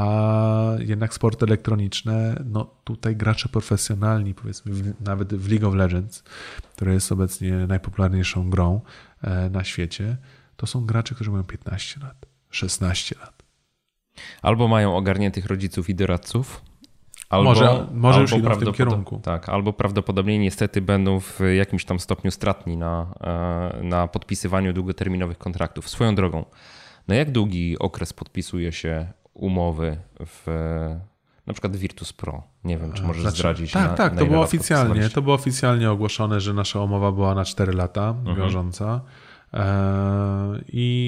a jednak sporty elektroniczne, no tutaj gracze profesjonalni, powiedzmy w, nawet w League of Legends, która jest obecnie najpopularniejszą grą e, na świecie, to są gracze, którzy mają piętnaście lat, szesnaście lat. Albo mają ogarniętych rodziców i doradców, albo, może może już albo idą w tym kierunku. Tak, albo prawdopodobnie niestety będą w jakimś tam stopniu stratni na, na podpisywaniu długoterminowych kontraktów. Swoją drogą, na jak długi okres podpisuje się umowy w na przykład Virtus Pro? Nie wiem, czy możesz znaczy, zdradzić. Tak, na, tak, na to było oficjalnie. To było oficjalnie ogłoszone, że nasza umowa była na cztery lata mhm. wiążąca. Eee,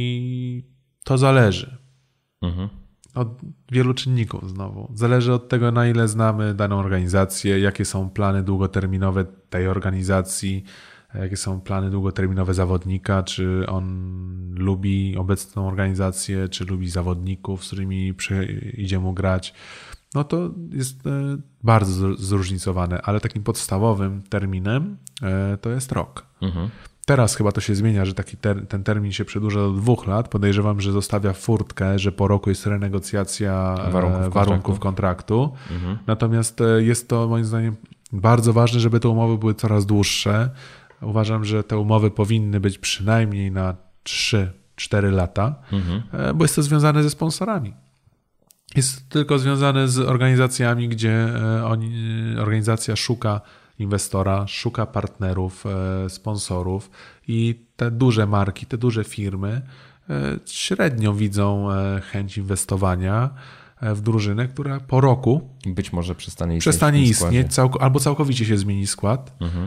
I to zależy. Mhm. Od wielu czynników znowu. Zależy od tego, na ile znamy daną organizację, jakie są plany długoterminowe tej organizacji, jakie są plany długoterminowe zawodnika, czy on lubi obecną organizację, czy lubi zawodników, z którymi przy, idzie mu grać. No to jest bardzo zróżnicowane, ale takim podstawowym terminem to jest rok. Mhm. Teraz chyba to się zmienia, że taki ter, ten termin się przedłuża do dwóch lat. Podejrzewam, że zostawia furtkę, że po roku jest renegocjacja warunków, warunków kontraktu. kontraktu. Mhm. Natomiast jest to moim zdaniem bardzo ważne, żeby te umowy były coraz dłuższe. Uważam, że te umowy powinny być przynajmniej na trzy cztery lata, mhm. bo jest to związane ze sponsorami. Jest tylko związane z organizacjami, gdzie oni, organizacja szuka inwestora, szuka partnerów, sponsorów i te duże marki, te duże firmy średnio widzą chęć inwestowania w drużynę, która po roku być może przestanie istnieć, przestanie istnieć całk- albo całkowicie się zmieni skład, mhm.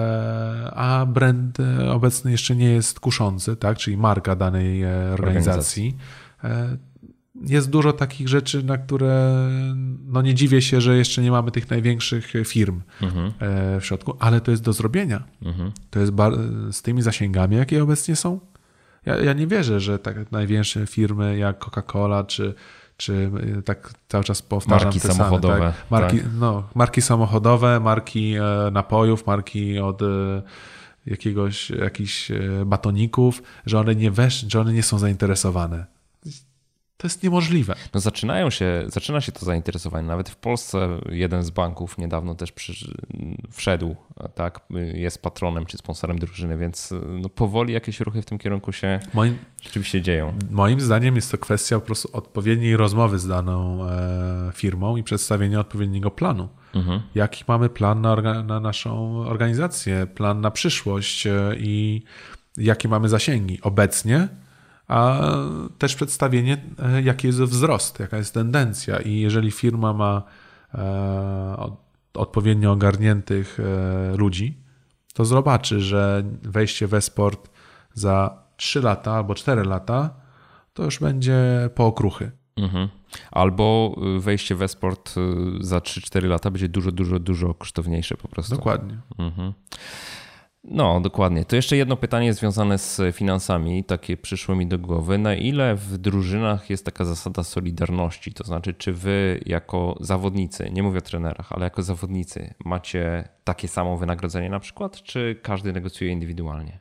a brand obecny jeszcze nie jest kuszący, tak? Czyli marka danej organizacji. organizacji. Jest dużo takich rzeczy, na które no nie dziwię się, że jeszcze nie mamy tych największych firm mhm. w środku, ale to jest do zrobienia. Mhm. To jest bar- z tymi zasięgami, jakie obecnie są. Ja, ja nie wierzę, że tak największe firmy jak Coca-Cola czy, czy tak cały czas powtarzam marki te samochodowe. Same, tak? Marki, tak. No, marki samochodowe, marki napojów, marki od jakiegoś jakichś batoników, że one nie wesz- że one nie są zainteresowane. To jest niemożliwe. No zaczynają się, zaczyna się to zainteresowanie. Nawet w Polsce jeden z banków niedawno też przy, wszedł, tak, jest patronem czy sponsorem drużyny, więc no powoli jakieś ruchy w tym kierunku się moim, rzeczywiście dzieją. Moim zdaniem jest to kwestia po prostu odpowiedniej rozmowy z daną e, firmą i przedstawienia odpowiedniego planu. Mhm. Jaki mamy plan na, orga, na naszą organizację, plan na przyszłość e, i jakie mamy zasięgi obecnie, a też przedstawienie, jaki jest wzrost, jaka jest tendencja. I jeżeli firma ma e, odpowiednio ogarniętych e, ludzi, to zobaczy, że wejście w e-sport za trzy lata albo cztery lata to już będzie po okruchy. Mhm. Albo wejście w e-sport za trzy cztery lata będzie dużo, dużo, dużo kosztowniejsze po prostu. Dokładnie. Mhm. No, dokładnie. To jeszcze jedno pytanie związane z finansami, takie przyszło mi do głowy. Na ile w drużynach jest taka zasada solidarności? To znaczy, czy wy jako zawodnicy, nie mówię o trenerach, ale jako zawodnicy macie takie samo wynagrodzenie na przykład, czy każdy negocjuje indywidualnie?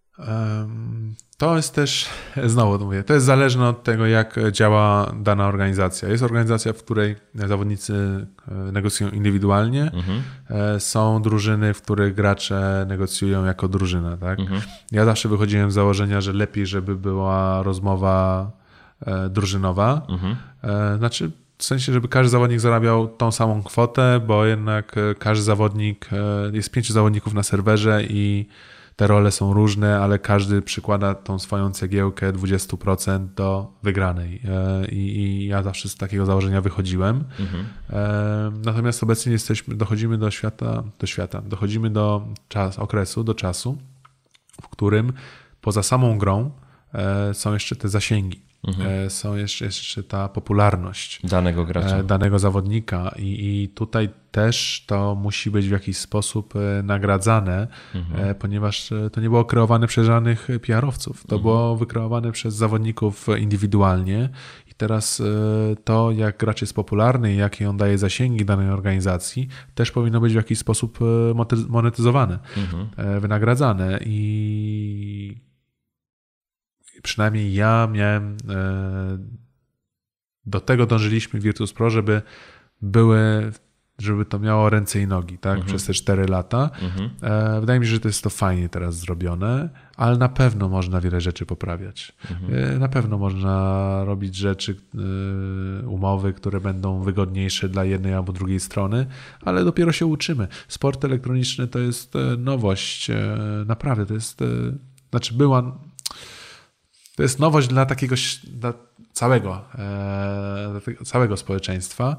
To jest też, znowu mówię, to jest zależne od tego, jak działa dana organizacja. Jest organizacja, w której zawodnicy negocjują indywidualnie. Mhm. Są drużyny, w których gracze negocjują jako drużyna. Tak? Mhm. Ja zawsze wychodziłem z założenia, że lepiej, żeby była rozmowa drużynowa. Mhm. Znaczy, w sensie, żeby każdy zawodnik zarabiał tą samą kwotę, bo jednak każdy zawodnik, jest pięciu zawodników na serwerze i te role są różne, ale każdy przykłada tą swoją cegiełkę dwadzieścia procent do wygranej. I, i ja zawsze z takiego założenia wychodziłem. Mhm. Natomiast obecnie jesteśmy, dochodzimy do świata, do świata, dochodzimy do czas, okresu, do czasu, w którym poza samą grą są jeszcze te zasięgi. Mhm. Są jeszcze, jeszcze ta popularność danego gracza, danego zawodnika i, i tutaj też to musi być w jakiś sposób nagradzane, mhm. ponieważ to nie było kreowane przez żadnych P R-owców. To mhm. było wykreowane przez zawodników indywidualnie i teraz to, jak gracz jest popularny i jakie on daje zasięgi danej organizacji, też powinno być w jakiś sposób monetyzowane, mhm. wynagradzane i przynajmniej ja miałem, do tego dążyliśmy w Virtus Pro, żeby były, żeby to miało ręce i nogi, tak, mhm. przez te cztery lata. Mhm. Wydaje mi się, że to jest to fajnie teraz zrobione, ale na pewno można wiele rzeczy poprawiać. Mhm. Na pewno można robić rzeczy, umowy, które będą wygodniejsze dla jednej albo drugiej strony, ale dopiero się uczymy. Sport elektroniczny to jest nowość, naprawdę, to jest, znaczy była To jest nowość dla takiego dla całego, dla całego społeczeństwa,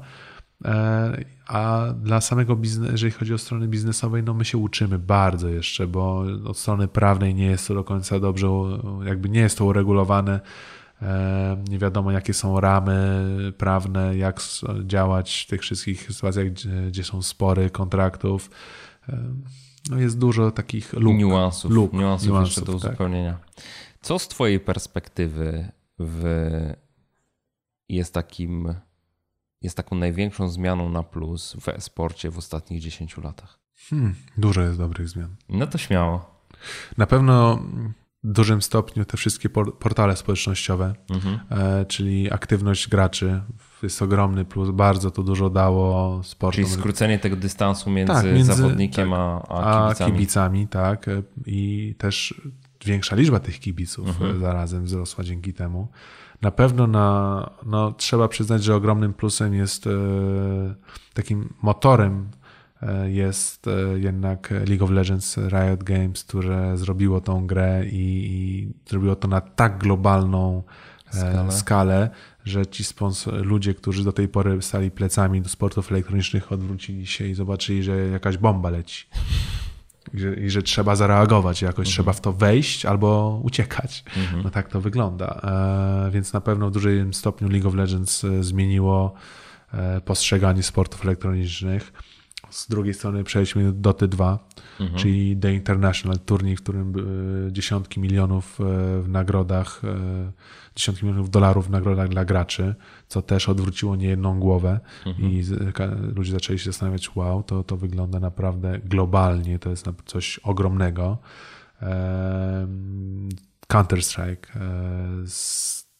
a dla samego biznesu, jeżeli chodzi o stronę biznesowej, no my się uczymy bardzo jeszcze, bo od strony prawnej nie jest to do końca dobrze, jakby nie jest to uregulowane, nie wiadomo jakie są ramy prawne, jak działać w tych wszystkich sytuacjach, gdzie, gdzie są spory kontraktów. No jest dużo takich luk, niuansów, luk, niuansów, niuansów jeszcze do tak. uzupełnienia. Co z twojej perspektywy w, jest, takim, jest taką największą zmianą na plus w e-sporcie w ostatnich dziesięciu latach? Hmm, dużo jest dobrych zmian. No to śmiało. Na pewno w dużym stopniu te wszystkie portale społecznościowe, mhm. e, czyli aktywność graczy jest ogromny plus, bardzo to dużo dało sportom. Czyli skrócenie tego dystansu między, tak, między zawodnikiem tak, a, a kibicami. A kibicami, tak. I też większa liczba tych kibiców mhm. zarazem wzrosła dzięki temu. Na pewno na, no, trzeba przyznać, że ogromnym plusem jest e, takim motorem e, jest e, jednak League of Legends, Riot Games, które zrobiło tą grę i, i zrobiło to na tak globalną e, skalę. skalę, że ci sponsor, ludzie, którzy do tej pory stali plecami do sportów elektronicznych, odwrócili się i zobaczyli, że jakaś bomba leci. I że, i że trzeba zareagować, jakoś mhm. trzeba w to wejść albo uciekać. Mhm. No tak to wygląda. E, więc na pewno w dużym stopniu League of Legends zmieniło e, postrzeganie sportów elektronicznych. Z drugiej strony przejdźmy do Dota dwa, mhm. czyli The International, turniej, w którym e, dziesiątki milionów e, w nagrodach, e, dziesiątki milionów dolarów w nagrodach dla graczy, co też odwróciło niejedną głowę mhm. i ludzie zaczęli się zastanawiać, wow, to, to wygląda naprawdę globalnie, to jest coś ogromnego. Counter-Strike,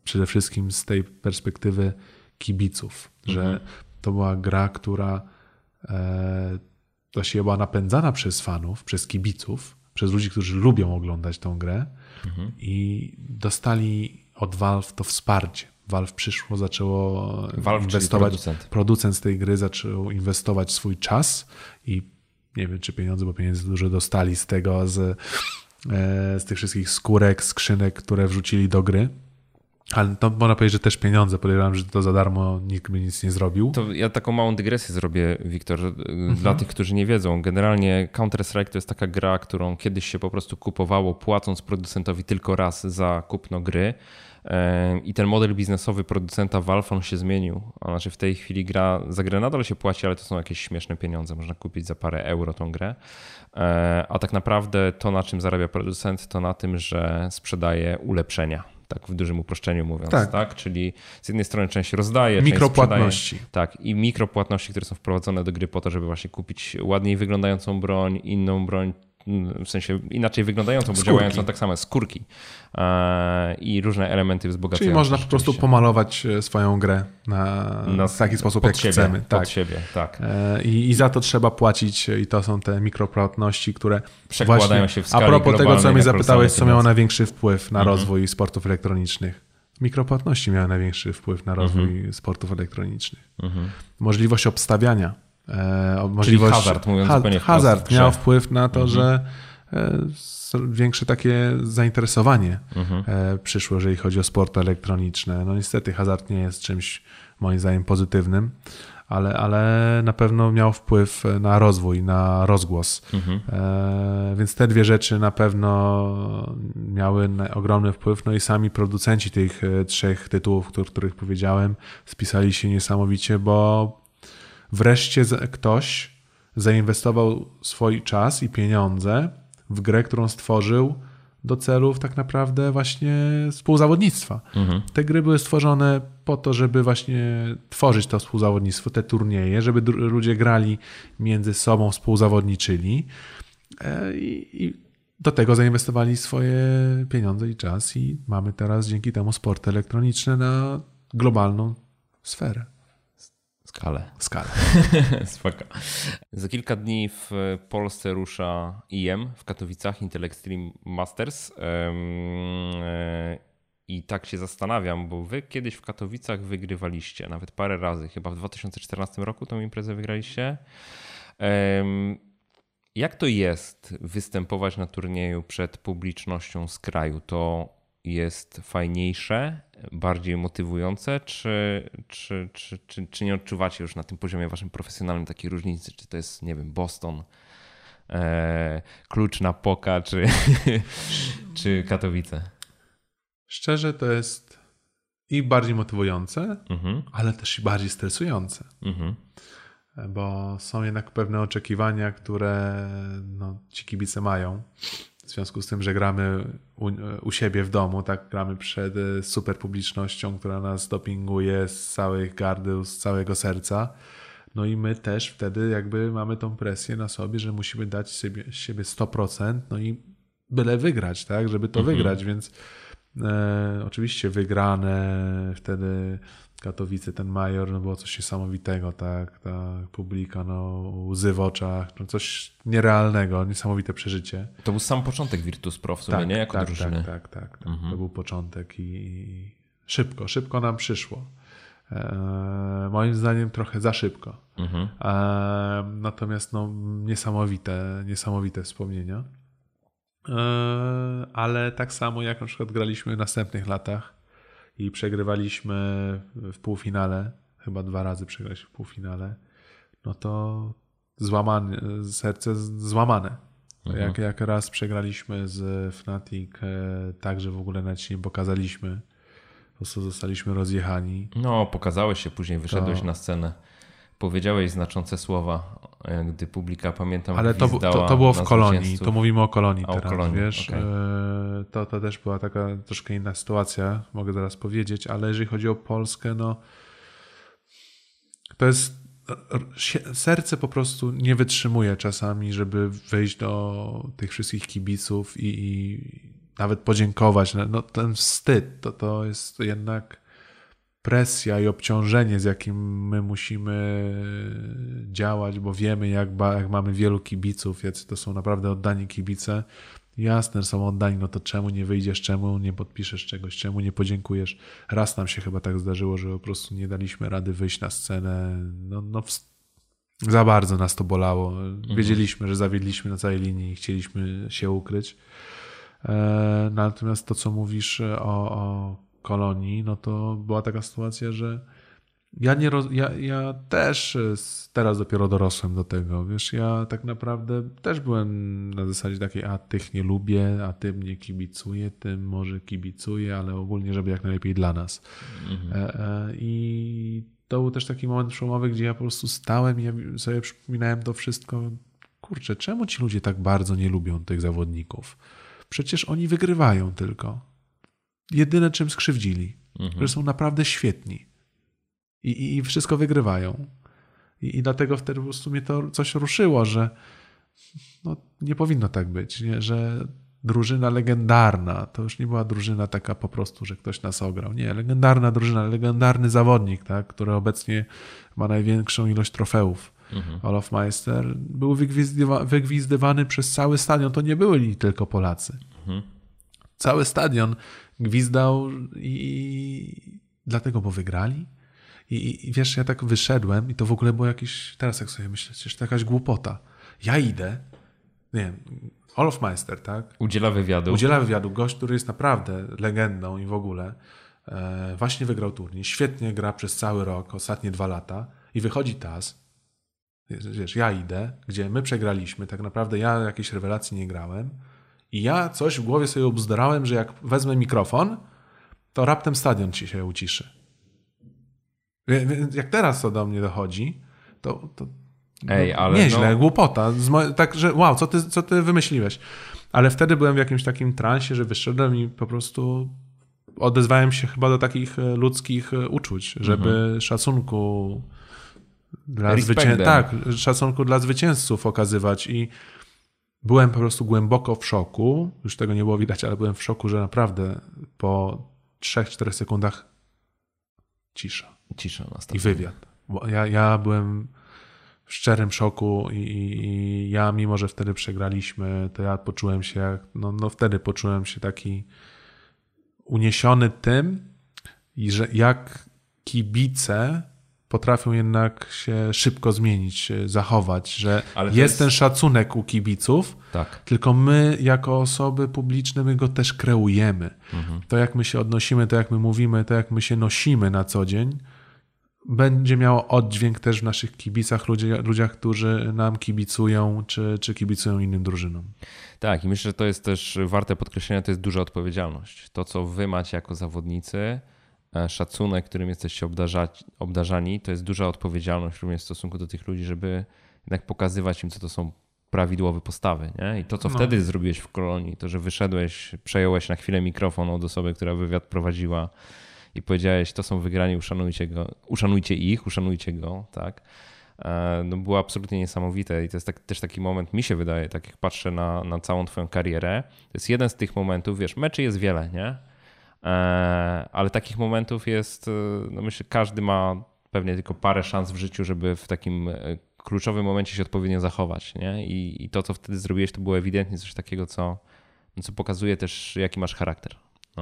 przede wszystkim z tej perspektywy kibiców, mhm. że to była gra, która e, właściwie była napędzana przez fanów, przez kibiców, przez ludzi, którzy lubią oglądać tą grę mhm. i dostali od Valve to wsparcie. Valve przyszło, zaczęło Valve, inwestować, producent. producent z tej gry zaczął inwestować swój czas i nie wiem, czy pieniądze, bo pieniędzy dużo dostali z tego, z, z tych wszystkich skórek, skrzynek, które wrzucili do gry. Ale to można powiedzieć, że też pieniądze. Podejrzewam, że to za darmo nikt by nic nie zrobił. To ja taką małą dygresję zrobię, Wiktor, mhm. dla tych, którzy nie wiedzą. Generalnie Counter-Strike to jest taka gra, którą kiedyś się po prostu kupowało, płacąc producentowi tylko raz za kupno gry. I ten model biznesowy producenta Valve on się zmienił. Znaczy w tej chwili gra, za grę nadal się płaci, ale to są jakieś śmieszne pieniądze. Można kupić za parę euro tą grę. A tak naprawdę to, na czym zarabia producent, to na tym, że sprzedaje ulepszenia. Tak w dużym uproszczeniu mówiąc, tak. tak? Czyli z jednej strony część rozdaje, mikropłatności. Część tak, i mikropłatności, które są wprowadzone do gry po to, żeby właśnie kupić ładniej wyglądającą broń, inną broń, w sensie inaczej wyglądającą, bo skórki. Działającą tak samo, skórki i różne elementy wzbogacające. Czyli można po prostu pomalować swoją grę na, na w taki sposób, jak siebie, chcemy. Pod tak. siebie, tak. I, I za to trzeba płacić i to są te mikropłatności, które przekładają właśnie, się w skali a propos tego, co mnie zapytałeś, co miało pieniądze. największy wpływ na mhm. rozwój sportów elektronicznych. Mikropłatności miały największy wpływ na rozwój mhm. sportów elektronicznych. Mhm. Możliwość obstawiania. E, możliwość, Czyli hazard, mówiąc ha, zupełnie hazard wprost, miał wpływ na to, mhm. że e, większe takie zainteresowanie mhm. e, przyszło, jeżeli chodzi o sporty elektroniczne. No niestety hazard nie jest czymś moim zdaniem pozytywnym, ale, ale na pewno miał wpływ na rozwój, na rozgłos. Mhm. E, więc te dwie rzeczy na pewno miały ogromny wpływ. No i sami producenci tych trzech tytułów, o których powiedziałem, spisali się niesamowicie, bo wreszcie ktoś zainwestował swój czas i pieniądze w grę, którą stworzył do celów tak naprawdę właśnie współzawodnictwa. Mhm. Te gry były stworzone po to, żeby właśnie tworzyć to współzawodnictwo, te turnieje, żeby d- ludzie grali między sobą, współzawodniczyli i, i do tego zainwestowali swoje pieniądze i czas i mamy teraz dzięki temu sporty elektroniczne na globalną sferę. Skalę. Skalę. Spoko. Za kilka dni w Polsce rusza I M w Katowicach, Intel Extreme Masters. I tak się zastanawiam, bo wy kiedyś w Katowicach wygrywaliście, nawet parę razy, chyba w dwa tysiące czternastym roku tą imprezę wygraliście. Jak to jest występować na turnieju przed publicznością z kraju? To jest fajniejsze, bardziej motywujące, czy, czy, czy, czy, czy nie odczuwacie już na tym poziomie waszym profesjonalnym takiej różnicy? Czy to jest, nie wiem, Boston, e, Klucz na Poka, czy, czy Katowice? Szczerze to jest i bardziej motywujące, mhm. ale też i bardziej stresujące. Mhm. Bo są jednak pewne oczekiwania, które no, ci kibice mają. W związku z tym, że gramy u, u siebie w domu, tak gramy przed super publicznością, która nas dopinguje z całych gardeł, z całego serca. No i my też wtedy jakby mamy tą presję na sobie, że musimy dać siebie, siebie sto procent, no i byle wygrać, tak, żeby to mhm. wygrać, więc e, oczywiście wygrane wtedy Katowice, ten major, no było coś niesamowitego, tak, ta publika, no łzy w oczach, no coś nierealnego, niesamowite przeżycie. To był sam początek Virtus Pro w sumie, tak, nie? Jako tak, drużyny. tak, tak, tak, tak. Mhm. To był początek i szybko, szybko nam przyszło. E, moim zdaniem trochę za szybko. Mhm. E, natomiast no niesamowite, niesamowite wspomnienia. E, ale tak samo jak na przykład graliśmy w następnych latach i przegrywaliśmy w półfinale, chyba dwa razy przegraliśmy w półfinale, no to złamane, serce złamane. Mhm. Jak, jak raz przegraliśmy z Fnatic, tak, że w ogóle nawet się nie pokazaliśmy, po prostu zostaliśmy rozjechani. No, pokazałeś się, później wyszedłeś to... na scenę. Powiedziałeś znaczące słowa, gdy publika, pamiętam, ale to, to, to było w Kolonii, to mówimy o Kolonii A, teraz, o Kolonii. Wiesz. Okay. To, to też była taka troszkę inna sytuacja, mogę zaraz powiedzieć, ale jeżeli chodzi o Polskę, no to jest, serce po prostu nie wytrzymuje czasami, żeby wejść do tych wszystkich kibiców i, i nawet podziękować. No, ten wstyd to, to jest jednak presja i obciążenie, z jakim my musimy działać, bo wiemy, jak, ba, jak mamy wielu kibiców, jacy to są naprawdę oddani kibice. Jasne, są oddani, no to czemu nie wyjdziesz, czemu nie podpiszesz czegoś, czemu nie podziękujesz. Raz nam się chyba tak zdarzyło, że po prostu nie daliśmy rady wyjść na scenę. No, no za bardzo nas to bolało. Wiedzieliśmy, że zawiedliśmy na całej linii i chcieliśmy się ukryć. E, natomiast to, co mówisz o, o Kolonii, no to była taka sytuacja, że ja, nie roz... ja, ja też teraz dopiero dorosłem do tego, wiesz, ja tak naprawdę też byłem na zasadzie takiej, a tych nie lubię, a tym nie kibicuję, tym może kibicuję, ale ogólnie, żeby jak najlepiej dla nas. Mhm. E, e, I to był też taki moment przełomowy, gdzie ja po prostu stałem i ja sobie przypominałem to wszystko, kurczę, czemu ci ludzie tak bardzo nie lubią tych zawodników? Przecież oni wygrywają tylko. Jedyne, czym skrzywdzili, mhm. że są naprawdę świetni. I, i, i wszystko wygrywają. I, I dlatego wtedy po prostu mnie to coś ruszyło, że no, nie powinno tak być, nie? Że drużyna legendarna, to już nie była drużyna taka po prostu, że ktoś nas ograł. Nie, legendarna drużyna, legendarny zawodnik, tak? Który obecnie ma największą ilość trofeów. Mhm. Olof Meister był wygwizdywa, wygwizdywany przez cały stadion. To nie byli tylko Polacy. Mhm. Cały stadion gwizdał i dlatego, bo wygrali. I, I wiesz, ja tak wyszedłem i to w ogóle było jakieś, teraz jak sobie myślę, przecież to jakaś głupota. Ja idę, nie wiem, Olof Meister, tak? Udziela wywiadu. Udziela wywiadu, gość, który jest naprawdę legendą i w ogóle e, właśnie wygrał turniej, świetnie gra przez cały rok, ostatnie dwa lata i wychodzi T A S, wiesz, ja idę, gdzie my przegraliśmy, tak naprawdę ja jakiejś rewelacji nie grałem i ja coś w głowie sobie obzdurałem, że jak wezmę mikrofon, to raptem stadion ci się uciszy. Jak teraz to do mnie dochodzi, to, to Ej, ale nieźle, no... głupota. Tak, że wow, co ty, co ty wymyśliłeś? Ale wtedy byłem w jakimś takim transie, że wyszedłem i po prostu odezwałem się chyba do takich ludzkich uczuć, żeby mhm. szacunku dla zwycięzców, tak, szacunku dla zwycięzców okazywać i byłem po prostu głęboko w szoku. Już tego nie było widać, ale byłem w szoku, że naprawdę po trzech czterech sekundach cisza. Cisza I wywiad. Bo ja, ja byłem w szczerym szoku i, i, i ja, mimo że wtedy przegraliśmy, to ja poczułem się, jak, no, no wtedy poczułem się taki uniesiony tym, i że jak kibice potrafią jednak się szybko zmienić, zachować, że jest, jest ten szacunek u kibiców, tak. Tylko my jako osoby publiczne, my go też kreujemy. Mhm. To jak my się odnosimy, to jak my mówimy, to jak my się nosimy na co dzień, będzie miało oddźwięk też w naszych kibicach, ludzie, ludziach, którzy nam kibicują, czy, czy kibicują innym drużynom. Tak, i myślę, że to jest też warte podkreślenia, to jest duża odpowiedzialność. To, co wy macie jako zawodnicy, szacunek, którym jesteście obdarzać, obdarzani, to jest duża odpowiedzialność również w stosunku do tych ludzi, żeby jednak pokazywać im, co to są prawidłowe postawy. Nie? I to, co no. wtedy zrobiłeś w Kolonii, to, że wyszedłeś, przejąłeś na chwilę mikrofon od osoby, która wywiad prowadziła i powiedziałeś, to są wygrani, uszanujcie go, uszanujcie ich, uszanujcie go, tak? No było absolutnie niesamowite i to jest tak, też taki moment, mi się wydaje, tak jak patrzę na, na całą twoją karierę, to jest jeden z tych momentów, wiesz, meczy jest wiele, nie? Ale takich momentów jest, no myślę, każdy ma pewnie tylko parę szans w życiu, żeby w takim kluczowym momencie się odpowiednio zachować, nie? I, i to, co wtedy zrobiłeś, to było ewidentnie coś takiego, co, co pokazuje też, jaki masz charakter. No.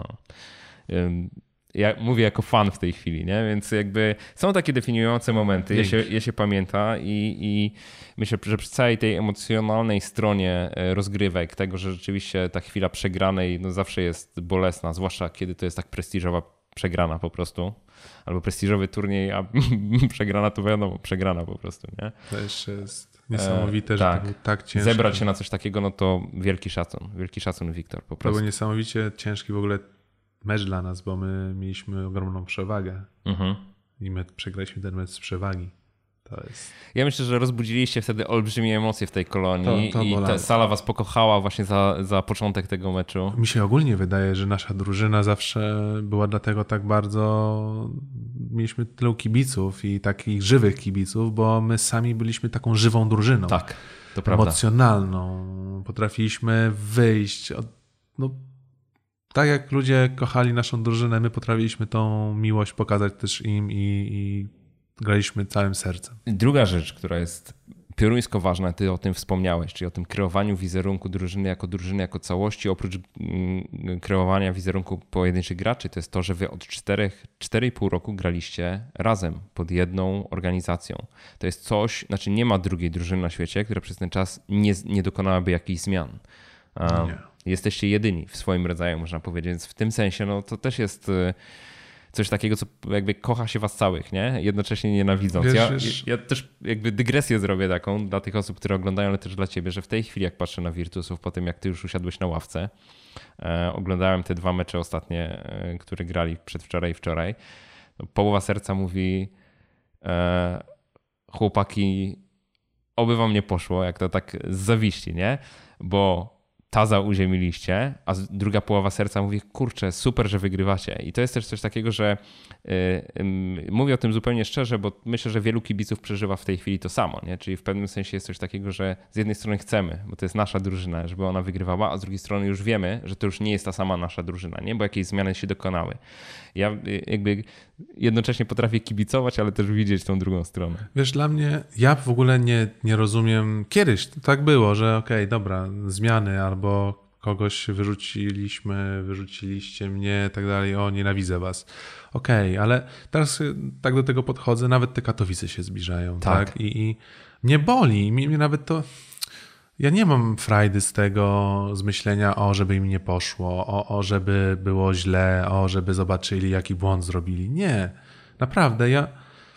Ja mówię jako fan w tej chwili, nie? Więc jakby są takie definiujące momenty, je się, je się pamięta i, i myślę, że przy całej tej emocjonalnej stronie rozgrywek, tego, że rzeczywiście ta chwila przegranej no zawsze jest bolesna, zwłaszcza kiedy to jest tak prestiżowa przegrana po prostu, albo prestiżowy turniej, a przegrana to wiadomo, przegrana po prostu, nie? To jeszcze jest niesamowite, e, że tak. to był tak ciężki. Zebrać się na coś takiego, no to wielki szacun, wielki szacun, Wiktor, po prostu. To był niesamowicie ciężki w ogóle mecz dla nas, bo my mieliśmy ogromną przewagę mhm. i my przegraliśmy ten mecz z przewagi. To jest... Ja myślę, że rozbudziliście wtedy olbrzymie emocje w tej Kolonii to, to i ta sala was pokochała właśnie za, za początek tego meczu. Mi się ogólnie wydaje, że nasza drużyna zawsze była dlatego tak bardzo... Mieliśmy tylu kibiców i takich żywych kibiców, bo my sami byliśmy taką żywą drużyną. Tak, to prawda. Emocjonalną. Potrafiliśmy wyjść od... No, tak jak ludzie kochali naszą drużynę, my potrafiliśmy tą miłość pokazać też im i, i graliśmy całym sercem. Druga rzecz, która jest pioruńsko ważna, ty o tym wspomniałeś, czyli o tym kreowaniu wizerunku drużyny jako drużyny, jako całości, oprócz kreowania wizerunku pojedynczych graczy, to jest to, że wy od cztery i pół roku graliście razem, pod jedną organizacją. To jest coś, znaczy nie ma drugiej drużyny na świecie, która przez ten czas nie, nie dokonałaby jakichś zmian. Um, nie. Jesteście jedyni w swoim rodzaju, można powiedzieć, więc w tym sensie no, to też jest coś takiego, co jakby kocha się was całych, nie? Jednocześnie nienawidząc. Wiesz, ja, wiesz... ja też jakby dygresję zrobię taką dla tych osób, które oglądają, ale też dla ciebie, że w tej chwili jak patrzę na Virtusów po tym, jak ty już usiadłeś na ławce, e, oglądałem te dwa mecze ostatnie, e, które grali przedwczoraj i wczoraj, no, połowa serca mówi e, chłopaki, oby wam nie poszło, jak to tak z zawiści, nie? Bo Taza uziemiliście, a druga połowa serca mówi, kurczę, super, że wygrywacie. I to jest też coś takiego, że yy, yy, mówię o tym zupełnie szczerze, bo myślę, że wielu kibiców przeżywa w tej chwili to samo, nie? Czyli w pewnym sensie jest coś takiego, że z jednej strony chcemy, bo to jest nasza drużyna, żeby ona wygrywała, a z drugiej strony już wiemy, że to już nie jest ta sama nasza drużyna, nie? Bo jakieś zmiany się dokonały. Ja yy, jakby jednocześnie potrafię kibicować, ale też widzieć tą drugą stronę. Wiesz, dla mnie, ja w ogóle nie, nie rozumiem, kiedyś to tak było, że okej, okay, dobra, zmiany albo bo kogoś wyrzuciliśmy, wyrzuciliście mnie i tak dalej, o nienawidzę was. Okej, okay, ale teraz tak do tego podchodzę, nawet te Katowice się zbliżają, tak? tak? I, I mnie boli, mnie, mnie nawet to... Ja nie mam frajdy z tego, z myślenia, o, żeby im nie poszło, o, o, żeby było źle, o, żeby zobaczyli, jaki błąd zrobili. Nie, naprawdę, ja...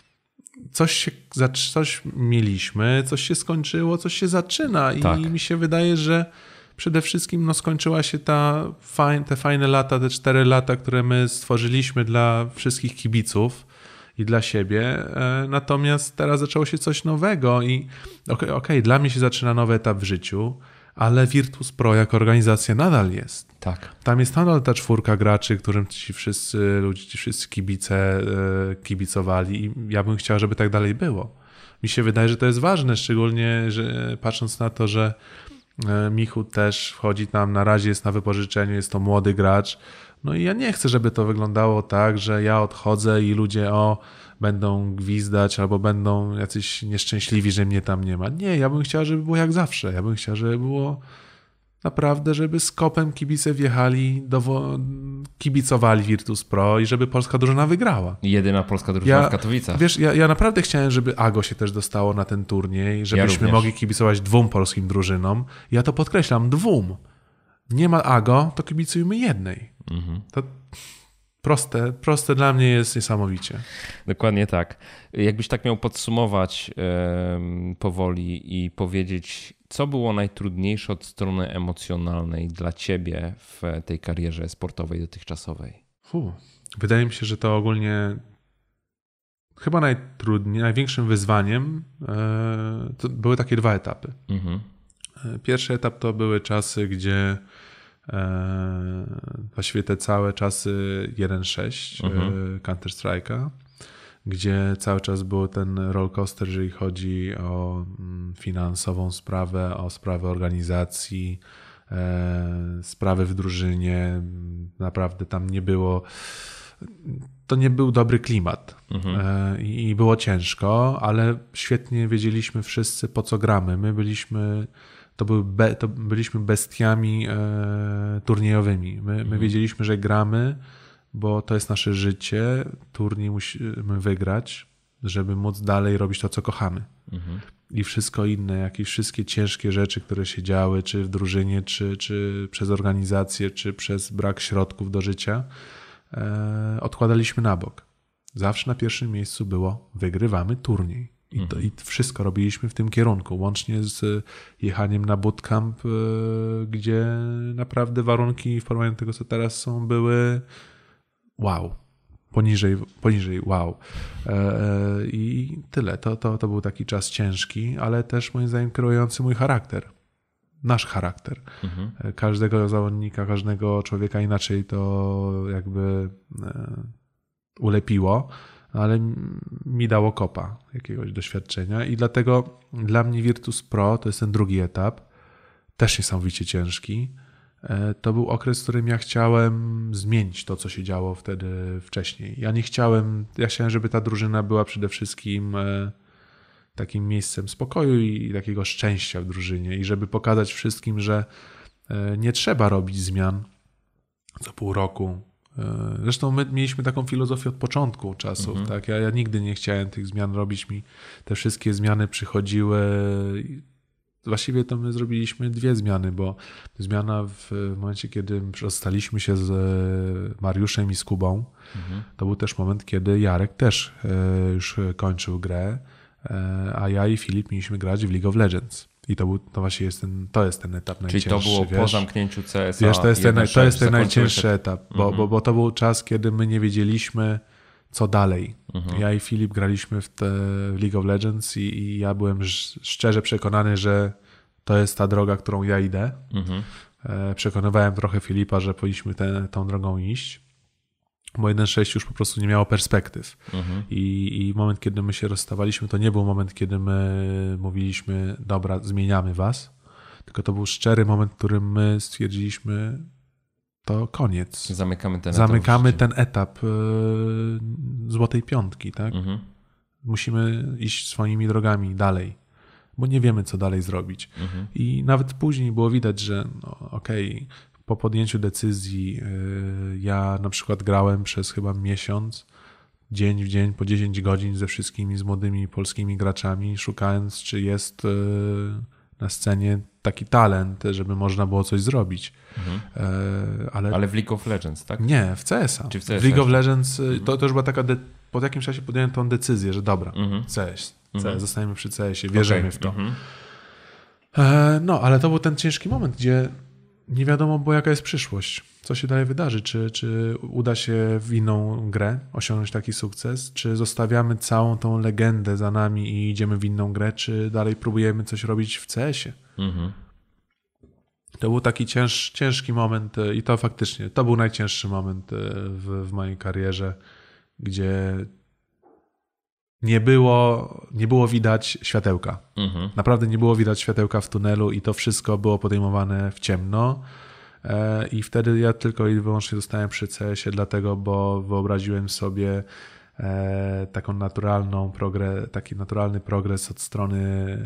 Coś, się, coś mieliśmy, coś się skończyło, coś się zaczyna i tak. mi się wydaje, że przede wszystkim no, skończyła się ta fajn, te fajne lata, te cztery lata, które my stworzyliśmy dla wszystkich kibiców i dla siebie. Natomiast teraz zaczęło się coś nowego i okej, okay, okay, dla mnie się zaczyna nowy etap w życiu, ale Virtus Pro jako organizacja nadal jest. Tak. Tam jest nadal ta czwórka graczy, którym ci wszyscy ludzie, ci wszyscy kibice kibicowali i ja bym chciał, żeby tak dalej było. Mi się wydaje, że to jest ważne, szczególnie że patrząc na to, że Michu też wchodzi tam, na razie jest na wypożyczeniu, jest to młody gracz. No i ja nie chcę, żeby to wyglądało tak, że ja odchodzę i ludzie o będą gwizdać albo będą jacyś nieszczęśliwi, że mnie tam nie ma. Nie, ja bym chciał, żeby było jak zawsze. Ja bym chciał, żeby było naprawdę, żeby z kopem kibice wjechali, do, kibicowali Virtus Pro i żeby polska drużyna wygrała. Jedyna polska drużyna ja, w Katowicach. Wiesz, ja, ja naprawdę chciałem, żeby Ago się też dostało na ten turniej, żebyśmy ja mogli kibicować dwóm polskim drużynom. Ja to podkreślam, dwóm. Nie ma Ago, to kibicujmy jednej. Mhm. To proste, proste dla mnie jest niesamowicie. Dokładnie tak. Jakbyś tak miał podsumować yy, powoli i powiedzieć, co było najtrudniejsze od strony emocjonalnej dla ciebie w tej karierze sportowej dotychczasowej? Fu. Wydaje mi się, że to ogólnie chyba najtrudniej, największym wyzwaniem yy, to były takie dwa etapy. Mhm. Pierwszy etap to były czasy, gdzie właściwie te całe czasy jeden sześć mhm. Counter Strike'a, gdzie cały czas był ten rollercoaster, jeżeli chodzi o finansową sprawę, o sprawę organizacji, sprawy w drużynie. Naprawdę tam nie było, to nie był dobry klimat mhm. i było ciężko, ale świetnie wiedzieliśmy wszyscy, po co gramy. My byliśmy To, były be, to byliśmy bestiami e, turniejowymi. My, my wiedzieliśmy, że gramy, bo to jest nasze życie. Turniej musimy wygrać, żeby móc dalej robić to, co kochamy. Mhm. I wszystko inne, jakieś wszystkie ciężkie rzeczy, które się działy, czy w drużynie, czy, czy przez organizację, czy przez brak środków do życia, e, odkładaliśmy na bok. Zawsze na pierwszym miejscu było wygrywamy turniej. I, to, I wszystko robiliśmy w tym kierunku, łącznie z jechaniem na bootcamp, gdzie naprawdę warunki w porównaniu do tego, co teraz są, były wow, poniżej, poniżej wow. I tyle. To, to, to był taki czas ciężki, ale też moim zdaniem kierujący mój charakter. Nasz charakter. Mhm. Każdego zawodnika, każdego człowieka inaczej to jakby ulepiło, ale mi dało kopa jakiegoś doświadczenia i dlatego dla mnie Virtus Pro to jest ten drugi etap, też niesamowicie ciężki, to był okres, w którym ja chciałem zmienić to, co się działo wtedy wcześniej. Ja nie chciałem, ja chciałem, żeby ta drużyna była przede wszystkim takim miejscem spokoju i takiego szczęścia w drużynie i żeby pokazać wszystkim, że nie trzeba robić zmian co pół roku. Zresztą my mieliśmy taką filozofię od początku czasów. Mhm. Tak? Ja, ja nigdy nie chciałem tych zmian robić. Mi te wszystkie zmiany przychodziły. Właściwie to my zrobiliśmy dwie zmiany, bo zmiana w momencie, kiedy rozstaliśmy się z Mariuszem i z Kubą, mhm. to był też moment, kiedy Jarek też już kończył grę, a ja i Filip mieliśmy grać w League of Legends. I to, był, to właśnie jest ten, to jest ten etap najcięższy. Czyli to było wiesz? po zamknięciu C S a. Wiesz, to jest ten, to jest ten najcięższy etap, bo, mhm. bo, bo to był czas, kiedy my nie wiedzieliśmy, co dalej. Mhm. Ja i Filip graliśmy w, te, w League of Legends i, i ja byłem szczerze przekonany, że to jest ta droga, którą ja idę. Mhm. E, przekonywałem trochę Filipa, że powinniśmy te, tą drogą iść, bo jeden sześć już po prostu nie miało perspektyw. Mhm. I, I moment, kiedy my się rozstawaliśmy, to nie był moment, kiedy my mówiliśmy, dobra, zmieniamy was, tylko to był szczery moment, w którym my stwierdziliśmy, to koniec. Zamykamy ten Zamykamy etap. ten etap y, złotej piątki, tak? Mhm. Musimy iść swoimi drogami dalej, bo nie wiemy, co dalej zrobić. Mhm. I nawet później było widać, że no, okej, okay, po podjęciu decyzji y, ja na przykład grałem przez chyba miesiąc, dzień w dzień, po dziesięć godzin ze wszystkimi, z młodymi polskimi graczami, szukając, czy jest y, na scenie taki talent, żeby można było coś zrobić. Mhm. E, ale... ale w League of Legends, tak? Nie, w C S a. Czy w C S a w League of jeszcze? Legends mhm. to, to już była taka, de... po jakimś czasie podjąłem tą decyzję, że dobra, mhm. C S, C S, mhm. zostajemy przy C S ie, wierzymy okay. w to. Mhm. E, no, ale to był ten ciężki moment, gdzie nie wiadomo było, jaka jest przyszłość. Co się dalej wydarzy? Czy, czy uda się w inną grę osiągnąć taki sukces? Czy zostawiamy całą tą legendę za nami i idziemy w inną grę? Czy dalej próbujemy coś robić w C S ie? Mhm. To był taki cięż, ciężki moment i to faktycznie, to był najcięższy moment w, w mojej karierze, gdzie nie było, nie było widać światełka. Mhm. Naprawdę nie było widać światełka w tunelu i to wszystko było podejmowane w ciemno. I wtedy ja tylko i wyłącznie zostałem przy C S ie dlatego, bo wyobraziłem sobie taką naturalną progre, taki naturalny progres od strony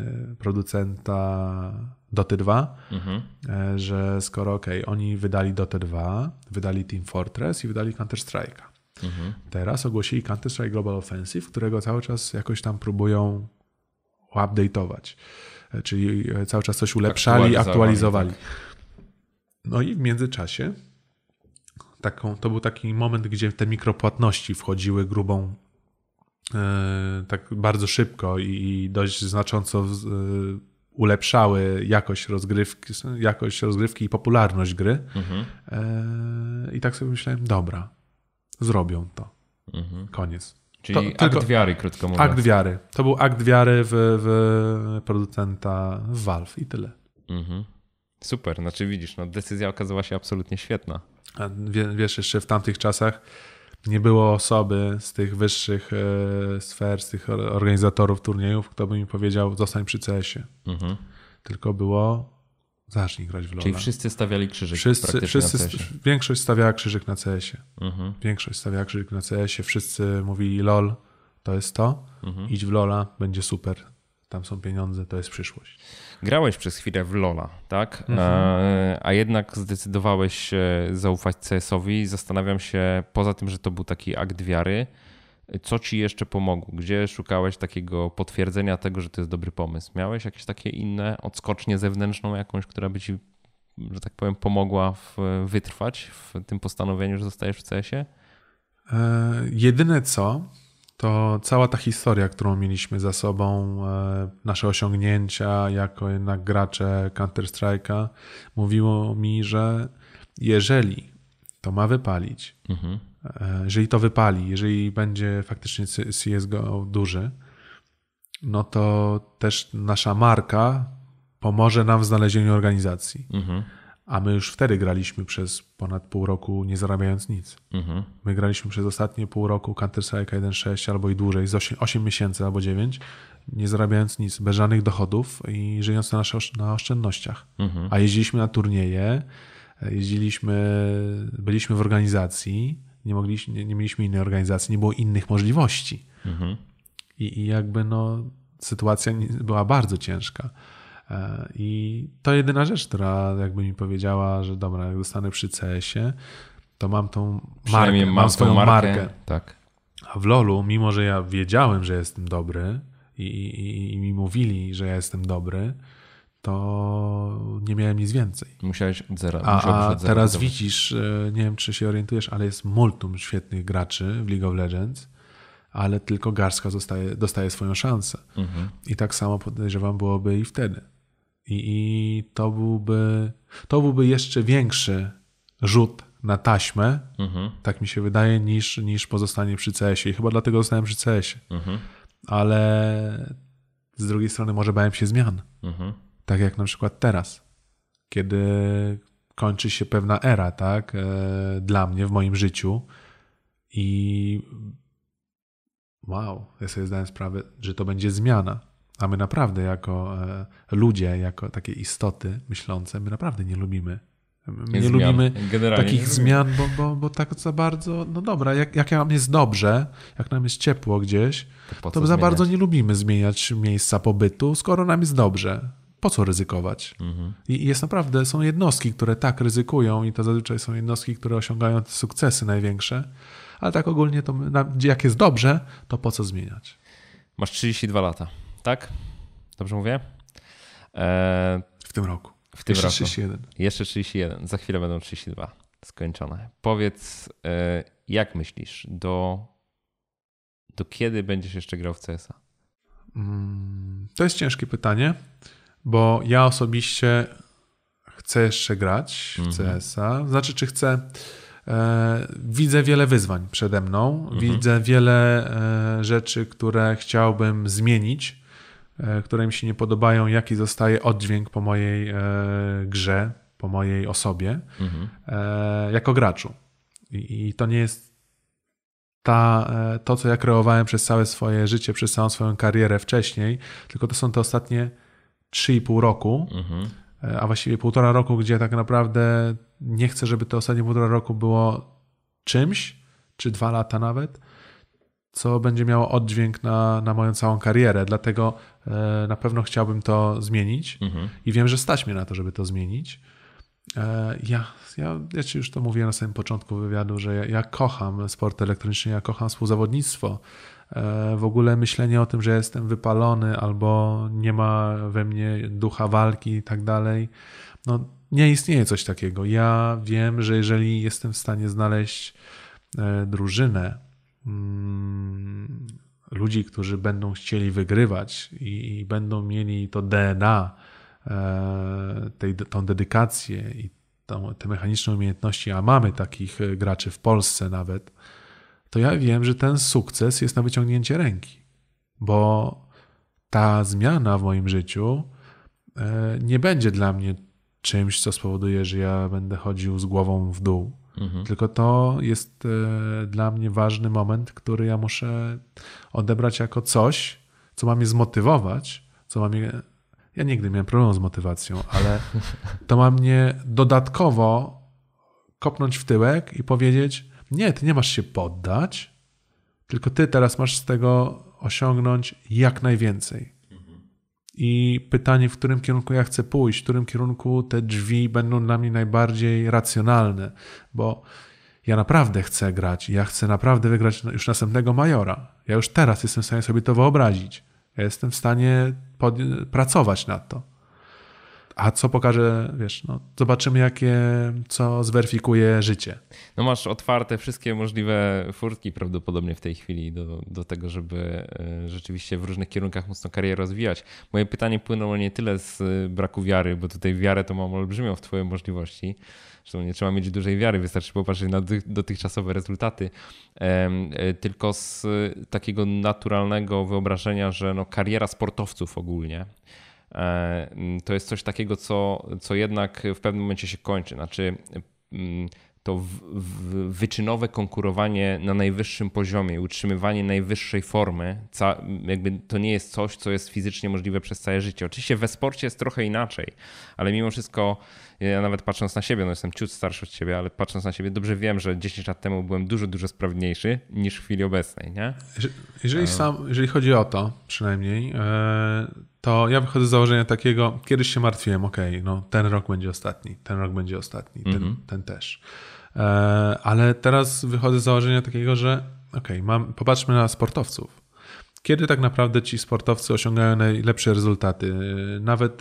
producenta Dota dwa, mhm. że skoro okej, okay, oni wydali Dota dwa, wydali Team Fortress i wydali Counter-Strike'a. Mhm. Teraz ogłosili Counter-Strike Global Offensive, którego cały czas jakoś tam próbują update'ować. Czyli cały czas coś ulepszali, aktualizowali. Tak. No i w międzyczasie taką, to był taki moment, gdzie te mikropłatności wchodziły grubą e, tak bardzo szybko i, i dość znacząco e, ulepszały jakość rozgrywki, jakość rozgrywki i popularność gry. Mhm. E, I tak sobie myślałem, dobra, zrobią to. Mhm. Koniec. Czyli to, akt tylko, wiary, krótko mówiąc. Akt wiary. To był akt wiary w, w producenta w Valve i tyle. Mhm. Super, znaczy widzisz, no decyzja okazała się absolutnie świetna. A wiesz, jeszcze w tamtych czasach nie było osoby z tych wyższych e, sfer, z tych organizatorów turniejów, kto by mi powiedział, zostań przy C S ie. Mhm. Tylko było, zacznij grać w LoL'a. Czyli wszyscy stawiali krzyżyk wszyscy, praktycznie wszyscy, na C S ie. Większość stawiała krzyżyk na C S ie. Mhm. Większość stawiała krzyżyk na C S ie. Wszyscy mówili, LoL to jest to, mhm. idź w LoL'a, będzie super. Tam są pieniądze, to jest przyszłość. Grałeś przez chwilę w LoL'a, tak? Mhm. E, a jednak zdecydowałeś się zaufać C S owi. Zastanawiam się, poza tym, że to był taki akt wiary, co ci jeszcze pomogło? Gdzie szukałeś takiego potwierdzenia tego, że to jest dobry pomysł? Miałeś jakieś takie inne odskocznię zewnętrzną jakąś, która by ci, że tak powiem, pomogła w, wytrwać w tym postanowieniu, że zostajesz w C S ie? E, jedyne co, to cała ta historia, którą mieliśmy za sobą, nasze osiągnięcia jako jednak gracze Counter-Strike'a, mówiło mi, że jeżeli to ma wypalić, mhm. jeżeli to wypali, jeżeli będzie faktycznie C S G O duży, no to też nasza marka pomoże nam w znalezieniu organizacji. Mhm. A my już wtedy graliśmy przez ponad pół roku nie zarabiając nic. Mhm. My graliśmy przez ostatnie pół roku Counter-Strike jeden sześć albo i dłużej, z osiem miesięcy albo dziewięć, nie zarabiając nic, bez żadnych dochodów i żyjąc na, nasze, na oszczędnościach. Mhm. A jeździliśmy na turnieje, Jeździliśmy, byliśmy w organizacji, nie, mogliśmy, nie, nie mieliśmy innej organizacji, nie było innych możliwości. Mhm. I, I jakby no, sytuacja była bardzo ciężka. I to jedyna rzecz, która jakby mi powiedziała, że dobra, jak zostanę przy C S-ie, to mam tą markę, mam, mam swoją markę. markę. Tak. A w LoLu, mimo że ja wiedziałem, że jestem dobry i, i, i mi mówili, że ja jestem dobry, to nie miałem nic więcej. Musiałeś od zera. A, a teraz zera widzisz, nie wiem, czy się orientujesz, ale jest multum świetnych graczy w League of Legends, ale tylko garstka dostaje, dostaje swoją szansę. Mhm. I tak samo podejrzewam byłoby i wtedy. I, i to byłby to byłby jeszcze większy rzut na taśmę, mhm. tak mi się wydaje, niż, niż pozostanie przy C S-ie. I chyba dlatego zostałem przy C S-ie. Mhm. Ale z drugiej strony może bałem się zmian. Mhm. Tak jak na przykład teraz, kiedy kończy się pewna era, tak, e, dla mnie w moim życiu i wow, ja sobie zdałem sprawę, że to będzie zmiana. A my naprawdę jako e, ludzie, jako takie istoty myślące, my naprawdę nie lubimy. My nie zmian. lubimy Generalnie takich nie zmian, bo, bo, bo tak za bardzo, no dobra, jak, jak nam jest dobrze, jak nam jest ciepło gdzieś, to, to za zmieniać? bardzo nie lubimy zmieniać miejsca pobytu, skoro nam jest dobrze. Po co ryzykować? Mhm. I jest naprawdę, są jednostki, które tak ryzykują i to zazwyczaj są jednostki, które osiągają te sukcesy największe, ale tak ogólnie to jak jest dobrze, to po co zmieniać? Masz trzydzieści dwa lata, tak? Dobrze mówię? Eee, w tym roku. W tym Jeszcze roku. trzydzieści jeden. Jeszcze trzydzieści jeden. Za chwilę będą trzydzieści dwa. Skończone. Powiedz, e, jak myślisz, do, do kiedy będziesz jeszcze grał w C S a? Mm, to jest ciężkie pytanie, bo ja osobiście chcę jeszcze grać w C S a. Znaczy, czy chcę... E, widzę wiele wyzwań przede mną. Mhm. Widzę wiele e, rzeczy, które chciałbym zmienić, e, które mi się nie podobają, jaki zostaje oddźwięk po mojej e, grze, po mojej osobie, mhm. e, jako graczu. I, i to nie jest ta, e, to, co ja kreowałem przez całe swoje życie, przez całą swoją karierę wcześniej, tylko to są te ostatnie trzy i pół roku, mhm. a właściwie półtora roku, gdzie tak naprawdę nie chcę, żeby to ostatnie półtora roku było czymś, czy dwa lata nawet, co będzie miało oddźwięk na, na moją całą karierę. Dlatego e, na pewno chciałbym to zmienić mhm. i wiem, że stać mnie na to, żeby to zmienić. E, ja, ja, ja ci już to mówiłem na samym początku wywiadu, że ja, ja kocham sport elektroniczny, ja kocham współzawodnictwo. E, w ogóle myślenie o tym, że jestem wypalony albo nie ma we mnie ducha walki i tak dalej, no nie istnieje coś takiego. Ja wiem, że jeżeli jestem w stanie znaleźć e, drużynę mm, ludzi, którzy będą chcieli wygrywać i, i będą mieli to D N A, e, tej, tą dedykację i tą, te mechaniczne umiejętności, a mamy takich graczy w Polsce nawet, to ja wiem, że ten sukces jest na wyciągnięcie ręki, bo ta zmiana w moim życiu e, nie będzie dla mnie czymś, co spowoduje, że ja będę chodził z głową w dół. Mhm. Tylko to jest e, dla mnie ważny moment, który ja muszę odebrać jako coś, co ma mnie zmotywować, co ma mnie... Ja nigdy nie miałem problemu z motywacją, ale to ma mnie dodatkowo kopnąć w tyłek i powiedzieć, nie, ty nie masz się poddać, tylko ty teraz masz z tego osiągnąć jak najwięcej. I pytanie, w którym kierunku ja chcę pójść, w którym kierunku te drzwi będą dla mnie najbardziej racjonalne, bo ja naprawdę chcę grać, ja chcę naprawdę wygrać już następnego majora. Ja już teraz jestem w stanie sobie to wyobrazić. Ja jestem w stanie pod... pracować nad to. A co pokaże, wiesz, no, zobaczymy, jakie, co zweryfikuje życie. No masz otwarte wszystkie możliwe furtki prawdopodobnie w tej chwili do, do tego, żeby rzeczywiście w różnych kierunkach mocno karierę rozwijać. Moje pytanie płynęło nie tyle z braku wiary, bo tutaj wiarę to mam olbrzymią w twoje możliwości. Zresztą nie trzeba mieć dużej wiary, wystarczy popatrzeć na dotychczasowe rezultaty, tylko z takiego naturalnego wyobrażenia, że no kariera sportowców ogólnie to jest coś takiego, co, co jednak w pewnym momencie się kończy. Znaczy to w, w, wyczynowe konkurowanie na najwyższym poziomie, utrzymywanie najwyższej formy, ca, jakby to nie jest coś, co jest fizycznie możliwe przez całe życie. Oczywiście we sporcie jest trochę inaczej, ale mimo wszystko ja nawet patrząc na siebie, no jestem ciut starszy od ciebie, ale patrząc na siebie dobrze wiem, że dziesięć lat temu byłem dużo, dużo sprawniejszy niż w chwili obecnej, nie? Jeżeli, sam, jeżeli chodzi o to przynajmniej, to ja wychodzę z założenia takiego, kiedyś się martwiłem, okej, okay, no ten rok będzie ostatni, ten rok będzie ostatni, ten, mm-hmm. ten też. Ale teraz wychodzę z założenia takiego, że okej, okay, popatrzmy na sportowców. Kiedy tak naprawdę ci sportowcy osiągają najlepsze rezultaty? Nawet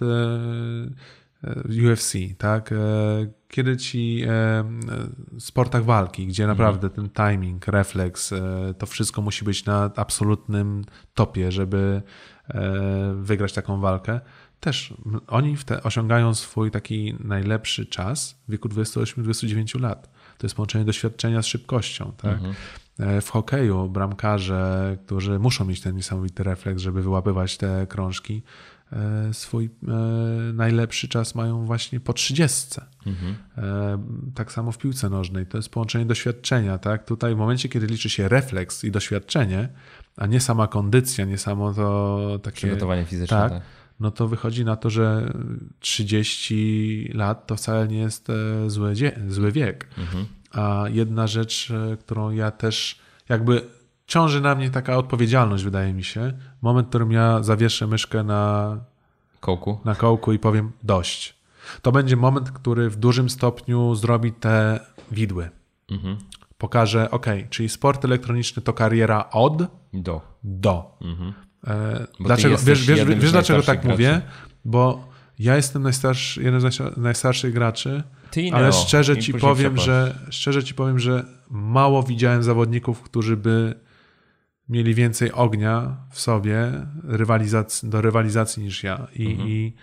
U F C, tak? Kiedy ci w sportach walki, gdzie naprawdę ten timing, refleks, to wszystko musi być na absolutnym topie, żeby wygrać taką walkę, też oni te osiągają swój taki najlepszy czas w wieku dwudziestu ośmiu do dwudziestu dziewięciu lat. To jest połączenie doświadczenia z szybkością. Tak? Mhm. W hokeju bramkarze, którzy muszą mieć ten niesamowity refleks, żeby wyłapywać te krążki, swój najlepszy czas mają właśnie po trzydziestce. Mhm. Tak samo w piłce nożnej. To jest połączenie doświadczenia. Tak? Tutaj w momencie, kiedy liczy się refleks i doświadczenie, a nie sama kondycja, nie samo to takie... Przygotowanie fizyczne. Tak, tak. no to wychodzi na to, że trzydzieści lat to wcale nie jest zły, zły wiek. Mhm. A jedna rzecz, którą ja też jakby ciąży na mnie taka odpowiedzialność, wydaje mi się, moment, w którym ja zawieszę myszkę na kołku, na kołku i powiem dość. To będzie moment, który w dużym stopniu zrobi te widły. Mhm. Pokaże, ok, czyli sport elektroniczny to kariera od do. do. Mhm. Dlaczego, wiesz wiesz, wiesz dlaczego tak graczy. mówię? Bo ja jestem najstarszy, jeden z najstarszych graczy, ale no, szczerze ci powiem, że szczerze ci powiem, że mało widziałem zawodników, którzy by mieli więcej ognia w sobie rywalizacji, do rywalizacji niż ja. I, mhm. i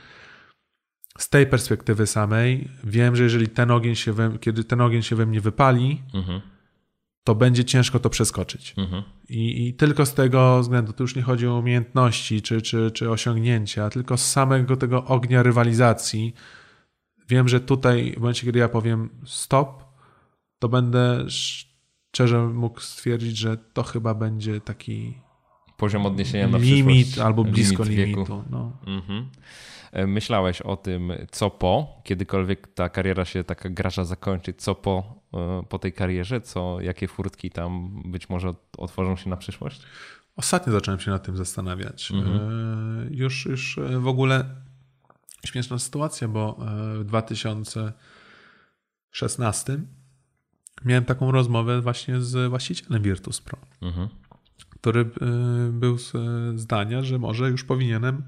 z tej perspektywy samej wiem, że jeżeli ten ogień się we, kiedy ten ogień się we mnie wypali, mhm. to będzie ciężko to przeskoczyć. Mhm. I, I tylko z tego względu, to już nie chodzi o umiejętności czy, czy, czy osiągnięcia, tylko z samego tego ognia rywalizacji. Wiem, że tutaj w momencie, kiedy ja powiem stop, to będę szczerze mógł stwierdzić, że to chyba będzie taki poziom odniesienia na limit przyszłość, albo blisko limit limitu. No. Mhm. Myślałeś o tym, co po, kiedykolwiek ta kariera się taka gracza zakończy, co po, po tej karierze, co, jakie furtki tam być może otworzą się na przyszłość? Ostatnio zacząłem się nad tym zastanawiać. Mhm. Już, już w ogóle śmieszna sytuacja, bo w dwa tysiące szesnastym miałem taką rozmowę właśnie z właścicielem Virtus Pro, mhm. który był z zdania, że może już powinienem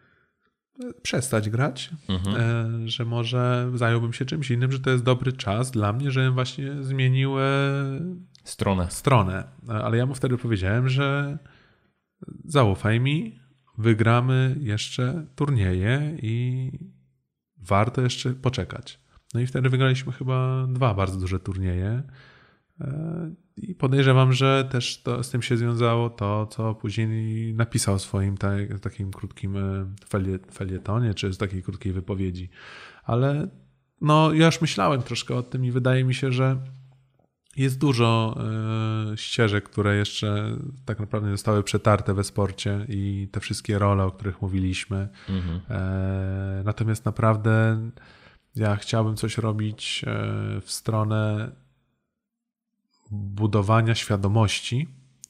przestać grać, mhm. że może zająłbym się czymś innym, że to jest dobry czas dla mnie, żebym właśnie zmienił stronę. stronę. Ale ja mu wtedy powiedziałem, że zaufaj mi, wygramy jeszcze turnieje i warto jeszcze poczekać. No i wtedy wygraliśmy chyba dwa bardzo duże turnieje i podejrzewam, że też to, z tym się związało to, co później napisał w swoim ta, takim krótkim felietonie, czy z takiej krótkiej wypowiedzi. Ale no, ja już myślałem troszkę o tym i wydaje mi się, że jest dużo y, ścieżek, które jeszcze tak naprawdę zostały przetarte we sporcie i te wszystkie role, o których mówiliśmy. Mhm. E, natomiast naprawdę ja chciałbym coś robić w stronę budowania świadomości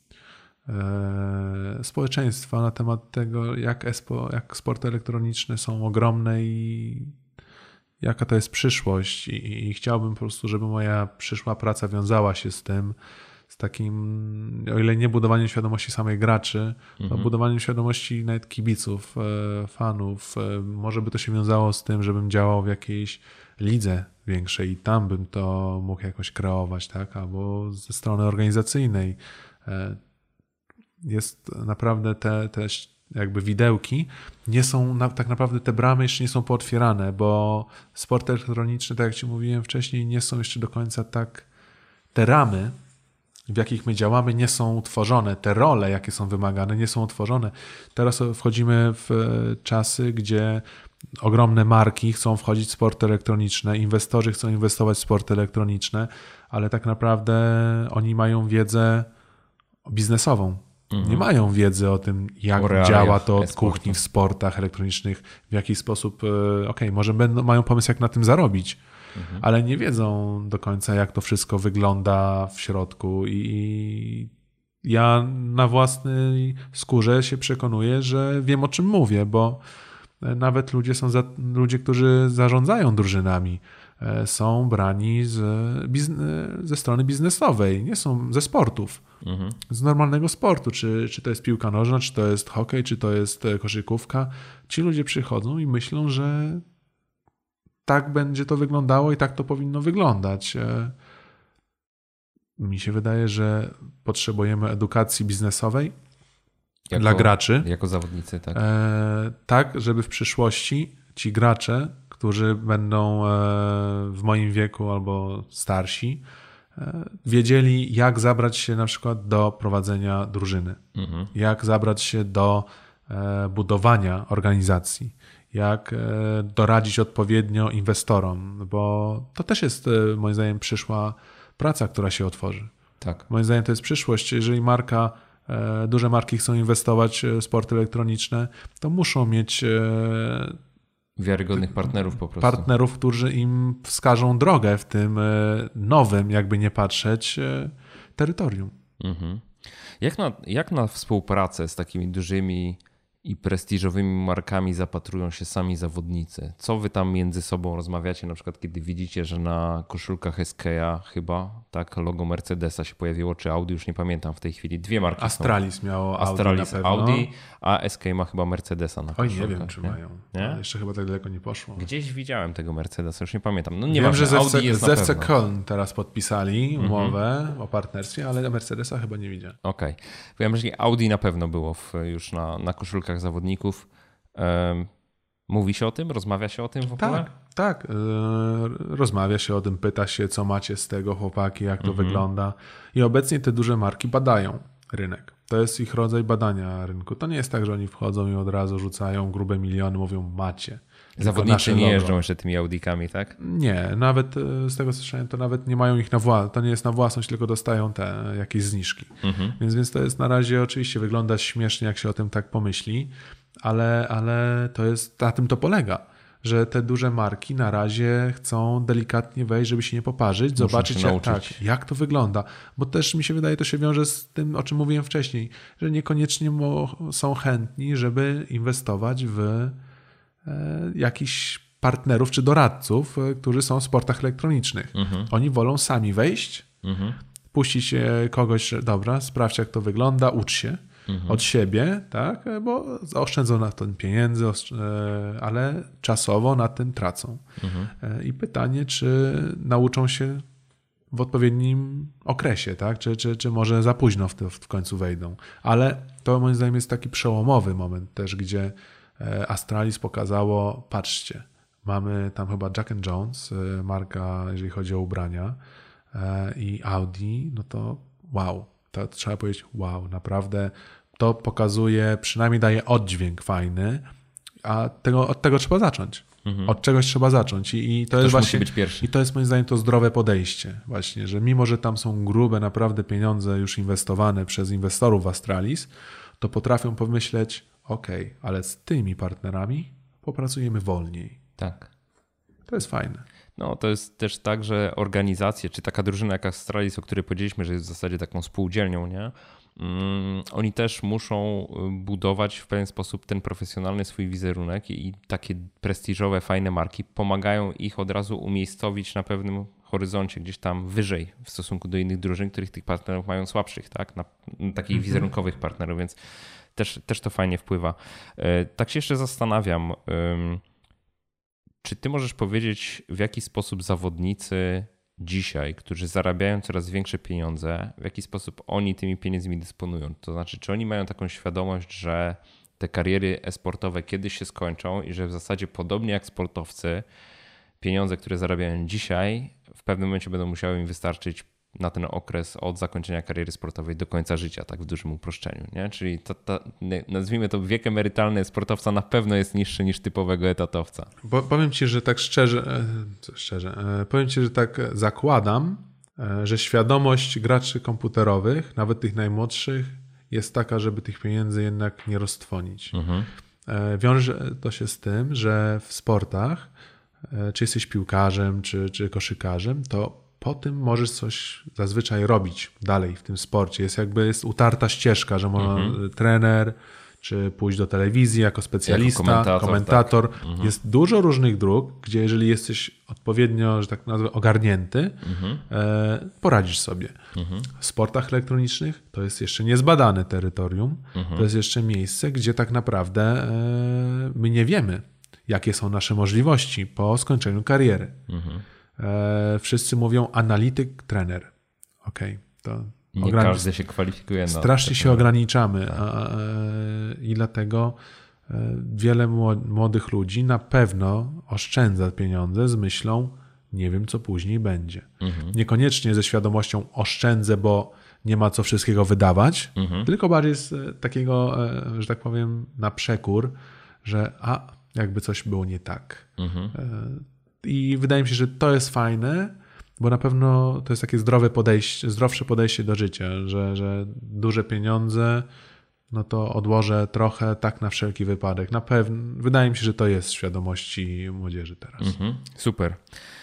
e, społeczeństwa na temat tego, jak, espo, jak sporty elektroniczne są ogromne i jaka to jest przyszłość. I, I chciałbym po prostu, żeby moja przyszła praca wiązała się z tym, z takim, o ile nie budowaniem świadomości samych graczy, mhm. to budowaniem świadomości nawet kibiców, e, fanów. E, może by to się wiązało z tym, żebym działał w jakiejś lidze większej i tam bym to mógł jakoś kreować, tak? Albo ze strony organizacyjnej. E, jest naprawdę te, te jakby widełki nie są, na, tak naprawdę te bramy jeszcze nie są pootwierane, bo sport elektroniczny, tak jak ci mówiłem wcześniej, nie są jeszcze do końca tak, te ramy w jakich my działamy, nie są utworzone. Te role, jakie są wymagane, nie są utworzone. Teraz wchodzimy w czasy, gdzie ogromne marki chcą wchodzić w sporty elektroniczne, inwestorzy chcą inwestować w sporty elektroniczne, ale tak naprawdę oni mają wiedzę biznesową. Mhm. Nie mają wiedzy o tym, jak o działa to od kuchni w sportach elektronicznych, w jaki sposób, okej, okay, może będą, mają pomysł, jak na tym zarobić, mhm. ale nie wiedzą do końca, jak to wszystko wygląda w środku i ja na własnej skórze się przekonuję, że wiem, o czym mówię, bo nawet ludzie są za, ludzie, którzy zarządzają drużynami, są brani z bizne, ze strony biznesowej, nie są ze sportów, mhm. z normalnego sportu, czy, czy to jest piłka nożna, czy to jest hokej, czy to jest koszykówka. Ci ludzie przychodzą i myślą, że tak będzie to wyglądało i tak to powinno wyglądać. Mi się wydaje, że potrzebujemy edukacji biznesowej jako, dla graczy. Jako zawodnicy, tak. E, tak, żeby w przyszłości ci gracze, którzy będą w moim wieku albo starsi, wiedzieli, jak zabrać się na przykład do prowadzenia drużyny, mhm. jak zabrać się do budowania organizacji, jak doradzić odpowiednio inwestorom, bo to też jest moim zdaniem przyszła praca, która się otworzy. Tak. Moim zdaniem to jest przyszłość. Jeżeli marka, duże marki chcą inwestować w sporty elektroniczne, to muszą mieć wiarygodnych partnerów po prostu. Partnerów, którzy im wskażą drogę w tym nowym, jakby nie patrzeć, terytorium. Mhm. Jak na, jak na współpracę z takimi dużymi i prestiżowymi markami zapatrują się sami zawodnicy? Co wy tam między sobą rozmawiacie, na przykład kiedy widzicie, że na koszulkach S K a chyba tak logo Mercedesa się pojawiło, czy Audi, już nie pamiętam w tej chwili. Dwie marki Astralis są. miało Astralis, Audi na pewno. Audi, a S K ma chyba Mercedesa na koszulkach. Oj, nie wiem, czy nie? mają. Nie? Jeszcze chyba tak daleko nie poszło. Gdzieś widziałem tego Mercedesa, już nie pamiętam. No nie wiem, ważne, że Audi jest z F C Köln teraz podpisali umowę mhm. o partnerstwie, ale Mercedesa chyba nie widziałem. Okej. Okay. Wiem, że Audi na pewno było w, już na, na koszulkach zawodników. Um, mówi się o tym? Rozmawia się o tym w ogóle? Tak, tak. Rozmawia się o tym, pyta się, co macie z tego, chłopaki, jak to mhm. wygląda. I obecnie te duże marki badają rynek. To jest ich rodzaj badania rynku. To nie jest tak, że oni wchodzą i od razu rzucają grube miliony, mówią macie. Zawodnicy nie jeżdżą jeszcze tymi Audikami, tak? Nie, nawet z tego co słyszałem, to nawet nie mają ich na własność. To nie jest na własność, tylko dostają te jakieś zniżki. Mhm. Więc, więc to jest na razie, oczywiście wygląda śmiesznie, jak się o tym tak pomyśli, ale, ale to jest, na tym to polega, że te duże marki na razie chcą delikatnie wejść, żeby się nie poparzyć, Muszą zobaczyć jak, tak, jak to wygląda. Bo też mi się wydaje, to się wiąże z tym, o czym mówiłem wcześniej, że niekoniecznie są chętni, żeby inwestować w e, jakichś partnerów czy doradców, którzy są w sportach elektronicznych. Mhm. Oni wolą sami wejść, mhm. puścić kogoś, dobra, sprawdź jak to wygląda, ucz się. Mhm. od siebie, tak, bo oszczędzą na tym pieniędzy, ale czasowo na tym tracą. Mhm. I pytanie, czy nauczą się w odpowiednim okresie, tak, czy, czy, czy może za późno w to w końcu wejdą. Ale to moim zdaniem jest taki przełomowy moment też, gdzie Astralis pokazało, patrzcie, mamy tam chyba Jack and Jones, marka, jeżeli chodzi o ubrania, i Audi, no to wow. To trzeba powiedzieć, wow, naprawdę to pokazuje, przynajmniej daje oddźwięk fajny, a tego, od tego trzeba zacząć. Mhm. Od czegoś trzeba zacząć. I, i to Ktoś jest musi właśnie, być pierwszy. I to jest moim zdaniem to zdrowe podejście właśnie, że mimo, że tam są grube naprawdę pieniądze już inwestowane przez inwestorów w Astralis, to potrafią pomyśleć, okej, okay, ale z tymi partnerami popracujemy wolniej. Tak. To jest fajne. No, to jest też tak, że organizacje, czy taka drużyna jak Astralis, o której powiedzieliśmy, że jest w zasadzie taką spółdzielnią, nie? Mm, oni też muszą budować w pewien sposób ten profesjonalny swój wizerunek i takie prestiżowe, fajne marki pomagają ich od razu umiejscowić na pewnym horyzoncie, gdzieś tam wyżej w stosunku do innych drużyn, których tych partnerów mają słabszych, tak? Na, na takich mhm. wizerunkowych partnerów, więc też, też to fajnie wpływa. Tak się jeszcze zastanawiam, czy ty możesz powiedzieć, w jaki sposób zawodnicy dzisiaj, którzy zarabiają coraz większe pieniądze, w jaki sposób oni tymi pieniędzmi dysponują? To znaczy, czy oni mają taką świadomość, że te kariery e-sportowe kiedyś się skończą i że w zasadzie podobnie jak sportowcy, pieniądze, które zarabiają dzisiaj, w pewnym momencie będą musiały im wystarczyć na ten okres od zakończenia kariery sportowej do końca życia, tak w dużym uproszczeniu, nie? Czyli ta, ta, nazwijmy to wiek emerytalny sportowca na pewno jest niższy niż typowego etatowca. Bo, powiem ci, że tak szczerze, szczerze, powiem ci, że tak zakładam, że świadomość graczy komputerowych, nawet tych najmłodszych, jest taka, żeby tych pieniędzy jednak nie roztrwonić. Mhm. Wiąże to się z tym, że w sportach, czy jesteś piłkarzem, czy, czy koszykarzem, to po tym możesz coś zazwyczaj robić dalej w tym sporcie. Jest jakby jest utarta ścieżka, że można mhm. trener, czy pójść do telewizji jako specjalista, jako komentator. komentator. Tak. Mhm. Jest dużo różnych dróg, gdzie jeżeli jesteś odpowiednio, że tak nazwę, ogarnięty, mhm. e, poradzisz sobie. Mhm. W sportach elektronicznych to jest jeszcze niezbadane terytorium. Mhm. To jest jeszcze miejsce, gdzie tak naprawdę e, my nie wiemy, jakie są nasze możliwości po skończeniu kariery. Mhm. E, wszyscy mówią analityk, trener. Okej, okay, to nie ogranic- każdy się kwalifikuje. Strasznie się ograniczamy tak. a, e, i dlatego e, wiele młodych ludzi na pewno oszczędza pieniądze z myślą, nie wiem co później będzie. Mhm. Niekoniecznie ze świadomością oszczędzę, bo nie ma co wszystkiego wydawać, mhm. tylko bardziej z takiego, e, że tak powiem, na przekór, że a jakby coś było nie tak. Mhm. E, I wydaje mi się, że to jest fajne, bo na pewno to jest takie zdrowe podejście, zdrowsze podejście do życia, że, że duże pieniądze, no to odłożę trochę tak na wszelki wypadek. Na pewno, wydaje mi się, że to jest w świadomości młodzieży teraz. Mhm, super.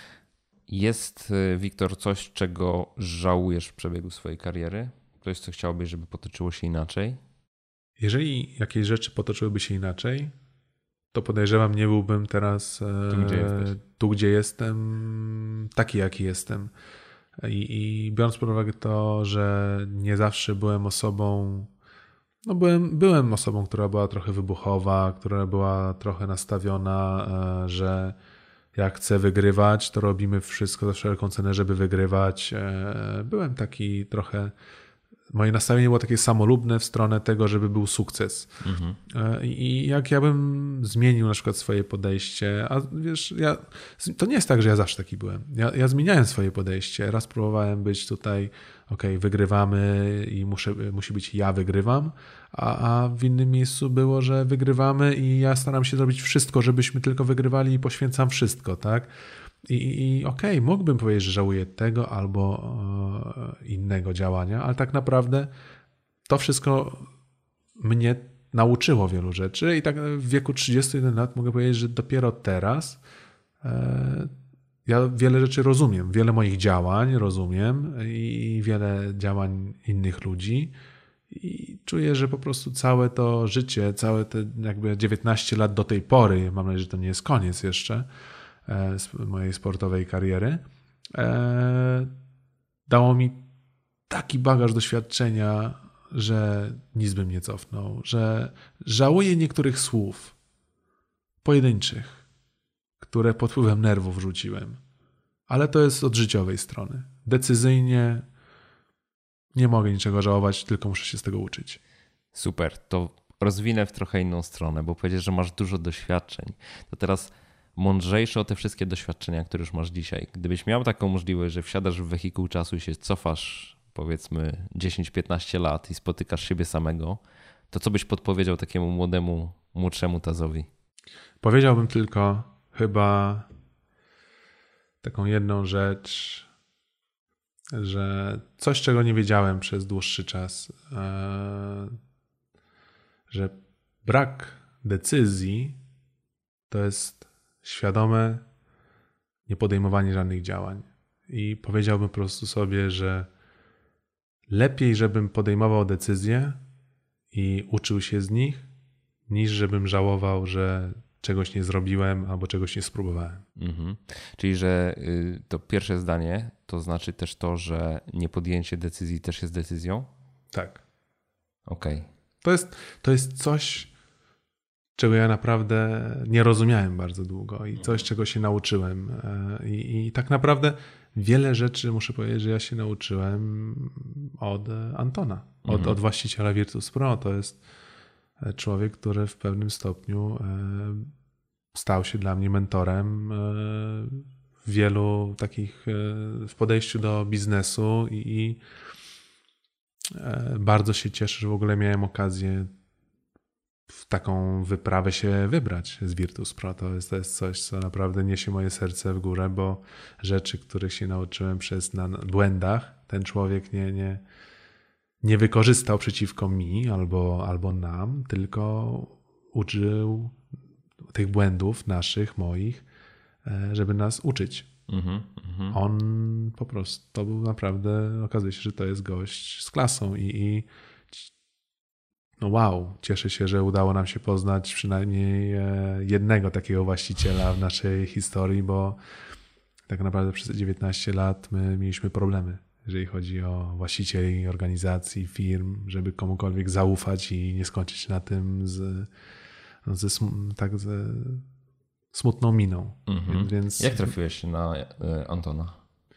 Jest, Wiktor, coś, czego żałujesz w przebiegu swojej kariery? Coś, co chciałbyś, żeby potoczyło się inaczej? Jeżeli jakieś rzeczy potoczyłyby się inaczej, to podejrzewam, nie byłbym teraz tu, gdzie, tu, gdzie jestem, taki, jaki jestem. I, I biorąc pod uwagę to, że nie zawsze byłem osobą, no byłem, byłem osobą, która była trochę wybuchowa, która była trochę nastawiona, że jak chcę wygrywać, to robimy wszystko za wszelką cenę, żeby wygrywać. Byłem taki trochę... Moje nastawienie było takie samolubne w stronę tego, żeby był sukces. Mhm. I jak ja bym zmienił na przykład swoje podejście, a wiesz, ja, to nie jest tak, że ja zawsze taki byłem. Ja, ja zmieniałem swoje podejście. Raz próbowałem być tutaj, okej, okay, wygrywamy i muszę, musi być ja wygrywam, a, a w innym miejscu było, że wygrywamy i ja staram się zrobić wszystko, żebyśmy tylko wygrywali i poświęcam wszystko, tak? I, i okej, okay, mógłbym powiedzieć, że żałuję tego albo e, innego działania, ale tak naprawdę to wszystko mnie nauczyło wielu rzeczy i tak w wieku trzydziestu jeden lat mogę powiedzieć, że dopiero teraz e, ja wiele rzeczy rozumiem, wiele moich działań rozumiem i wiele działań innych ludzi i czuję, że po prostu całe to życie, całe te jakby dziewiętnaście lat do tej pory, mam nadzieję, że to nie jest koniec jeszcze, z mojej sportowej kariery, dało mi taki bagaż doświadczenia, że nic bym nie cofnął, że żałuję niektórych słów pojedynczych, które pod wpływem nerwów rzuciłem, ale to jest od życiowej strony. Decyzyjnie nie mogę niczego żałować, tylko muszę się z tego uczyć. Super, to rozwinę w trochę inną stronę, bo powiedziesz, że masz dużo doświadczeń. To teraz mądrzejszy o te wszystkie doświadczenia, które już masz dzisiaj. Gdybyś miał taką możliwość, że wsiadasz w wehikuł czasu i się cofasz powiedzmy dziesięć piętnaście lat i spotykasz siebie samego, to co byś podpowiedział takiemu młodemu, młodszemu Tazowi? Powiedziałbym tylko chyba taką jedną rzecz, że coś, czego nie wiedziałem przez dłuższy czas, że brak decyzji to jest świadome niepodejmowanie żadnych działań. I powiedziałbym po prostu sobie, że lepiej, żebym podejmował decyzje i uczył się z nich, niż żebym żałował, że czegoś nie zrobiłem albo czegoś nie spróbowałem. Mhm. Czyli, że to pierwsze zdanie to znaczy też to, że niepodjęcie decyzji też jest decyzją? Tak. Okej. Okay. To jest, to jest coś, czego ja naprawdę nie rozumiałem bardzo długo i coś, czego się nauczyłem. I, i tak naprawdę wiele rzeczy, muszę powiedzieć, że ja się nauczyłem od Antona, od, mhm. od właściciela Virtus Pro. To jest człowiek, który w pewnym stopniu stał się dla mnie mentorem w wielu takich, w podejściu do biznesu i bardzo się cieszę, że w ogóle miałem okazję w taką wyprawę się wybrać z Virtus Pro. To jest, to jest coś, co naprawdę niesie moje serce w górę, bo rzeczy, których się nauczyłem przez na błędach, ten człowiek nie, nie, nie wykorzystał przeciwko mi albo, albo nam, tylko uczył tych błędów naszych, moich, żeby nas uczyć. Mm-hmm, mm-hmm. On po prostu, to był naprawdę, okazuje się, że to jest gość z klasą i, i no wow, cieszę się, że udało nam się poznać przynajmniej jednego takiego właściciela w naszej historii, bo tak naprawdę przez dziewiętnaście lat my mieliśmy problemy, jeżeli chodzi o właścicieli organizacji, firm, żeby komukolwiek zaufać i nie skończyć na tym z, ze, tak ze smutną miną. Mhm. Więc... Jak trafiłeś na Antona?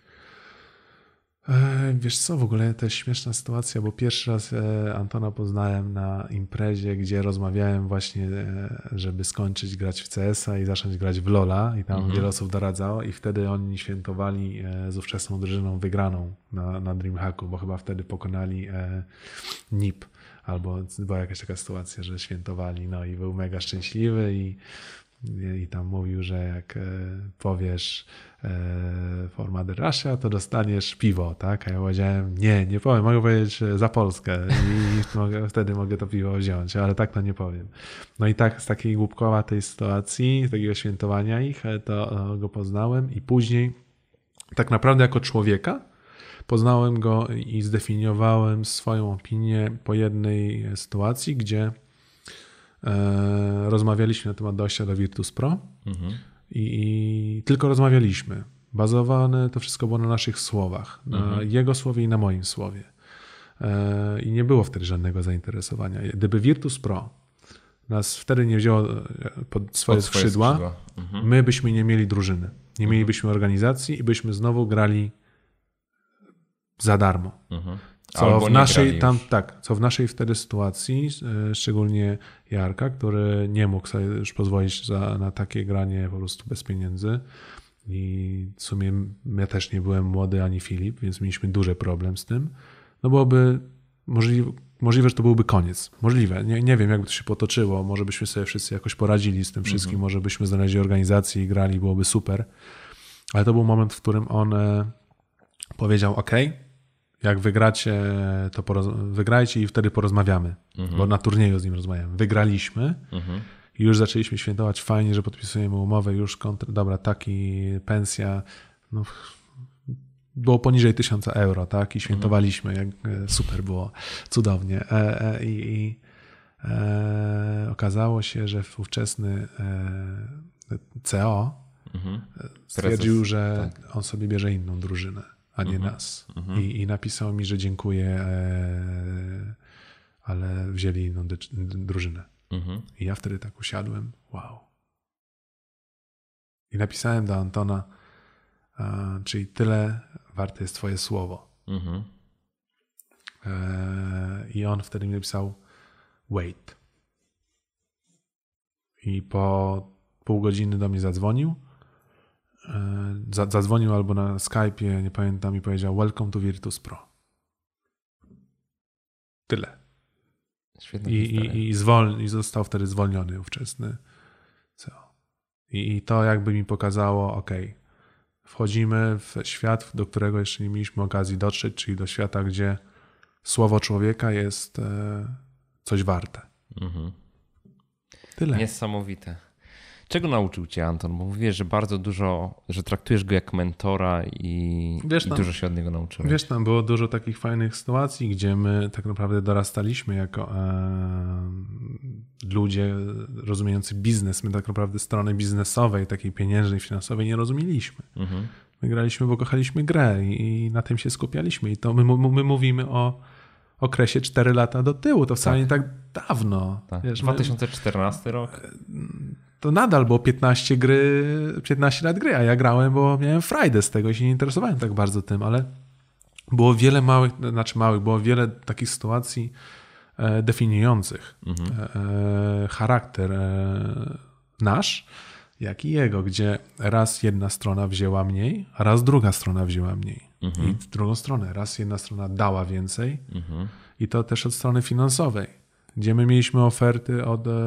Wiesz co, w ogóle to jest śmieszna sytuacja, bo pierwszy raz Antona poznałem na imprezie, gdzie rozmawiałem właśnie, żeby skończyć grać w C S a i zacząć grać w LoLa i tam mhm. wiele osób doradzało i wtedy oni świętowali z ówczesną drużyną wygraną na, na DreamHacku, bo chyba wtedy pokonali N I P albo była jakaś taka sytuacja, że świętowali, no i był mega szczęśliwy i I tam mówił, że jak powiesz For Mother Russia, to dostaniesz piwo, tak? A ja powiedziałem, nie, nie powiem, mogę powiedzieć za Polskę i mogę, wtedy mogę to piwo wziąć, ale tak to nie powiem. No i tak z takiej głupkowatej sytuacji, z takiego świętowania ich, to go poznałem i później tak naprawdę jako człowieka poznałem go i zdefiniowałem swoją opinię po jednej sytuacji, gdzie rozmawialiśmy na temat dojścia do Virtus Pro mhm. i, i tylko rozmawialiśmy. Bazowane to wszystko było na naszych słowach, na mhm. jego słowie i na moim słowie. I nie było wtedy żadnego zainteresowania. Gdyby Virtus Pro nas wtedy nie wzięło pod swoje, pod swoje skrzydła, skrzydła. Mhm. my byśmy nie mieli drużyny, nie mielibyśmy organizacji i byśmy znowu grali za darmo. Mhm. Co w, naszej, tam, tak, co w naszej wtedy sytuacji, szczególnie Jarka, który nie mógł sobie już pozwolić za, na takie granie po prostu bez pieniędzy i w sumie ja też nie byłem młody ani Filip, więc mieliśmy duży problem z tym, no byłoby możliwe, możliwe że to byłby koniec. Możliwe. Nie, nie wiem, jakby to się potoczyło. Może byśmy sobie wszyscy jakoś poradzili z tym wszystkim, mhm. może byśmy znaleźli organizację i grali, byłoby super. Ale to był moment, w którym on powiedział, ok, jak wygracie, to poroz- wygrajcie i wtedy porozmawiamy, mhm. bo na turnieju z nim rozmawiamy. Wygraliśmy mhm. i już zaczęliśmy świętować, fajnie, że podpisujemy umowę, już kontr- dobra, taki pensja, no, było poniżej tysiąca euro, tak? I świętowaliśmy, jak super było, cudownie. E, e, I e, okazało się, że ówczesny e, C O mhm. stwierdził, Prezes, że tak. on sobie bierze inną drużynę, a nie mhm. nas. Mhm. I, I napisał mi, że dziękuję, e, ale wzięli inną dy- drużynę. Mhm. I ja wtedy tak usiadłem, wow. I napisałem do Antona, a, czyli tyle warte jest twoje słowo. Mhm. E, I on wtedy mi napisał wait. I po pół godziny do mnie zadzwonił. E, zadzwonił albo na Skype'ie, nie pamiętam, i powiedział welcome to Virtus Pro. Tyle. Świetna I, i, i, zwol, I został wtedy zwolniony ówczesny C O. I, I to jakby mi pokazało, ok, wchodzimy w świat, do którego jeszcze nie mieliśmy okazji dotrzeć, czyli do świata, gdzie słowo człowieka jest e, coś warte. Mhm. Tyle. Niesamowite. Czego nauczył cię Anton? Bo mówisz, że bardzo dużo, że traktujesz go jak mentora i, wiesz, tam, i dużo się od niego nauczyłeś. Wiesz, tam było dużo takich fajnych sytuacji, gdzie my tak naprawdę dorastaliśmy jako e, ludzie rozumiejący biznes. My tak naprawdę strony biznesowej, takiej pieniężnej, finansowej nie rozumieliśmy. Mhm. My graliśmy, bo kochaliśmy grę i, i na tym się skupialiśmy. I to my, my mówimy o okresie cztery lata do tyłu. To wcale tak. nie tak dawno. Tak. Wiesz, dwa tysiące czternasty my, rok. To nadal było piętnaście gry, piętnaście lat gry, a ja grałem, bo miałem frajdę z tego i się nie interesowałem tak bardzo tym, ale było wiele małych, znaczy małych, było wiele takich sytuacji e, definiujących mhm. e, charakter e, nasz jak i jego, gdzie raz jedna strona wzięła mniej, a raz druga strona wzięła mniej. Mhm. I w drugą stronę, raz jedna strona dała więcej mhm. i to też od strony finansowej, gdzie my mieliśmy oferty od e,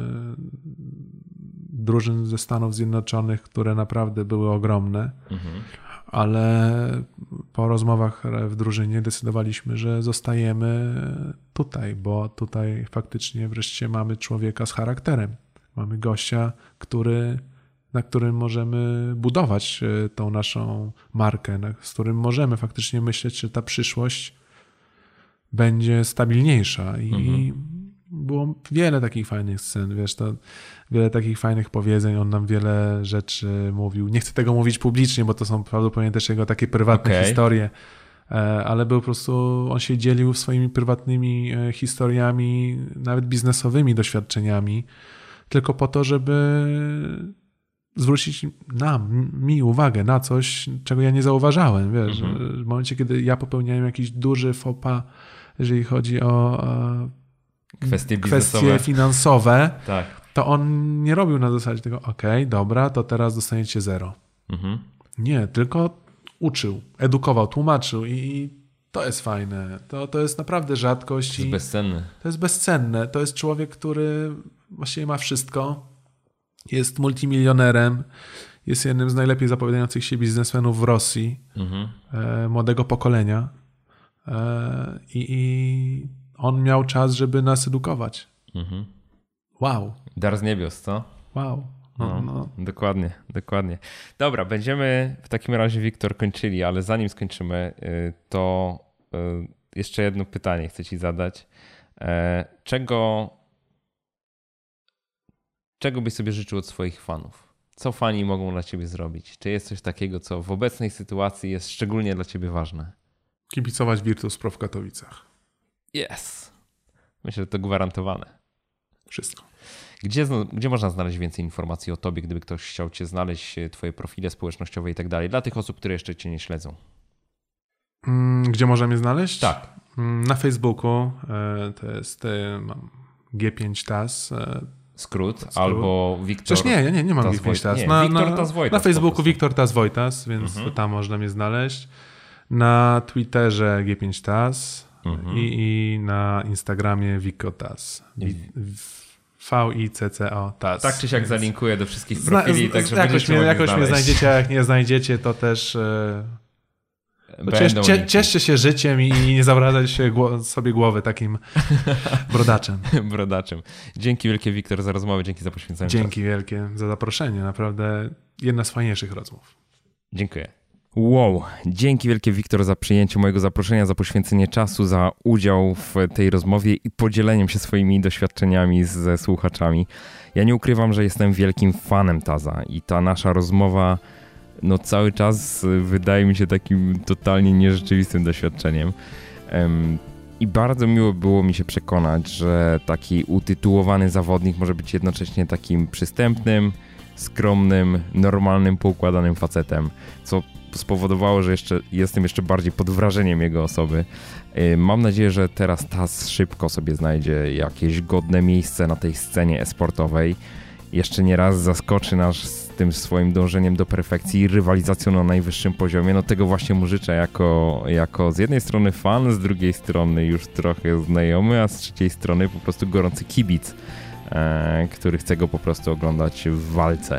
drużyn ze Stanów Zjednoczonych, które naprawdę były ogromne, mhm. ale po rozmowach w drużynie decydowaliśmy, że zostajemy tutaj, bo tutaj faktycznie wreszcie mamy człowieka z charakterem. Mamy gościa, który, na którym możemy budować tą naszą markę, z którym możemy faktycznie myśleć, że ta przyszłość będzie stabilniejsza. I mhm. było wiele takich fajnych scen, wiesz, to wiele takich fajnych powiedzeń, on nam wiele rzeczy mówił. Nie chcę tego mówić publicznie, bo to są prawdopodobnie też jego takie prywatne okay. historie, ale był po prostu, on się dzielił swoimi prywatnymi historiami, nawet biznesowymi doświadczeniami, tylko po to, żeby zwrócić nam, mi uwagę na coś, czego ja nie zauważałem. Wiesz, mhm. w momencie, kiedy ja popełniałem jakiś duży faux pas, jeżeli chodzi o kwestie, kwestie finansowe, tak. to on nie robił na zasadzie tego, okej, okay, dobra, to teraz dostaniecie zero. Mhm. Nie, tylko uczył, edukował, tłumaczył i to jest fajne. To, to jest naprawdę rzadkość. To jest bezcenne. To jest bezcenne. To jest człowiek, który właściwie ma wszystko. Jest multimilionerem. Jest jednym z najlepiej zapowiadających się biznesmenów w Rosji. Mhm. E, młodego pokolenia. E, i, I on miał czas, żeby nas edukować. Mhm. Wow. Dar z niebios, co? Wow. No, no, no. Dokładnie, dokładnie. Dobra, będziemy w takim razie, Wiktor, kończyli, ale zanim skończymy, to jeszcze jedno pytanie chcę ci zadać. Czego, czego byś sobie życzył od swoich fanów? Co fani mogą dla ciebie zrobić? Czy jest coś takiego, co w obecnej sytuacji jest szczególnie dla ciebie ważne? Kibicować Virtus.pro w Katowicach. Yes. Myślę, że to gwarantowane. Wszystko. Gdzie, gdzie można znaleźć więcej informacji o tobie, gdyby ktoś chciał cię znaleźć, twoje profile społecznościowe i tak dalej, dla tych osób, które jeszcze cię nie śledzą? Gdzie można mnie znaleźć? Tak. Na Facebooku to jest mam G pięć T A S. Skrót, Skrót. Albo Wiktor. Przecież nie, nie, nie mam G pięć T A S. Nie, na, Wiktor na, T A S Wojtas. Na Facebooku Wiktor T A S Wojtas, więc mhm. tam można mnie znaleźć. Na Twitterze G pięć T A S mhm. i, i na Instagramie Wiko T A S. V I C C O T A S. Tak czy siak zalinkuję do wszystkich profili, tak żeby jakoś, mnie, jakoś mnie znajdziecie, a jak nie znajdziecie, to też to ciesz, cie, cieszcie się życiem i nie zawracać się gło- sobie głowy takim brodaczem. brodaczem. Dzięki wielkie, Wiktor, za rozmowę, dzięki za poświęcenie Dzięki czasu. wielkie za zaproszenie, naprawdę jedna z fajniejszych rozmów. Dziękuję. Wow, dzięki wielkie, Wiktor, za przyjęcie mojego zaproszenia, za poświęcenie czasu, za udział w tej rozmowie i podzieleniem się swoimi doświadczeniami ze słuchaczami. Ja nie ukrywam, że jestem wielkim fanem Taza i ta nasza rozmowa no cały czas wydaje mi się takim totalnie nierzeczywistym doświadczeniem. Um, I bardzo miło było mi się przekonać, że taki utytułowany zawodnik może być jednocześnie takim przystępnym, skromnym, normalnym, poukładanym facetem, co spowodowało, że jeszcze, jestem jeszcze bardziej pod wrażeniem jego osoby. Mam nadzieję, że teraz Taz szybko sobie znajdzie jakieś godne miejsce na tej scenie e-sportowej. Jeszcze nie raz zaskoczy nas z tym swoim dążeniem do perfekcji i rywalizacją na najwyższym poziomie. No tego właśnie mu życzę jako, jako z jednej strony fan, z drugiej strony już trochę znajomy, a z trzeciej strony po prostu gorący kibic, e, który chce go po prostu oglądać w walce.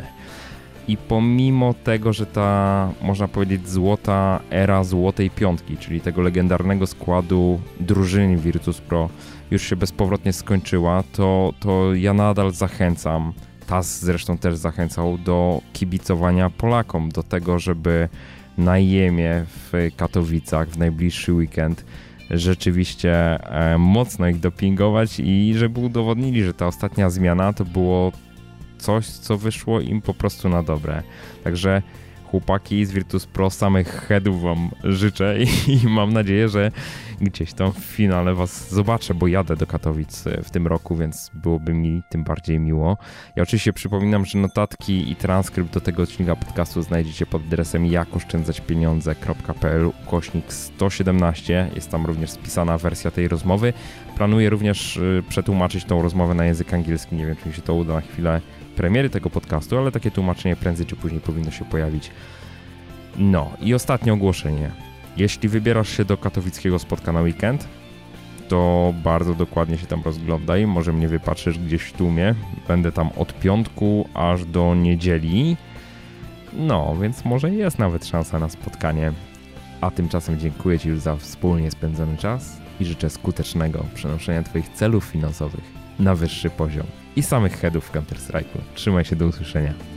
I pomimo tego, że ta, można powiedzieć, złota era złotej piątki, czyli tego legendarnego składu drużyny Virtus.pro już się bezpowrotnie skończyła, to, to ja nadal zachęcam, Taz zresztą też zachęcał do kibicowania Polakom, do tego, żeby na Jemie w Katowicach w najbliższy weekend rzeczywiście e, mocno ich dopingować i żeby udowodnili, że ta ostatnia zmiana to było coś, co wyszło im po prostu na dobre. Także chłopaki z Virtus.pro, samych headów wam życzę i, i mam nadzieję, że gdzieś tam w finale was zobaczę, bo jadę do Katowic w tym roku, więc byłoby mi tym bardziej miło. Ja oczywiście przypominam, że notatki i transkrypt do tego odcinka podcastu znajdziecie pod adresem jakoszczędzaćpieniądze kropka p l ukośnik sto siedemnaście. Jest tam również spisana wersja tej rozmowy. Planuję również przetłumaczyć tą rozmowę na język angielski. Nie wiem, czy mi się to uda na chwilę premiery tego podcastu, ale takie tłumaczenie prędzej czy później powinno się pojawić. No i ostatnie ogłoszenie. Jeśli wybierasz się do katowickiego spotka na weekend, to bardzo dokładnie się tam rozglądaj. Może mnie wypatrzysz gdzieś w tłumie. Będę tam od piątku aż do niedzieli. No, więc może jest nawet szansa na spotkanie. A tymczasem dziękuję Ci już za wspólnie spędzony czas i życzę skutecznego przenoszenia Twoich celów finansowych na wyższy poziom i samych headów w Counter-Strike'u. Trzymaj się, do usłyszenia.